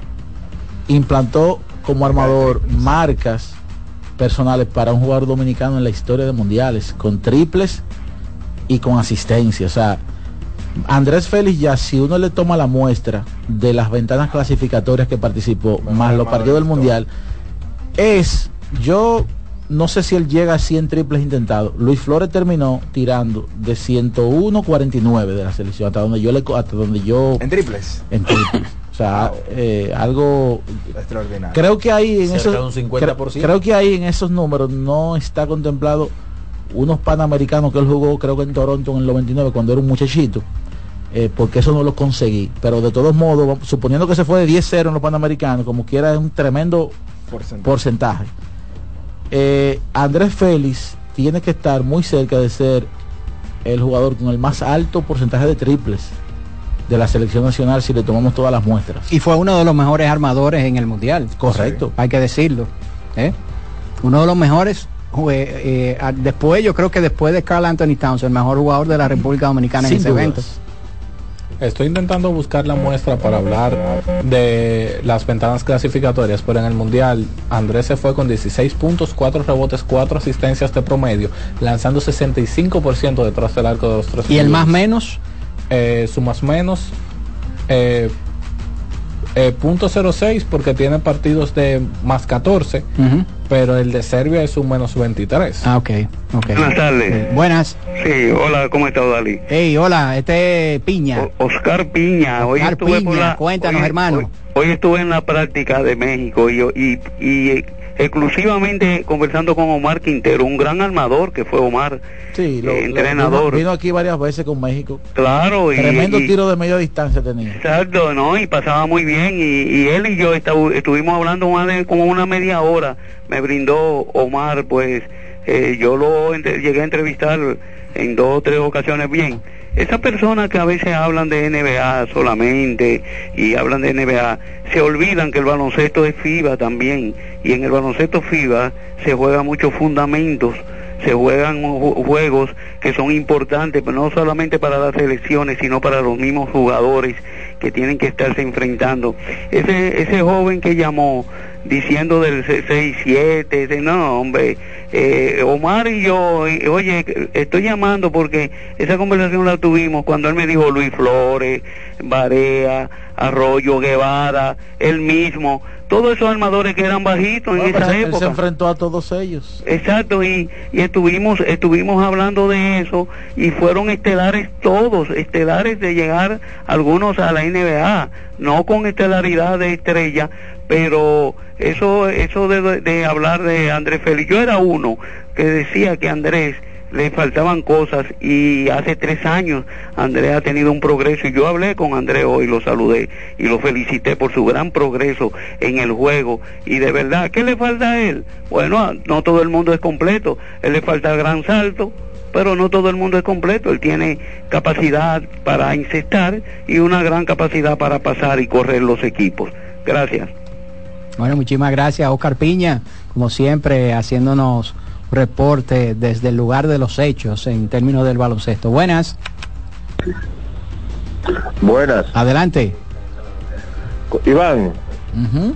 [SPEAKER 9] implantó como armador marcas personales para un jugador dominicano en la historia de mundiales, con triples y con asistencia. O sea, Andrés Félix ya, si uno le toma la muestra de las ventanas clasificatorias que participó, bueno, más los partidos del mundial, es, yo no sé si él llega a cien triples intentados. Luis Flores terminó tirando de ciento uno cuarenta y nueve de la selección, hasta donde yo le hasta donde yo
[SPEAKER 12] en triples.
[SPEAKER 9] En triples. O sea, eh, algo
[SPEAKER 12] extraordinario.
[SPEAKER 9] Creo que ahí en
[SPEAKER 10] cerca
[SPEAKER 9] esos
[SPEAKER 10] de un cincuenta por ciento.
[SPEAKER 9] Creo, creo que ahí en esos números no está contemplado unos panamericanos que él jugó, creo que en Toronto en el noventa y nueve cuando era un muchachito, eh, porque eso no lo conseguí. Pero de todos modos, suponiendo que se fue de diez cero en los panamericanos, como quiera es un tremendo porcentaje. porcentaje. Eh, Andrés Félix tiene que estar muy cerca de ser el jugador con el más alto porcentaje de triples de la selección nacional si le tomamos todas las muestras.
[SPEAKER 6] Y fue uno de los mejores armadores en el mundial.
[SPEAKER 9] Correcto.
[SPEAKER 6] Sí. Hay que decirlo. ¿eh? Uno de los mejores. Eh, eh, después, yo creo que después de Karl Anthony Towns, el mejor jugador de la República Dominicana Sin en ese dudas. evento.
[SPEAKER 11] Estoy intentando buscar la muestra para hablar de las ventanas clasificatorias, pero en el mundial Andrés se fue con dieciséis puntos, cuatro rebotes, cuatro asistencias de promedio, lanzando sesenta y cinco por ciento detrás del arco de los tres.
[SPEAKER 6] ¿Y el más menos?
[SPEAKER 11] Eh, su más menos eh, Eh, punto cero seis porque tiene partidos de más catorce, uh-huh. pero el de Serbia es un menos veintitrés.
[SPEAKER 15] Ah, ok, ok.
[SPEAKER 18] Buenas tardes.
[SPEAKER 15] Eh, buenas.
[SPEAKER 18] Sí, hola, ¿cómo está, Dalí?
[SPEAKER 15] Hey, hola, este es Piña.
[SPEAKER 18] O Oscar Piña. Hoy
[SPEAKER 15] Oscar
[SPEAKER 18] estuve
[SPEAKER 15] Piña,
[SPEAKER 18] por la,
[SPEAKER 15] cuéntanos,
[SPEAKER 18] hoy,
[SPEAKER 15] hermano.
[SPEAKER 18] Hoy, hoy estuve en la práctica de México y, y, y exclusivamente conversando con Omar Quintero, un gran armador que fue Omar,
[SPEAKER 9] sí, lo,
[SPEAKER 18] eh, entrenador.
[SPEAKER 9] Vino, vino aquí varias veces con México.
[SPEAKER 18] Claro. Y,
[SPEAKER 9] Tremendo
[SPEAKER 18] y,
[SPEAKER 9] tiro de media distancia tenía.
[SPEAKER 18] Exacto, ¿no? Y pasaba muy bien. Y, y él y yo estav, estuvimos hablando más de como una media hora. Me brindó Omar, pues eh, yo lo entre, llegué a entrevistar en dos o tres ocasiones bien. Esas personas que a veces hablan de N B A solamente y hablan de N B A, se olvidan que el baloncesto es FIBA también, y en el baloncesto FIBA se juegan muchos fundamentos, se juegan juegos que son importantes, pero no solamente para las selecciones, sino para los mismos jugadores que tienen que estarse enfrentando. Ese, ese joven que llamó diciendo del seis siete, de, no, hombre, eh, Omar y yo, oye, estoy llamando porque esa conversación la tuvimos cuando él me dijo Luis Flores, Barea, Arroyo, Guevara, él mismo, todos esos armadores que eran bajitos en
[SPEAKER 9] bueno,
[SPEAKER 18] esa
[SPEAKER 9] él
[SPEAKER 18] época.
[SPEAKER 9] Se enfrentó a todos ellos.
[SPEAKER 18] Exacto, y, y estuvimos estuvimos hablando de eso, y fueron estelares todos, estelares de llegar algunos a la N B A, no con estelaridad de estrella, pero eso eso de, de hablar de Andrés Félix, yo era uno que decía que a Andrés le faltaban cosas, y hace tres años Andrés ha tenido un progreso, y yo hablé con Andrés hoy, lo saludé y lo felicité por su gran progreso en el juego, y de verdad, ¿qué le falta a él? Bueno, no todo el mundo es completo, él le falta el gran salto, pero no todo el mundo es completo, él tiene capacidad para incestar y una gran capacidad para pasar y correr los equipos. Gracias.
[SPEAKER 15] Bueno, muchísimas gracias, Oscar Piña, como siempre, haciéndonos reporte desde el lugar de los hechos en términos del baloncesto. Buenas.
[SPEAKER 22] Buenas.
[SPEAKER 15] Adelante.
[SPEAKER 22] Iván.
[SPEAKER 15] Uh-huh.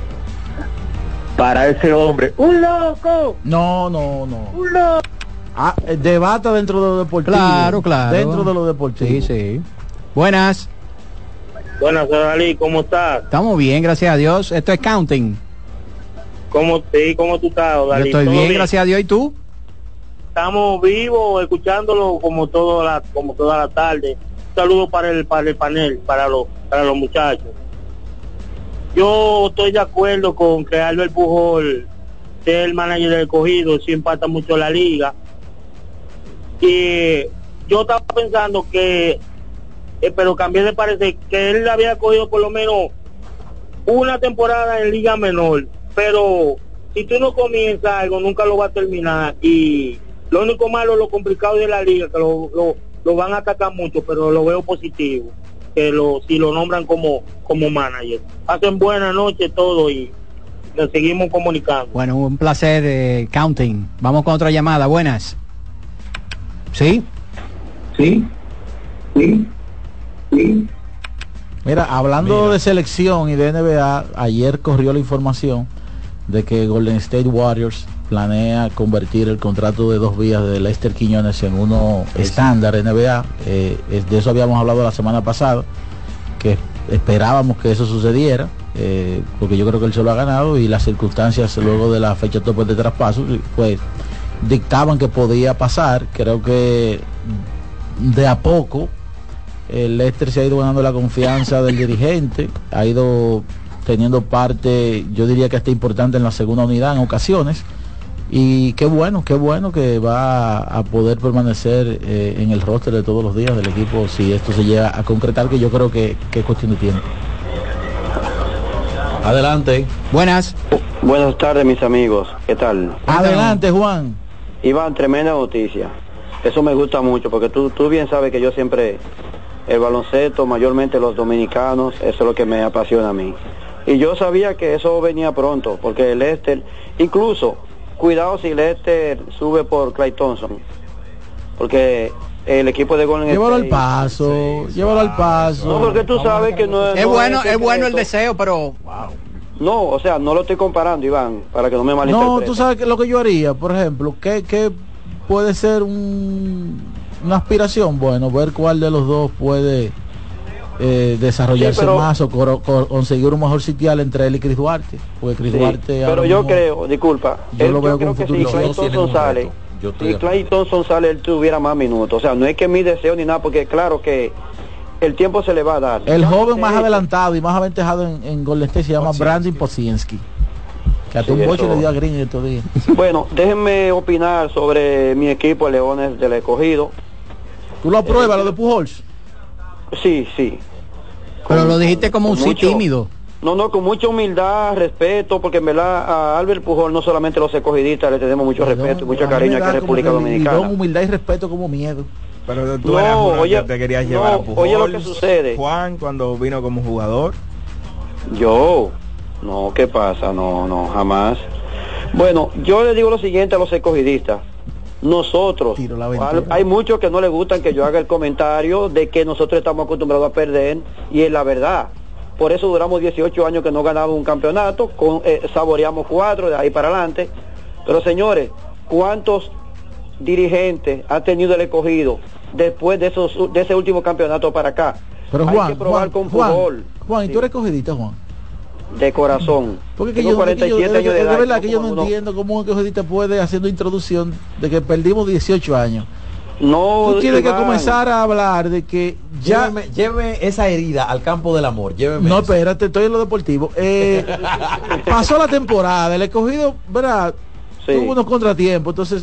[SPEAKER 22] Para ese hombre, ¡un loco!
[SPEAKER 9] No, no, no.
[SPEAKER 22] ¡Un loco!
[SPEAKER 9] Ah, debata dentro de lo deportivo.
[SPEAKER 15] Claro, claro.
[SPEAKER 9] Dentro de lo deportivo.
[SPEAKER 15] Sí, sí. Buenas.
[SPEAKER 22] Buenas, Dalí, ¿cómo estás?
[SPEAKER 15] Estamos bien, gracias a Dios. Esto es Counting.
[SPEAKER 22] ¿Cómo, sí, ¿cómo tú estás, Dalí?
[SPEAKER 15] Yo estoy bien,
[SPEAKER 22] bien,
[SPEAKER 15] gracias a Dios. ¿Y tú?
[SPEAKER 22] Estamos vivos, escuchándolo como toda la, como toda la tarde. Un saludo para el, para el panel, para los, para los muchachos. Yo estoy de acuerdo con que Albert Pujol sea el manager del Escogido, sí impacta mucho la liga. Y yo estaba pensando que, eh, pero cambié de parecer, que él había cogido por lo menos una temporada en liga menor. Pero si tú no comienzas algo, nunca lo va a terminar, y lo único malo, lo complicado de la liga, que lo, lo, lo van a atacar mucho, pero lo veo positivo, que lo, si lo nombran como, como manager. Hacen buena noche todo y nos seguimos comunicando.
[SPEAKER 15] Bueno, un placer, eh, Counting. Vamos con otra llamada. Buenas. ¿Sí?
[SPEAKER 22] Sí. Sí. Sí.
[SPEAKER 9] Mira, hablando Mira. de selección y de N B A, ayer corrió la información de que Golden State Warriors planea convertir el contrato de dos vías de Lester Quiñones en uno sí. estándar N B A. Eh, de eso habíamos hablado la semana pasada, que esperábamos que eso sucediera, eh, porque yo creo que él se lo ha ganado, y las circunstancias luego de la fecha tope de traspaso pues dictaban que podía pasar. Creo que de a poco el Lester se ha ido ganando la confianza del dirigente, ha ido teniendo parte, yo diría que está importante en la segunda unidad en ocasiones, y qué bueno, qué bueno que va a poder permanecer eh, en el roster de todos los días del equipo, si esto se llega a concretar, que yo creo que, que es cuestión de tiempo.
[SPEAKER 10] Adelante.
[SPEAKER 15] Buenas.
[SPEAKER 22] Buenas tardes, mis amigos, ¿qué tal?
[SPEAKER 9] Adelante, Juan.
[SPEAKER 22] Iván, tremenda noticia, eso me gusta mucho, porque tú, tú bien sabes que yo siempre, el baloncesto, mayormente los dominicanos, eso es lo que me apasiona a mí. Y yo sabía que eso venía pronto, porque Lester, incluso, cuidado si Lester sube por Klay Thompson, porque el equipo de Golden
[SPEAKER 9] State... Llévalo
[SPEAKER 22] al
[SPEAKER 9] paso, sí, llévalo al paso.
[SPEAKER 22] No, porque tú sabes que no es...
[SPEAKER 15] Es
[SPEAKER 22] no
[SPEAKER 15] bueno,
[SPEAKER 22] es,
[SPEAKER 15] es bueno el deseo, pero...
[SPEAKER 22] Wow. No, o sea, no lo estoy comparando, Iván, para que no me malinterpreten.
[SPEAKER 9] No, tú sabes que lo que yo haría, por ejemplo, que, que puede ser un, una aspiración, bueno, ver cuál de los dos puede eh, desarrollarse
[SPEAKER 4] Sí, pero-
[SPEAKER 9] más o cor- cor- conseguir un mejor sitial entre él y Chris Duarte. Porque Chris
[SPEAKER 4] Sí,
[SPEAKER 9] Duarte a
[SPEAKER 4] pero
[SPEAKER 9] lo
[SPEAKER 4] yo
[SPEAKER 9] mejor-
[SPEAKER 4] creo, disculpa,
[SPEAKER 9] Yo
[SPEAKER 4] él-
[SPEAKER 9] lo veo
[SPEAKER 4] creo
[SPEAKER 9] con
[SPEAKER 4] que
[SPEAKER 9] futuro.
[SPEAKER 4] si
[SPEAKER 9] Los
[SPEAKER 4] Clay
[SPEAKER 9] dos tienen
[SPEAKER 4] Thompson
[SPEAKER 9] un
[SPEAKER 4] sale,
[SPEAKER 9] reto. Yo estoy
[SPEAKER 4] si
[SPEAKER 9] de
[SPEAKER 4] Clay Thompson sale, él tuviera más minutos. O sea, no es que mi deseo ni nada, porque claro que el tiempo se le va a dar.
[SPEAKER 9] El
[SPEAKER 4] Yo
[SPEAKER 9] joven
[SPEAKER 4] no
[SPEAKER 9] más
[SPEAKER 4] sé-
[SPEAKER 9] adelantado y más aventajado en, en Golden State se llama Brandon Posiensky. Que hasta
[SPEAKER 4] Sí,
[SPEAKER 9] un boche
[SPEAKER 4] eso-
[SPEAKER 9] le dio a Green estos días.
[SPEAKER 4] Bueno, déjenme opinar sobre mi equipo, Leones del Escogido.
[SPEAKER 9] ¿Tú lo apruebas, lo de Pujols?
[SPEAKER 4] Sí, sí.
[SPEAKER 15] Pero lo dijiste como un
[SPEAKER 4] con
[SPEAKER 15] sí
[SPEAKER 4] mucho-
[SPEAKER 15] tímido.
[SPEAKER 4] No, no, con mucha humildad, respeto, porque en verdad a Albert Pujol no solamente los escogidistas le tenemos mucho respeto y mucho
[SPEAKER 9] A mí
[SPEAKER 4] cariño
[SPEAKER 9] me
[SPEAKER 4] aquí
[SPEAKER 9] da
[SPEAKER 4] en
[SPEAKER 9] como
[SPEAKER 4] República
[SPEAKER 9] que
[SPEAKER 4] Dominicana.
[SPEAKER 9] lidón, humildad y respeto como miedo.
[SPEAKER 12] Pero tú
[SPEAKER 4] No,
[SPEAKER 12] eras uno
[SPEAKER 4] oye-
[SPEAKER 12] que te querías
[SPEAKER 4] no,
[SPEAKER 12] llevar a Pujols.
[SPEAKER 4] oye lo que sucede.
[SPEAKER 12] Juan, cuando vino como jugador.
[SPEAKER 4] Yo, no, ¿qué pasa? No, no, jamás. Bueno, yo le digo lo siguiente a los escogidistas. Nosotros, al- hay muchos que no les gustan que yo haga el comentario de que nosotros estamos acostumbrados a perder, y es la verdad. Por eso duramos dieciocho años que no ganamos un campeonato, con, eh, saboreamos cuatro de ahí para adelante. Pero señores, ¿cuántos dirigentes ha tenido el Escogido después de esos de ese último campeonato para acá?
[SPEAKER 9] Pero
[SPEAKER 4] Hay
[SPEAKER 9] Juan,
[SPEAKER 4] que probar
[SPEAKER 9] Juan,
[SPEAKER 4] con
[SPEAKER 9] Juan,
[SPEAKER 4] Pujol,
[SPEAKER 9] Juan, ¿y tú eres cogidita, Juan?
[SPEAKER 4] de corazón.
[SPEAKER 9] Porque que
[SPEAKER 4] Tengo
[SPEAKER 9] yo,
[SPEAKER 4] cuarenta y
[SPEAKER 9] que yo-
[SPEAKER 4] siete
[SPEAKER 9] de,
[SPEAKER 4] años de
[SPEAKER 9] de
[SPEAKER 4] edad.
[SPEAKER 9] verdad
[SPEAKER 4] y
[SPEAKER 9] que yo no
[SPEAKER 4] como uno-
[SPEAKER 9] entiendo cómo un cogidita puede, haciendo introducción de que perdimos dieciocho años.
[SPEAKER 4] No,
[SPEAKER 9] Tú tienes que
[SPEAKER 10] Iván.
[SPEAKER 9] comenzar a hablar de que ya...
[SPEAKER 10] Lléveme, lléveme esa herida al campo del amor. Lléveme
[SPEAKER 9] No,
[SPEAKER 10] eso.
[SPEAKER 9] espérate, estoy en lo deportivo. Eh, pasó la temporada, el escogido, ¿verdad? Tuvo unos contratiempos, entonces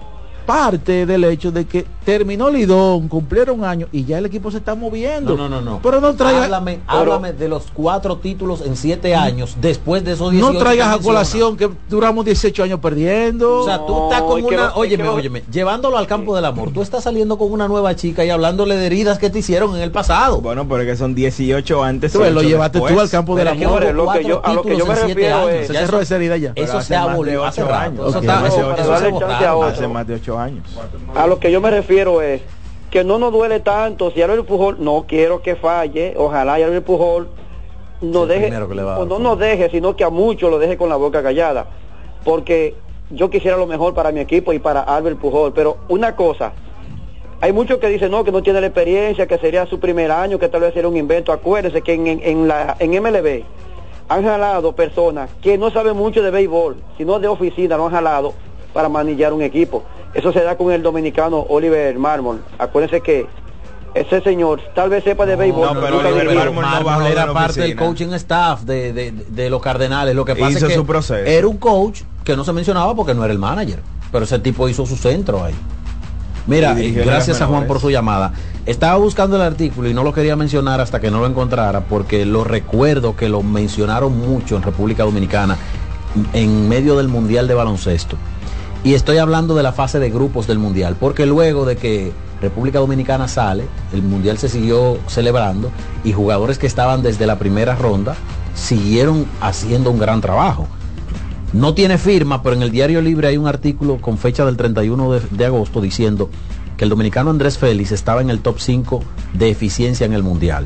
[SPEAKER 9] parte del hecho de que terminó Lidón, cumplieron un año y ya el equipo se está moviendo.
[SPEAKER 10] No, no, no, no.
[SPEAKER 9] Pero no traigas,
[SPEAKER 10] Háblame,
[SPEAKER 9] pero
[SPEAKER 10] háblame de los cuatro títulos en siete años después de esos dieciocho.
[SPEAKER 9] no traigas
[SPEAKER 10] que
[SPEAKER 9] a
[SPEAKER 10] menciona.
[SPEAKER 9] colación que duramos dieciocho años perdiendo.
[SPEAKER 10] O sea, tú estás con una, óyeme, óyeme, llevándolo al campo del amor. Tú estás saliendo con una nueva chica y hablándole de heridas que te hicieron en el pasado.
[SPEAKER 12] Bueno, pero es que son dieciocho antes.
[SPEAKER 9] Tú ves,
[SPEAKER 12] y
[SPEAKER 9] lo
[SPEAKER 12] ocho
[SPEAKER 9] llevaste
[SPEAKER 12] después.
[SPEAKER 9] tú al campo del
[SPEAKER 12] Pero es que
[SPEAKER 9] amor.
[SPEAKER 12] hubo
[SPEAKER 4] lo que yo- a lo que yo me
[SPEAKER 12] títulos en siete
[SPEAKER 4] refiero
[SPEAKER 12] años.
[SPEAKER 4] es-
[SPEAKER 9] Se
[SPEAKER 12] Ya
[SPEAKER 9] cerró esa herida ya.
[SPEAKER 12] Pero
[SPEAKER 10] Eso
[SPEAKER 12] hace
[SPEAKER 10] se
[SPEAKER 12] más de
[SPEAKER 10] abolió hace
[SPEAKER 12] ocho
[SPEAKER 10] rato.
[SPEAKER 12] años.
[SPEAKER 10] Eso
[SPEAKER 12] Ok,
[SPEAKER 10] está-
[SPEAKER 12] hace
[SPEAKER 10] eso
[SPEAKER 12] ocho
[SPEAKER 10] se
[SPEAKER 12] años.
[SPEAKER 10] borraron.
[SPEAKER 12] Hace más de ocho años.
[SPEAKER 4] A lo que yo me refiero es que no nos duele tanto si Albert Pujol, no quiero que falle, ojalá y Albert Pujol no
[SPEAKER 10] Sí,
[SPEAKER 4] deje,
[SPEAKER 10] primero que le va a
[SPEAKER 4] o
[SPEAKER 10] dar.
[SPEAKER 4] no nos deje, sino que a muchos lo deje con la boca callada, porque yo quisiera lo mejor para mi equipo y para Albert Pujol. Pero una cosa, hay muchos que dicen no, que no tiene la experiencia, que sería su primer año, que tal vez sería un invento. Acuérdense que en, en, en la, en M L B han jalado personas que no saben mucho de béisbol, sino de oficina, lo han jalado para manillar un equipo. Eso se da con el dominicano Oliver Marmol. Acuérdense que ese señor tal vez sepa de béisbol.
[SPEAKER 10] No,
[SPEAKER 4] pero
[SPEAKER 10] pero
[SPEAKER 4] nunca dirigió.
[SPEAKER 10] Marmol era parte del coaching staff de, de, de los Cardenales. Lo que pasa
[SPEAKER 12] Hizo
[SPEAKER 10] es que
[SPEAKER 12] su proceso.
[SPEAKER 10] era un coach que no se mencionaba porque no era el manager, pero ese tipo hizo su centro ahí. Mira,
[SPEAKER 12] Y dirigió
[SPEAKER 10] eh, gracias
[SPEAKER 12] ligas
[SPEAKER 10] a Juan
[SPEAKER 12] menores.
[SPEAKER 10] por su llamada. Estaba buscando el artículo y no lo quería mencionar hasta que no lo encontrara porque lo recuerdo que lo mencionaron mucho en República Dominicana en medio del Mundial de Baloncesto. Y estoy hablando de la fase de grupos del Mundial, porque luego de que República Dominicana sale, el Mundial se siguió celebrando y jugadores que estaban desde la primera ronda siguieron haciendo un gran trabajo. No tiene firma, pero en el Diario Libre hay un artículo con fecha del treinta y uno de, de agosto diciendo que el dominicano Andrés Félix estaba en el top cinco de eficiencia en el Mundial.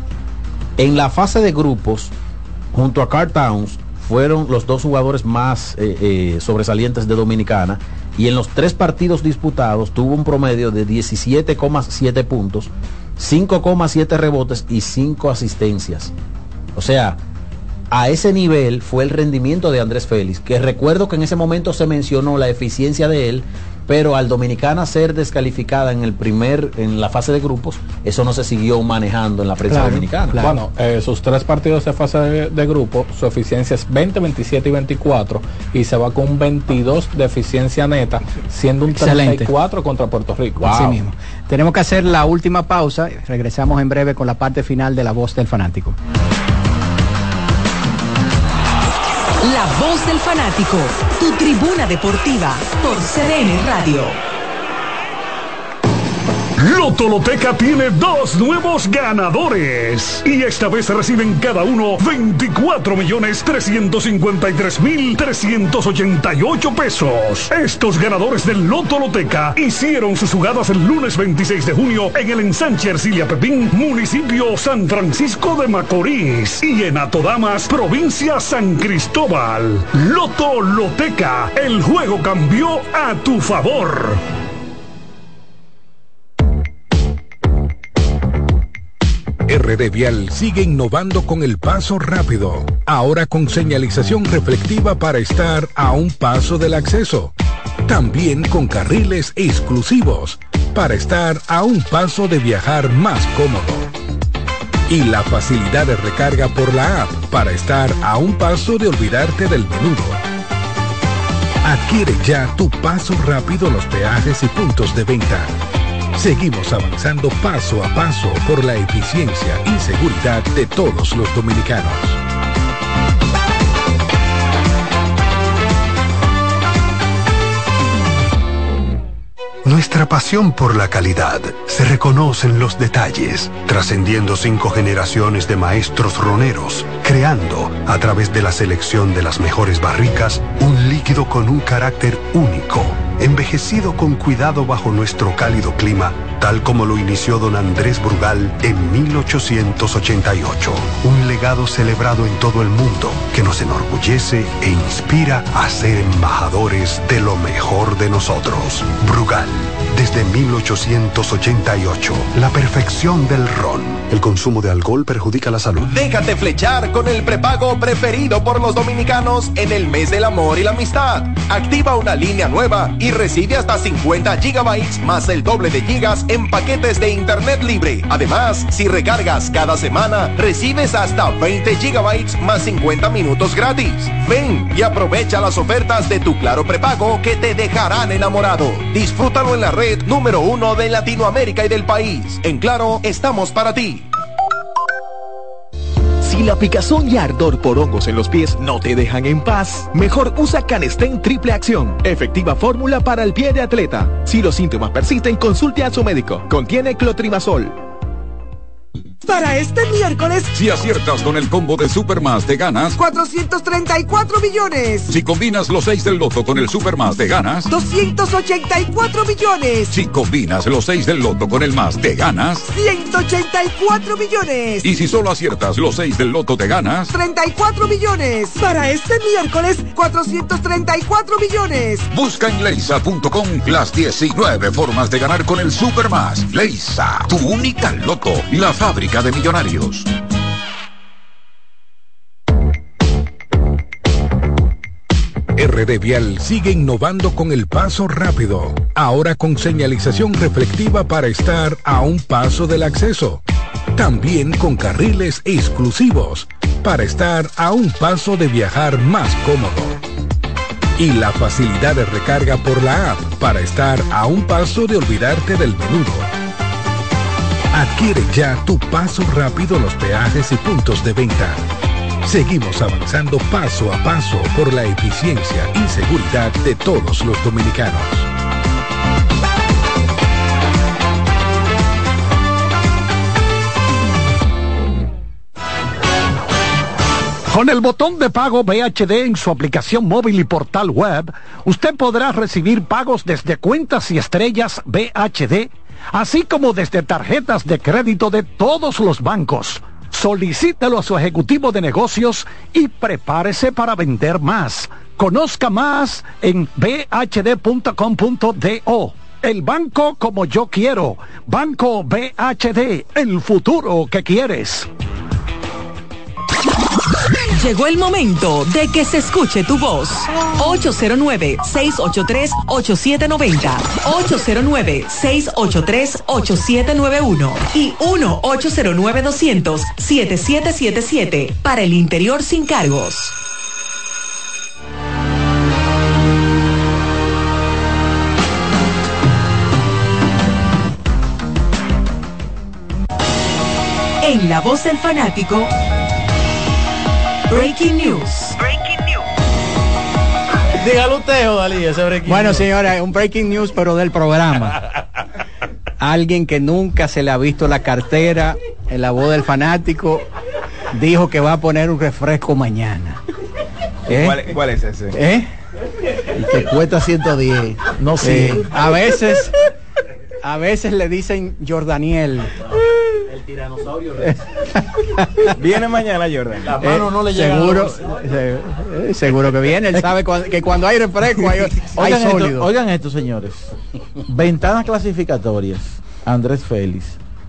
[SPEAKER 10] En la fase de grupos, junto a Carl Towns, fueron los dos jugadores más eh, eh, sobresalientes de Dominicana, y en los tres partidos disputados tuvo un promedio de diecisiete coma siete puntos, cinco coma siete rebotes y cinco asistencias. O sea, a ese nivel fue el rendimiento de Andrés Félix, que recuerdo que en ese momento se mencionó la eficiencia de él, pero al Dominicana ser descalificada en el primer, en la fase de grupos, eso no se siguió manejando en la prensa
[SPEAKER 11] Claro,
[SPEAKER 10] dominicana.
[SPEAKER 11] claro. Bueno, eh, sus tres partidos de fase de, de grupo, su eficiencia es veinte, veintisiete y veinticuatro, y se va con un veintidós de eficiencia neta, siendo un
[SPEAKER 15] Excelente.
[SPEAKER 11] treinta y cuatro contra Puerto Rico.
[SPEAKER 15] Así mismo. Tenemos que hacer la última pausa. Regresamos en breve con la parte final de La Voz del Fanático.
[SPEAKER 5] La Voz del Fanático, tu tribuna deportiva por C D N Radio.
[SPEAKER 21] Loto Loteca tiene dos nuevos ganadores y esta vez reciben cada uno veinticuatro millones trescientos cincuenta y tres mil trescientos ochenta y ocho pesos. Estos ganadores del Loto Loteca hicieron sus jugadas el lunes veintiséis de junio en el ensanche Ercilia Pepín, municipio San Francisco de Macorís, y en Atodamas, provincia San Cristóbal. Loto Loteca, el juego cambió a tu favor.
[SPEAKER 3] R D Vial sigue innovando con el paso rápido, ahora con señalización reflectiva para estar a un paso del acceso. También con carriles exclusivos para estar a un paso de viajar más cómodo. Y la facilidad de recarga por la app para estar a un paso de olvidarte del menudo. Adquiere ya tu paso rápido en los peajes y puntos de venta. Seguimos avanzando paso a paso por la eficiencia y seguridad de todos los dominicanos.
[SPEAKER 2] Nuestra pasión por la calidad se reconoce en los detalles, trascendiendo cinco generaciones de maestros roneros, creando, a través de la selección de las mejores barricas, un líquido con un carácter único, envejecido con cuidado bajo nuestro cálido clima, tal como lo inició don Andrés Brugal en mil ochocientos ochenta y ocho. Un legado celebrado en todo el mundo que nos enorgullece e inspira a ser embajadores de lo mejor de nosotros. Brugal, desde mil ochocientos ochenta y ocho, la perfección del ron. El consumo de alcohol perjudica la salud.
[SPEAKER 13] Déjate flechar con el prepago preferido por los dominicanos en el mes del amor y la amistad. Activa una línea nueva y recibe hasta cincuenta gigabytes más el doble de gigas en paquetes de internet libre. Además, si recargas cada semana, recibes hasta veinte gigabytes más cincuenta minutos gratis. Ven y aprovecha las ofertas de tu Claro prepago que te dejarán enamorado. Disfrútalo en la red número uno de Latinoamérica y del país. En Claro, estamos para ti.
[SPEAKER 7] Si la picazón y ardor por hongos en los pies no te dejan en paz, mejor usa Canestén Triple Acción, efectiva fórmula para el pie de atleta. Si los síntomas persisten, consulte a su médico. Contiene clotrimazol.
[SPEAKER 17] Para este miércoles,
[SPEAKER 20] si aciertas con el combo de Supermás, te ganas
[SPEAKER 17] cuatrocientos treinta y cuatro millones.
[SPEAKER 20] Si combinas los seis del loto con el Supermás, te ganas
[SPEAKER 17] doscientos ochenta y cuatro millones.
[SPEAKER 20] Si combinas los seis del loto con el más, te ganas
[SPEAKER 17] ciento ochenta y cuatro millones.
[SPEAKER 20] Y si solo aciertas los seis del loto, te ganas
[SPEAKER 17] treinta y cuatro millones. Para este miércoles, cuatrocientos treinta y cuatro millones.
[SPEAKER 20] Busca en leisa punto com las diecinueve formas de ganar con el Supermás. Leisa, tu única loto, la fábrica de millonarios.
[SPEAKER 3] R D Vial sigue innovando con el paso rápido, ahora con señalización reflectiva para estar a un paso del acceso. También con carriles exclusivos para estar a un paso de viajar más cómodo. Y la facilidad de recarga por la app para estar a un paso de olvidarte del menudo. Adquiere ya tu paso rápido en los peajes y puntos de venta. Seguimos avanzando paso a paso por la eficiencia y seguridad de todos los dominicanos.
[SPEAKER 8] Con el botón de pago B H D en su aplicación móvil y portal web, usted podrá recibir pagos desde cuentas y estrellas B H D, así como desde tarjetas de crédito de todos los bancos. Solicítelo a su ejecutivo de negocios y prepárese para vender más. Conozca más en b h d punto com punto do. El banco como yo quiero. Banco B H D, el futuro que quieres.
[SPEAKER 5] Llegó el momento de que se escuche tu voz. ocho cero nueve, seis ocho tres, ocho siete nueve cero, ocho cero nueve, seis ocho tres, ocho siete nueve uno y uno ocho cero nueve, doscientos, setenta y siete setenta y siete para el interior sin cargos. En la voz del fanático, Breaking News. Breaking News.
[SPEAKER 6] Dígalo usted, Dalí, ese breaking Bueno, news. Señora, un breaking news, pero del programa. Alguien que nunca se le ha visto la cartera en la voz del fanático dijo que va a poner un refresco mañana.
[SPEAKER 12] ¿Eh? ¿Cuál, ¿Cuál es ese?
[SPEAKER 6] ¿Eh?
[SPEAKER 9] Y que cuesta ciento diez. No sé.
[SPEAKER 6] Eh, a veces, a veces le dicen Jordaniel.
[SPEAKER 9] El tiranosaurio.
[SPEAKER 12] Viene mañana, Jordan.
[SPEAKER 9] La mano
[SPEAKER 6] eh,
[SPEAKER 9] no le llega.
[SPEAKER 6] Seguro, se, eh, seguro que viene. Él sabe cu que cuando hay refresco hay, hay
[SPEAKER 9] oigan
[SPEAKER 6] sólido.
[SPEAKER 9] Esto, oigan esto, señores. Ventanas clasificatorias. Andrés Félix.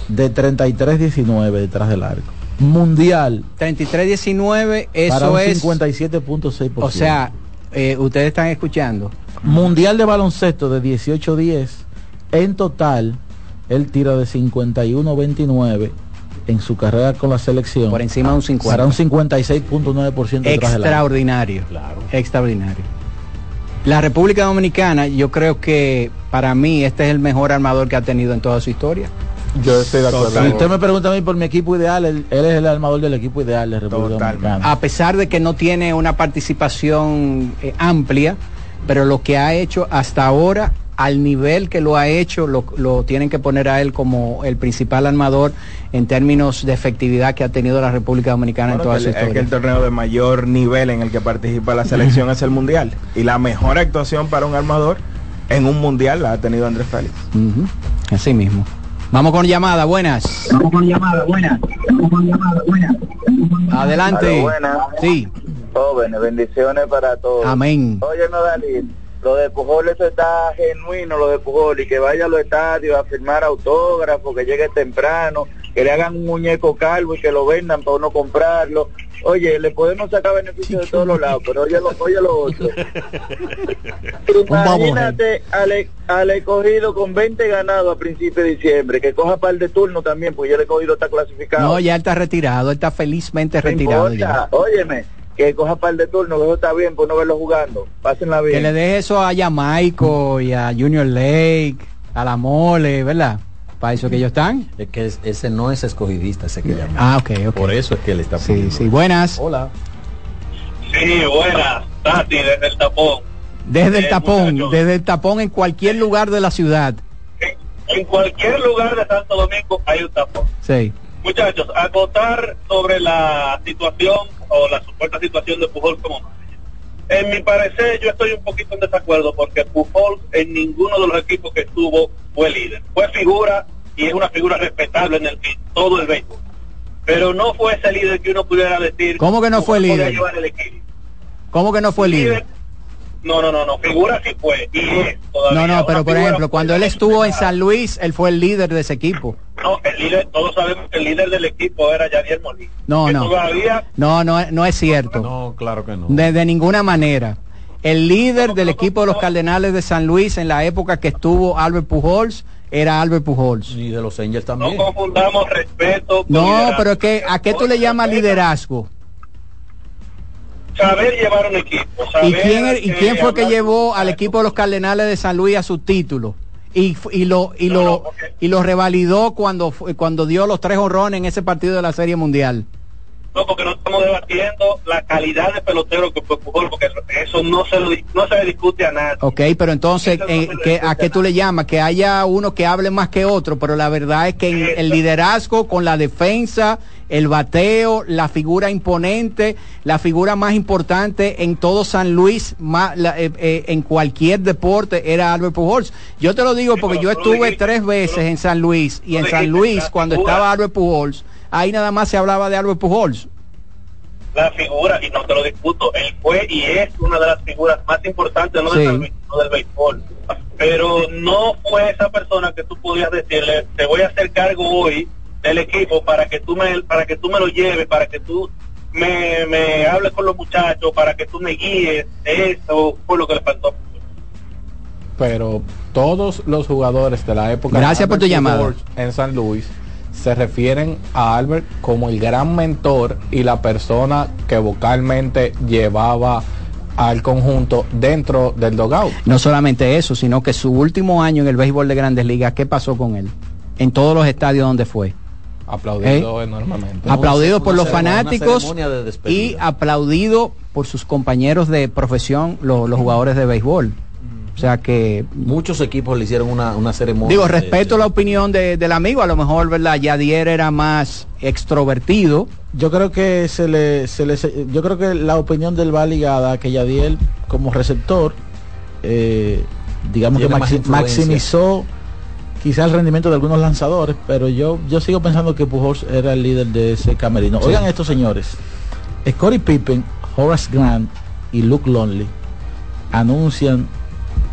[SPEAKER 9] de treinta y tres diecinueve detrás del arco. Mundial.
[SPEAKER 6] treinta y tres diecinueve, eso
[SPEAKER 9] para un
[SPEAKER 6] es
[SPEAKER 9] cincuenta y siete punto seis por ciento.
[SPEAKER 6] O sea, eh, ustedes están escuchando.
[SPEAKER 9] Mundial de baloncesto de dieciocho diez. En total, él tira de cincuenta y uno veintinueve en su carrera con la selección.
[SPEAKER 6] Por encima de un cincuenta.
[SPEAKER 9] Para un cincuenta y seis punto nueve por ciento detrás del arco.
[SPEAKER 6] Extraordinario. Claro. Extraordinario. La República Dominicana, yo creo que para mí este es el mejor armador que ha tenido en toda su historia.
[SPEAKER 9] Yo estoy de acuerdo. Si usted me pregunta a mí por mi equipo ideal, él, él es el armador del equipo ideal de República Dominicana.
[SPEAKER 6] A pesar de que no tiene una participación eh, amplia, pero lo que ha hecho hasta ahora, al nivel que lo ha hecho, lo, lo tienen que poner a él como el principal armador en términos de efectividad que ha tenido la República Dominicana bueno, en toda su historia.
[SPEAKER 12] Es que el torneo de mayor nivel en el que participa la selección es el Mundial. Y la mejor actuación para un armador en un Mundial la ha tenido Andrés Félix.
[SPEAKER 6] Uh-huh. Así mismo. Vamos con llamada, buenas.
[SPEAKER 1] Vamos con llamada, buenas. Vamos con llamada, buenas.
[SPEAKER 6] Adelante.
[SPEAKER 1] Aló, buenas.
[SPEAKER 6] Sí.
[SPEAKER 1] Jóvenes, bendiciones para todos.
[SPEAKER 6] Amén.
[SPEAKER 1] Oye, no, Dalí, lo de Pujol, eso está genuino, lo de Pujol, y que vaya a los estadios a firmar autógrafos, que llegue temprano, que le hagan un muñeco calvo y que lo vendan para uno comprarlo. Oye, le podemos sacar beneficio de todos los lados, pero oye lo, oye lo otro. Imagínate al, al escogido con veinte ganados a principios de diciembre, que coja par de turno también, porque ya el escogido está clasificado.
[SPEAKER 6] No, ya está retirado, él está felizmente no retirado.
[SPEAKER 1] Importa, ya. Óyeme, que coja par de turno, que eso está bien, pues no verlo jugando. Pásenla bien.
[SPEAKER 6] Que le deje eso a Jamaico y a Junior Lake, a la Mole, ¿verdad? Para eso que ellos están.
[SPEAKER 10] Es que es, ese no es escogidista, ese que llama.
[SPEAKER 6] Ah, ok, ok.
[SPEAKER 10] Por eso es que él está
[SPEAKER 6] Sí, sí, buenas.
[SPEAKER 10] Hola.
[SPEAKER 22] Sí, buenas. Tati, desde el tapón.
[SPEAKER 6] Desde el
[SPEAKER 22] eh,
[SPEAKER 6] tapón,
[SPEAKER 22] muchachos.
[SPEAKER 6] desde el tapón en cualquier lugar de la ciudad.
[SPEAKER 22] En, en cualquier lugar de Santo Domingo hay un tapón.
[SPEAKER 6] Sí.
[SPEAKER 22] Muchachos, acotar sobre la situación o la supuesta situación de Pujol como manager. En mi parecer, yo estoy un poquito en desacuerdo porque Pujol en ninguno de los equipos que estuvo fue líder. Fue figura y es una figura respetable en, el, en todo el béisbol. Pero no fue ese líder que uno pudiera decir.
[SPEAKER 6] ¿Cómo que no fue líder?
[SPEAKER 22] Llevar el equipo.
[SPEAKER 6] ¿Cómo que no fue líder? líder?
[SPEAKER 22] No, no, no, no, figura sí fue. Y es todavía
[SPEAKER 6] no, no, pero por ejemplo, cuando él estuvo en San Luis, él fue el líder de ese equipo.
[SPEAKER 22] No, el líder, todos sabemos que el líder del equipo era Yadier Molina.
[SPEAKER 6] No, no.
[SPEAKER 22] Todavía...
[SPEAKER 6] No, no, no es cierto.
[SPEAKER 10] No, claro que no.
[SPEAKER 6] De, de ninguna manera. El líder no, del no, equipo no, de los Cardenales de San Luis en la época que estuvo Albert Pujols era Albert Pujols.
[SPEAKER 10] Y de los Angels también.
[SPEAKER 22] No confundamos respeto.
[SPEAKER 6] No, pero es que, ¿a qué tú le llamas liderazgo?
[SPEAKER 22] Saber llevar un equipo. Saber
[SPEAKER 6] ¿Y quién, ¿y quién fue que llevó al equipo de los Cardenales de San Luis a su título? Y, y lo y no, lo no, okay. y lo revalidó cuando cuando dio los tres honrones en ese partido de la Serie Mundial.
[SPEAKER 22] No, porque no estamos debatiendo la calidad de pelotero que fue Pujol, porque eso no se lo, no se le discute a nadie.
[SPEAKER 6] Ok, pero entonces, eh, no que, ¿a qué tú le llamas? Que haya uno que hable más que otro, pero la verdad es que en el liderazgo, con la defensa, el bateo, la figura imponente, la figura más importante en todo San Luis, más, la, eh, eh, en cualquier deporte, era Albert Pujols. Yo te lo digo porque yo estuve tres veces en San Luis, y en San Luis, cuando estaba Albert Pujols, ahí nada más se hablaba de Albert Pujols.
[SPEAKER 22] La figura, y no te lo discuto, él fue y es una de las figuras más importantes, no,
[SPEAKER 6] sí.
[SPEAKER 22] del, no del béisbol, pero no fue esa persona que tú podías decirle, te voy a hacer cargo hoy del equipo para que tú me para que tú me lo lleves, para que tú me, me hables con los muchachos, para que tú me guíes. Eso fue lo que le faltó.
[SPEAKER 11] Pero todos los jugadores de la época
[SPEAKER 6] Gracias por tu llamada
[SPEAKER 11] en San Luis se refieren a Albert como el gran mentor y la persona que vocalmente llevaba al conjunto dentro del dugout.
[SPEAKER 6] No solamente eso, sino que su último año en el béisbol de Grandes Ligas, ¿qué pasó con él? En todos los estadios donde fue.
[SPEAKER 11] Aplaudido
[SPEAKER 6] ¿Eh?
[SPEAKER 11] enormemente.
[SPEAKER 6] Aplaudido
[SPEAKER 10] una,
[SPEAKER 6] por
[SPEAKER 10] una
[SPEAKER 6] los
[SPEAKER 10] fanáticos
[SPEAKER 6] y aplaudido por sus compañeros de profesión, los, los jugadores de béisbol. O sea que
[SPEAKER 10] muchos equipos le hicieron una, una ceremonia.
[SPEAKER 6] Digo, respeto de, la opinión de, del amigo, a lo mejor, ¿verdad? Yadier era más extrovertido.
[SPEAKER 9] Yo creo que se le, se le yo creo que la opinión del va ligada a que Yadier como receptor, eh, digamos Tiene que maxi, maximizó quizás el rendimiento de algunos lanzadores, pero yo, yo sigo pensando que Pujols era el líder de ese camerino. Sí. Oigan estos señores, Scottie Pippen, Horace Grant y Luke Longley anuncian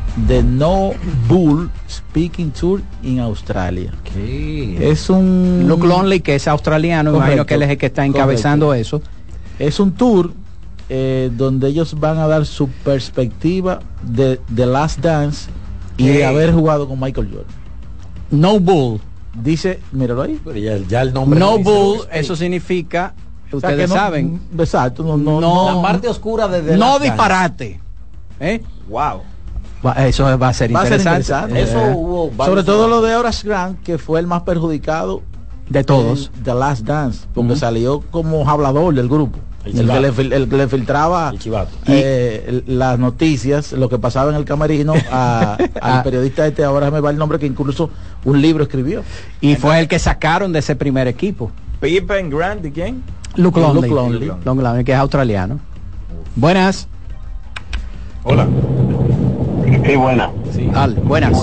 [SPEAKER 9] The No Bull Speaking Tour en Australia.
[SPEAKER 6] ¿Qué?
[SPEAKER 9] Es un
[SPEAKER 6] Luke Longley, que es australiano, correcto, imagino que él es el que está encabezando correcto. Eso.
[SPEAKER 9] Es un tour eh, donde ellos van a dar su perspectiva de The Last Dance y ¿qué? De haber jugado con Michael Jordan.
[SPEAKER 6] No Bull.
[SPEAKER 9] Dice, míralo ahí.
[SPEAKER 10] Pero ya, ya el nombre
[SPEAKER 6] no Bull, eso significa, o ustedes sea, no, saben.
[SPEAKER 9] Exacto, no, no,
[SPEAKER 6] no,
[SPEAKER 10] la parte oscura de The
[SPEAKER 6] no
[SPEAKER 10] Last
[SPEAKER 6] disparate. ¿Eh?
[SPEAKER 10] Wow.
[SPEAKER 6] Eso va a ser
[SPEAKER 9] va
[SPEAKER 6] interesante.
[SPEAKER 9] A ser interesante. Eso eh, hubo sobre todo lo de Horace Grant, que fue el más perjudicado
[SPEAKER 6] de todos.
[SPEAKER 9] The Last Dance, porque uh-huh. salió como hablador del grupo. El, el, que, le, el que le filtraba eh, las noticias, lo que pasaba en el camerino a, al periodista este, ahora me va el nombre, que incluso un libro escribió.
[SPEAKER 6] Y entonces, fue el que sacaron de ese primer equipo.
[SPEAKER 12] Pippen Grant, ¿de quién?
[SPEAKER 6] Luke Longley, Luke Longley. Luke Longley, que es australiano. Buenas.
[SPEAKER 14] Hola. Sí, buenas.
[SPEAKER 6] Sí. Al, buenas.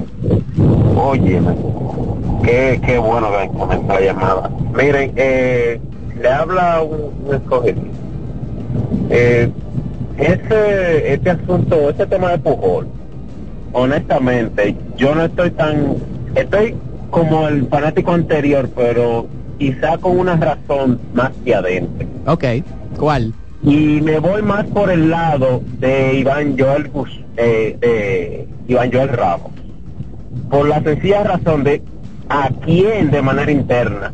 [SPEAKER 14] Oye, qué, qué bueno que comenzó la llamada. Miren, eh, le habla un, un escogido. Eh, ese, este asunto, ese tema de Pujol, honestamente, yo no estoy tan, estoy como el fanático anterior, pero quizá con una razón más que adentro.
[SPEAKER 6] Ok, ¿cuál?
[SPEAKER 14] Y me voy más por el lado de Iván Joel eh, de Iván Joel Ramos, por la sencilla razón de a quién de manera interna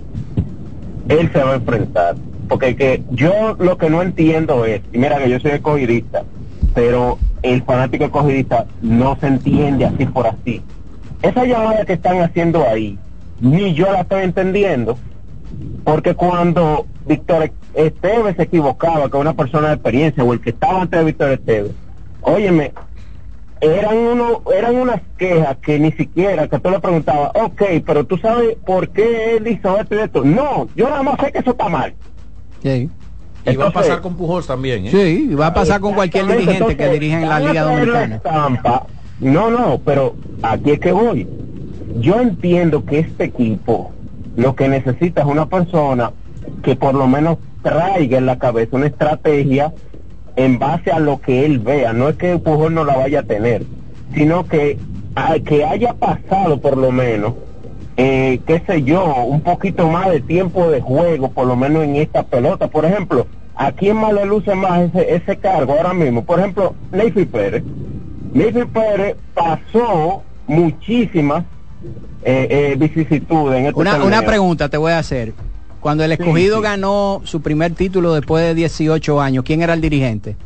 [SPEAKER 14] él se va a enfrentar, porque que yo lo que no entiendo es, y mira que yo soy escogidista, pero el fanático escogidista no se entiende así por así. Esa llamada que están haciendo ahí, ni yo la estoy entendiendo, porque cuando Víctor Esteves se equivocaba, que una persona de experiencia, o el que estaba antes de Víctor Esteves, óyeme, eran uno, eran unas quejas que ni siquiera, que tú le preguntabas, ok, pero tú sabes por qué él hizo esto y esto. No, yo nada más sé que eso está mal.
[SPEAKER 6] Sí.
[SPEAKER 10] Y entonces, va a pasar con Pujols también, ¿eh?
[SPEAKER 6] Sí, y va a pasar con cualquier dirigente entonces, que dirija en la Liga Dominicana.
[SPEAKER 14] Estampa, no, no, pero aquí es que voy. Yo entiendo que este equipo lo que necesita es una persona que por lo menos traiga en la cabeza una estrategia en base a lo que él vea. No es que Pujol no la vaya a tener, sino que, a, que haya pasado por lo menos, eh, qué sé yo, un poquito más de tiempo de juego, por lo menos en esta pelota. Por ejemplo, ¿a quién más le luce más ese, ese cargo ahora mismo? Por ejemplo, Neyfi Pérez. Neyfi Pérez pasó muchísimas eh, eh, vicisitudes en este
[SPEAKER 6] una, una pregunta te voy a hacer. Cuando el escogido sí, sí. ganó su primer título después de dieciocho años, ¿quién era el dirigente?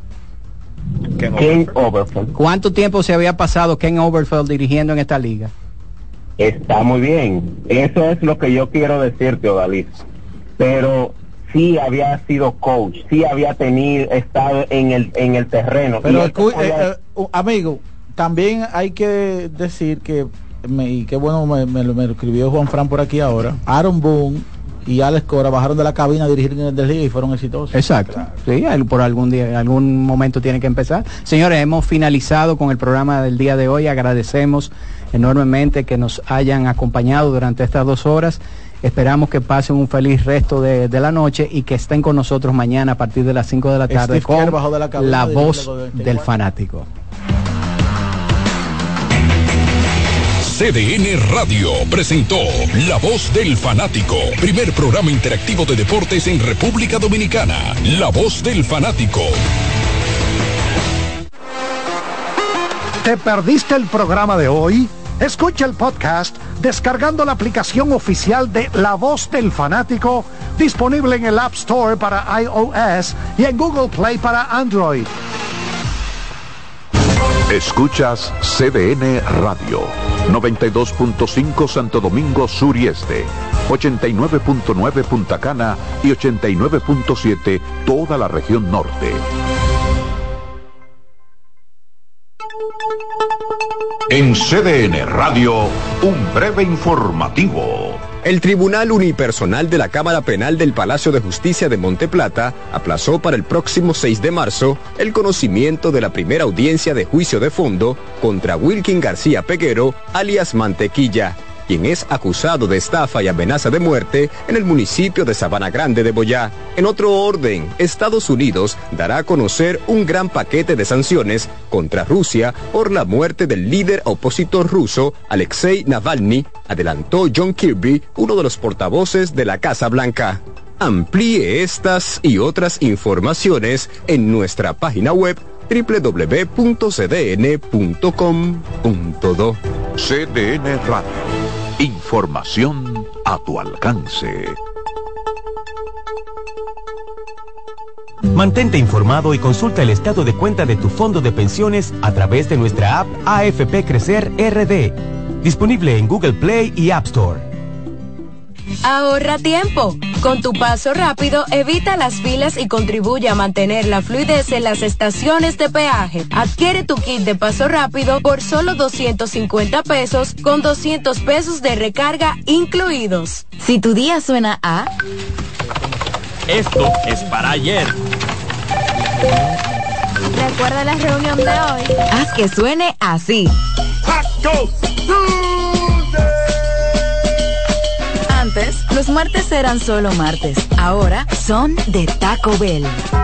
[SPEAKER 14] Ken, Ken Oberfeld.
[SPEAKER 6] ¿Cuánto tiempo se había pasado Ken Oberfeld dirigiendo en esta liga?
[SPEAKER 14] Está muy bien. Eso es lo que yo quiero decirte, Odalí. Pero sí había sido coach, sí había tenido, estado en el en el terreno.
[SPEAKER 9] Pero el, podía... eh, eh, amigo, también hay que decir que, me, y qué bueno me, me, me lo escribió Juan Fran por aquí ahora, Aaron Boone y Alex Cora bajaron de la cabina a dirigir en el liga y fueron exitosos.
[SPEAKER 6] Exacto. Claro. Sí, por algún día, algún momento tiene que empezar. Señores, hemos finalizado con el programa del día de hoy. Agradecemos enormemente que nos hayan acompañado durante estas dos horas. Esperamos que pasen un feliz resto de, de la noche y que estén con nosotros mañana a partir de las cinco de la tarde Steve con bajó de la, cabina, la voz del fanático.
[SPEAKER 3] C D N Radio presentó La Voz del Fanático, primer programa interactivo de deportes en República Dominicana. La Voz del Fanático.
[SPEAKER 8] ¿Te perdiste el programa de hoy? Escucha el podcast descargando la aplicación oficial de La Voz del Fanático, disponible en el App Store para iOS y en Google Play para Android.
[SPEAKER 20] Escuchas C D N Radio, noventa y dos punto cinco Santo Domingo Sur y Este, ochenta y nueve punto nueve Punta Cana y ochenta y nueve punto siete toda la región norte. En C D N Radio, un breve informativo.
[SPEAKER 16] El Tribunal Unipersonal de la Cámara Penal del Palacio de Justicia de Monteplata aplazó para el próximo seis de marzo el conocimiento de la primera audiencia de juicio de fondo contra Wilkin García Peguero, alias Mantequilla. quien es acusado de estafa y amenaza de muerte en el municipio de Sabana Grande de Boyá. En otro orden, Estados Unidos dará a conocer un gran paquete de sanciones contra Rusia por la muerte del líder opositor ruso Alexei Navalny, adelantó John Kirby, uno de los portavoces de la Casa Blanca. Amplíe estas y otras informaciones en nuestra página web doble u doble u doble u punto c d n punto com punto do.
[SPEAKER 20] C D N Radio. Información a tu alcance.
[SPEAKER 18] Mantente informado y consulta el estado de cuenta de tu fondo de pensiones a través de nuestra app A F P Crecer R D, disponible en Google Play y App Store.
[SPEAKER 19] Ahorra tiempo. Con tu paso rápido, evita las filas y contribuye a mantener la fluidez en las estaciones de peaje. Adquiere tu kit de paso rápido por solo doscientos cincuenta pesos con doscientos pesos de recarga incluidos.
[SPEAKER 23] Si tu día suena a...
[SPEAKER 24] Esto es para ayer.
[SPEAKER 23] Recuerda la reunión de hoy. Haz que suene así. Antes, los martes eran solo martes. Ahora son de Taco Bell.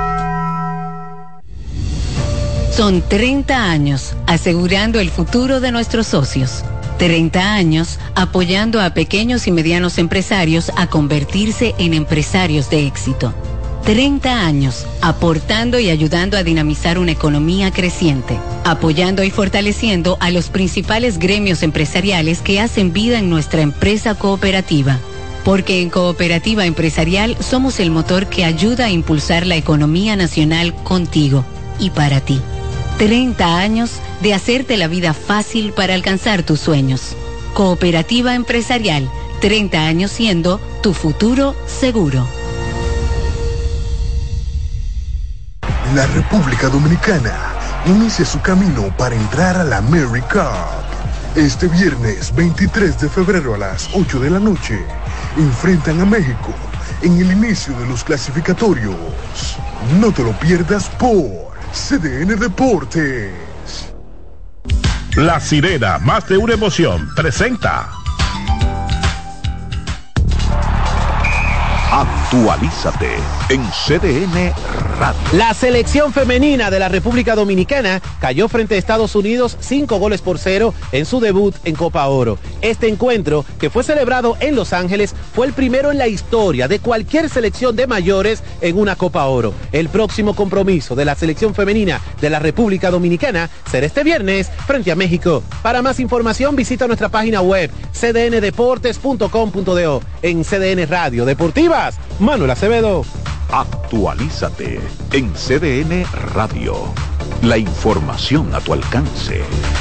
[SPEAKER 25] Son treinta años asegurando el futuro de nuestros socios. treinta años apoyando a pequeños y medianos empresarios a convertirse en empresarios de éxito. treinta años aportando y ayudando a dinamizar una economía creciente, apoyando y fortaleciendo a los principales gremios empresariales que hacen vida en nuestra empresa cooperativa. Porque en Cooperativa Empresarial somos el motor que ayuda a impulsar la economía nacional contigo y para ti. treinta años de hacerte la vida fácil para alcanzar tus sueños. Cooperativa Empresarial, treinta años siendo tu futuro seguro.
[SPEAKER 26] La República Dominicana inicia su camino para entrar a la AmeriCup. Este viernes veintitrés de febrero a las ocho de la noche, enfrentan a México en el inicio de los clasificatorios. No te lo pierdas por C D N Deportes.
[SPEAKER 21] La Sirena, más de una emoción, presenta.
[SPEAKER 20] Actualízate en C D N Radio.
[SPEAKER 10] La selección femenina de la República Dominicana cayó frente a Estados Unidos cinco goles por cero en su debut en Copa Oro. Este encuentro, que fue celebrado en Los Ángeles, fue el primero en la historia de cualquier selección de mayores en una Copa Oro. El próximo compromiso de la selección femenina de la República Dominicana será este viernes frente a México. Para más información visita nuestra página web c d n deportes punto com punto do. En C D N Radio Deportivas, Manuel Acevedo.
[SPEAKER 20] Actualízate en C D N Radio. La información a tu alcance.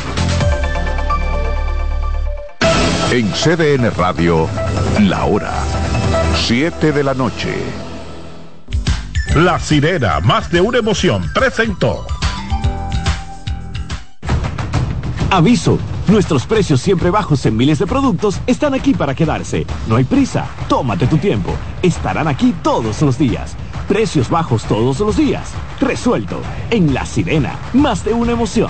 [SPEAKER 20] En C D N Radio, la hora siete de la noche.
[SPEAKER 21] La Sirena, más de una emoción, presentó.
[SPEAKER 18] Aviso, nuestros precios siempre bajos en miles de productos están aquí para quedarse. No hay prisa, tómate tu tiempo. Estarán aquí todos los días. Precios bajos todos los días. Resuelto. En La Sirena, más de una emoción.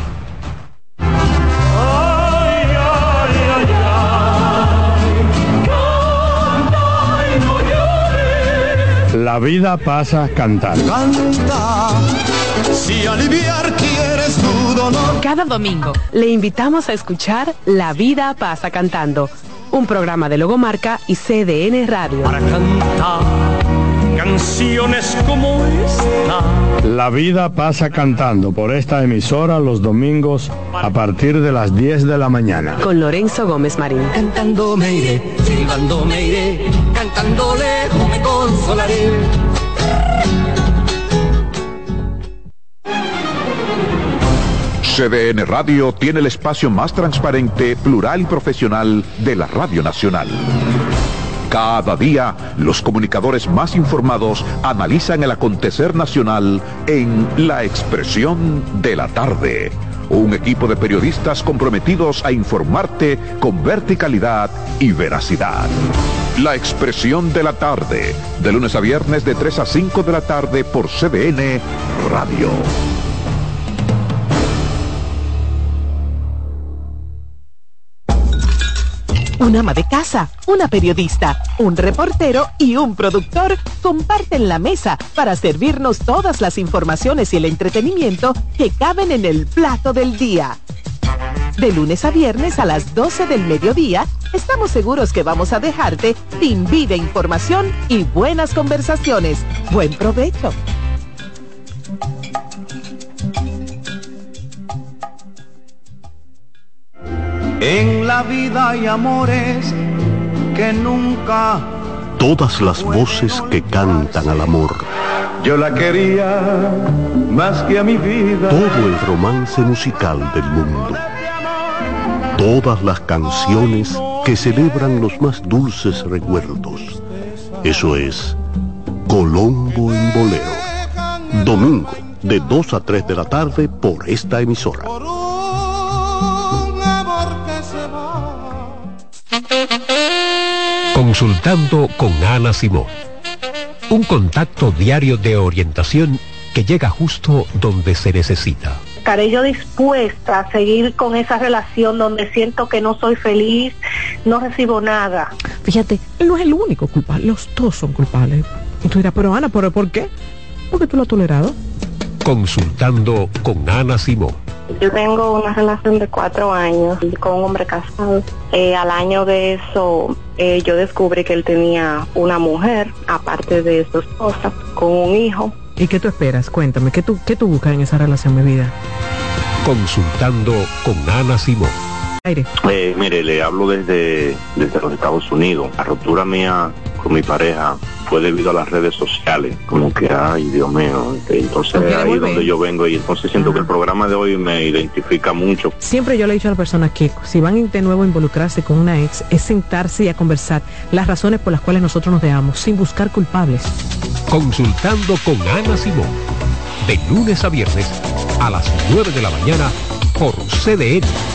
[SPEAKER 27] La vida pasa cantando.
[SPEAKER 28] Canta, si aliviar quieres tu dolor.
[SPEAKER 5] Cada domingo le invitamos a escuchar La Vida Pasa Cantando, un programa de Logomarca y C D N Radio.
[SPEAKER 28] Para cantar canciones como esta.
[SPEAKER 27] La vida pasa cantando por esta emisora los domingos a partir de las diez de la mañana.
[SPEAKER 5] Con Lorenzo Gómez Marín.
[SPEAKER 28] Cantando me iré, silbando me iré, cantando lejos me consolaré.
[SPEAKER 20] C D N Radio tiene el espacio más transparente, plural y profesional de la Radio Nacional. Cada día, los comunicadores más informados analizan el acontecer nacional en La Expresión de la Tarde. Un equipo de periodistas comprometidos a informarte con verticalidad y veracidad. La Expresión de la Tarde, de lunes a viernes de tres a cinco de la tarde por C D N Radio.
[SPEAKER 5] Un ama de casa, una periodista, un reportero y un productor comparten la mesa para servirnos todas las informaciones y el entretenimiento que caben en el plato del día. De lunes a viernes a las doce del mediodía, estamos seguros que vamos a dejarte sin vida, información y buenas conversaciones. Buen provecho.
[SPEAKER 1] En la vida hay amores que nunca...
[SPEAKER 2] Todas las voces que cantan al amor.
[SPEAKER 1] Yo la quería más que a mi vida.
[SPEAKER 2] Todo el romance musical del mundo. Todas las canciones que celebran los más dulces recuerdos. Eso es Colombo en Bolero. Domingo, de dos a tres de la tarde por esta emisora.
[SPEAKER 3] Consultando con Ana Simón. Un contacto diario de orientación que llega justo donde se necesita.
[SPEAKER 4] Estaré yo dispuesta a seguir con esa relación donde siento que no soy feliz, no recibo nada.
[SPEAKER 7] Fíjate, él no es el único culpable, los dos son culpables. Y tú dirás, pero Ana, ¿pero por qué? Porque tú lo has tolerado.
[SPEAKER 3] Consultando con Ana Simón.
[SPEAKER 4] Yo tengo una relación de cuatro años con un hombre casado. Eh, al año de eso, eh, yo descubrí que él tenía una mujer, aparte de su esposa, con un hijo.
[SPEAKER 7] ¿Y qué tú esperas? Cuéntame, ¿qué tú, qué tú buscas en esa relación, mi vida?
[SPEAKER 3] Consultando con Ana Simón.
[SPEAKER 4] Aire.
[SPEAKER 13] Eh, mire, le hablo desde, desde los Estados Unidos. La ruptura mía con mi pareja fue debido a las redes sociales, como que, ay, Dios mío, entonces ahí es donde yo vengo y entonces siento Ajá. que el programa de hoy me identifica mucho.
[SPEAKER 7] Siempre yo le he dicho a las personas que si van de nuevo a involucrarse con una ex, es sentarse y a conversar las razones por las cuales nosotros nos dejamos, sin buscar culpables.
[SPEAKER 3] Consultando con Ana Simón, de lunes a viernes a las nueve de la mañana por C D N.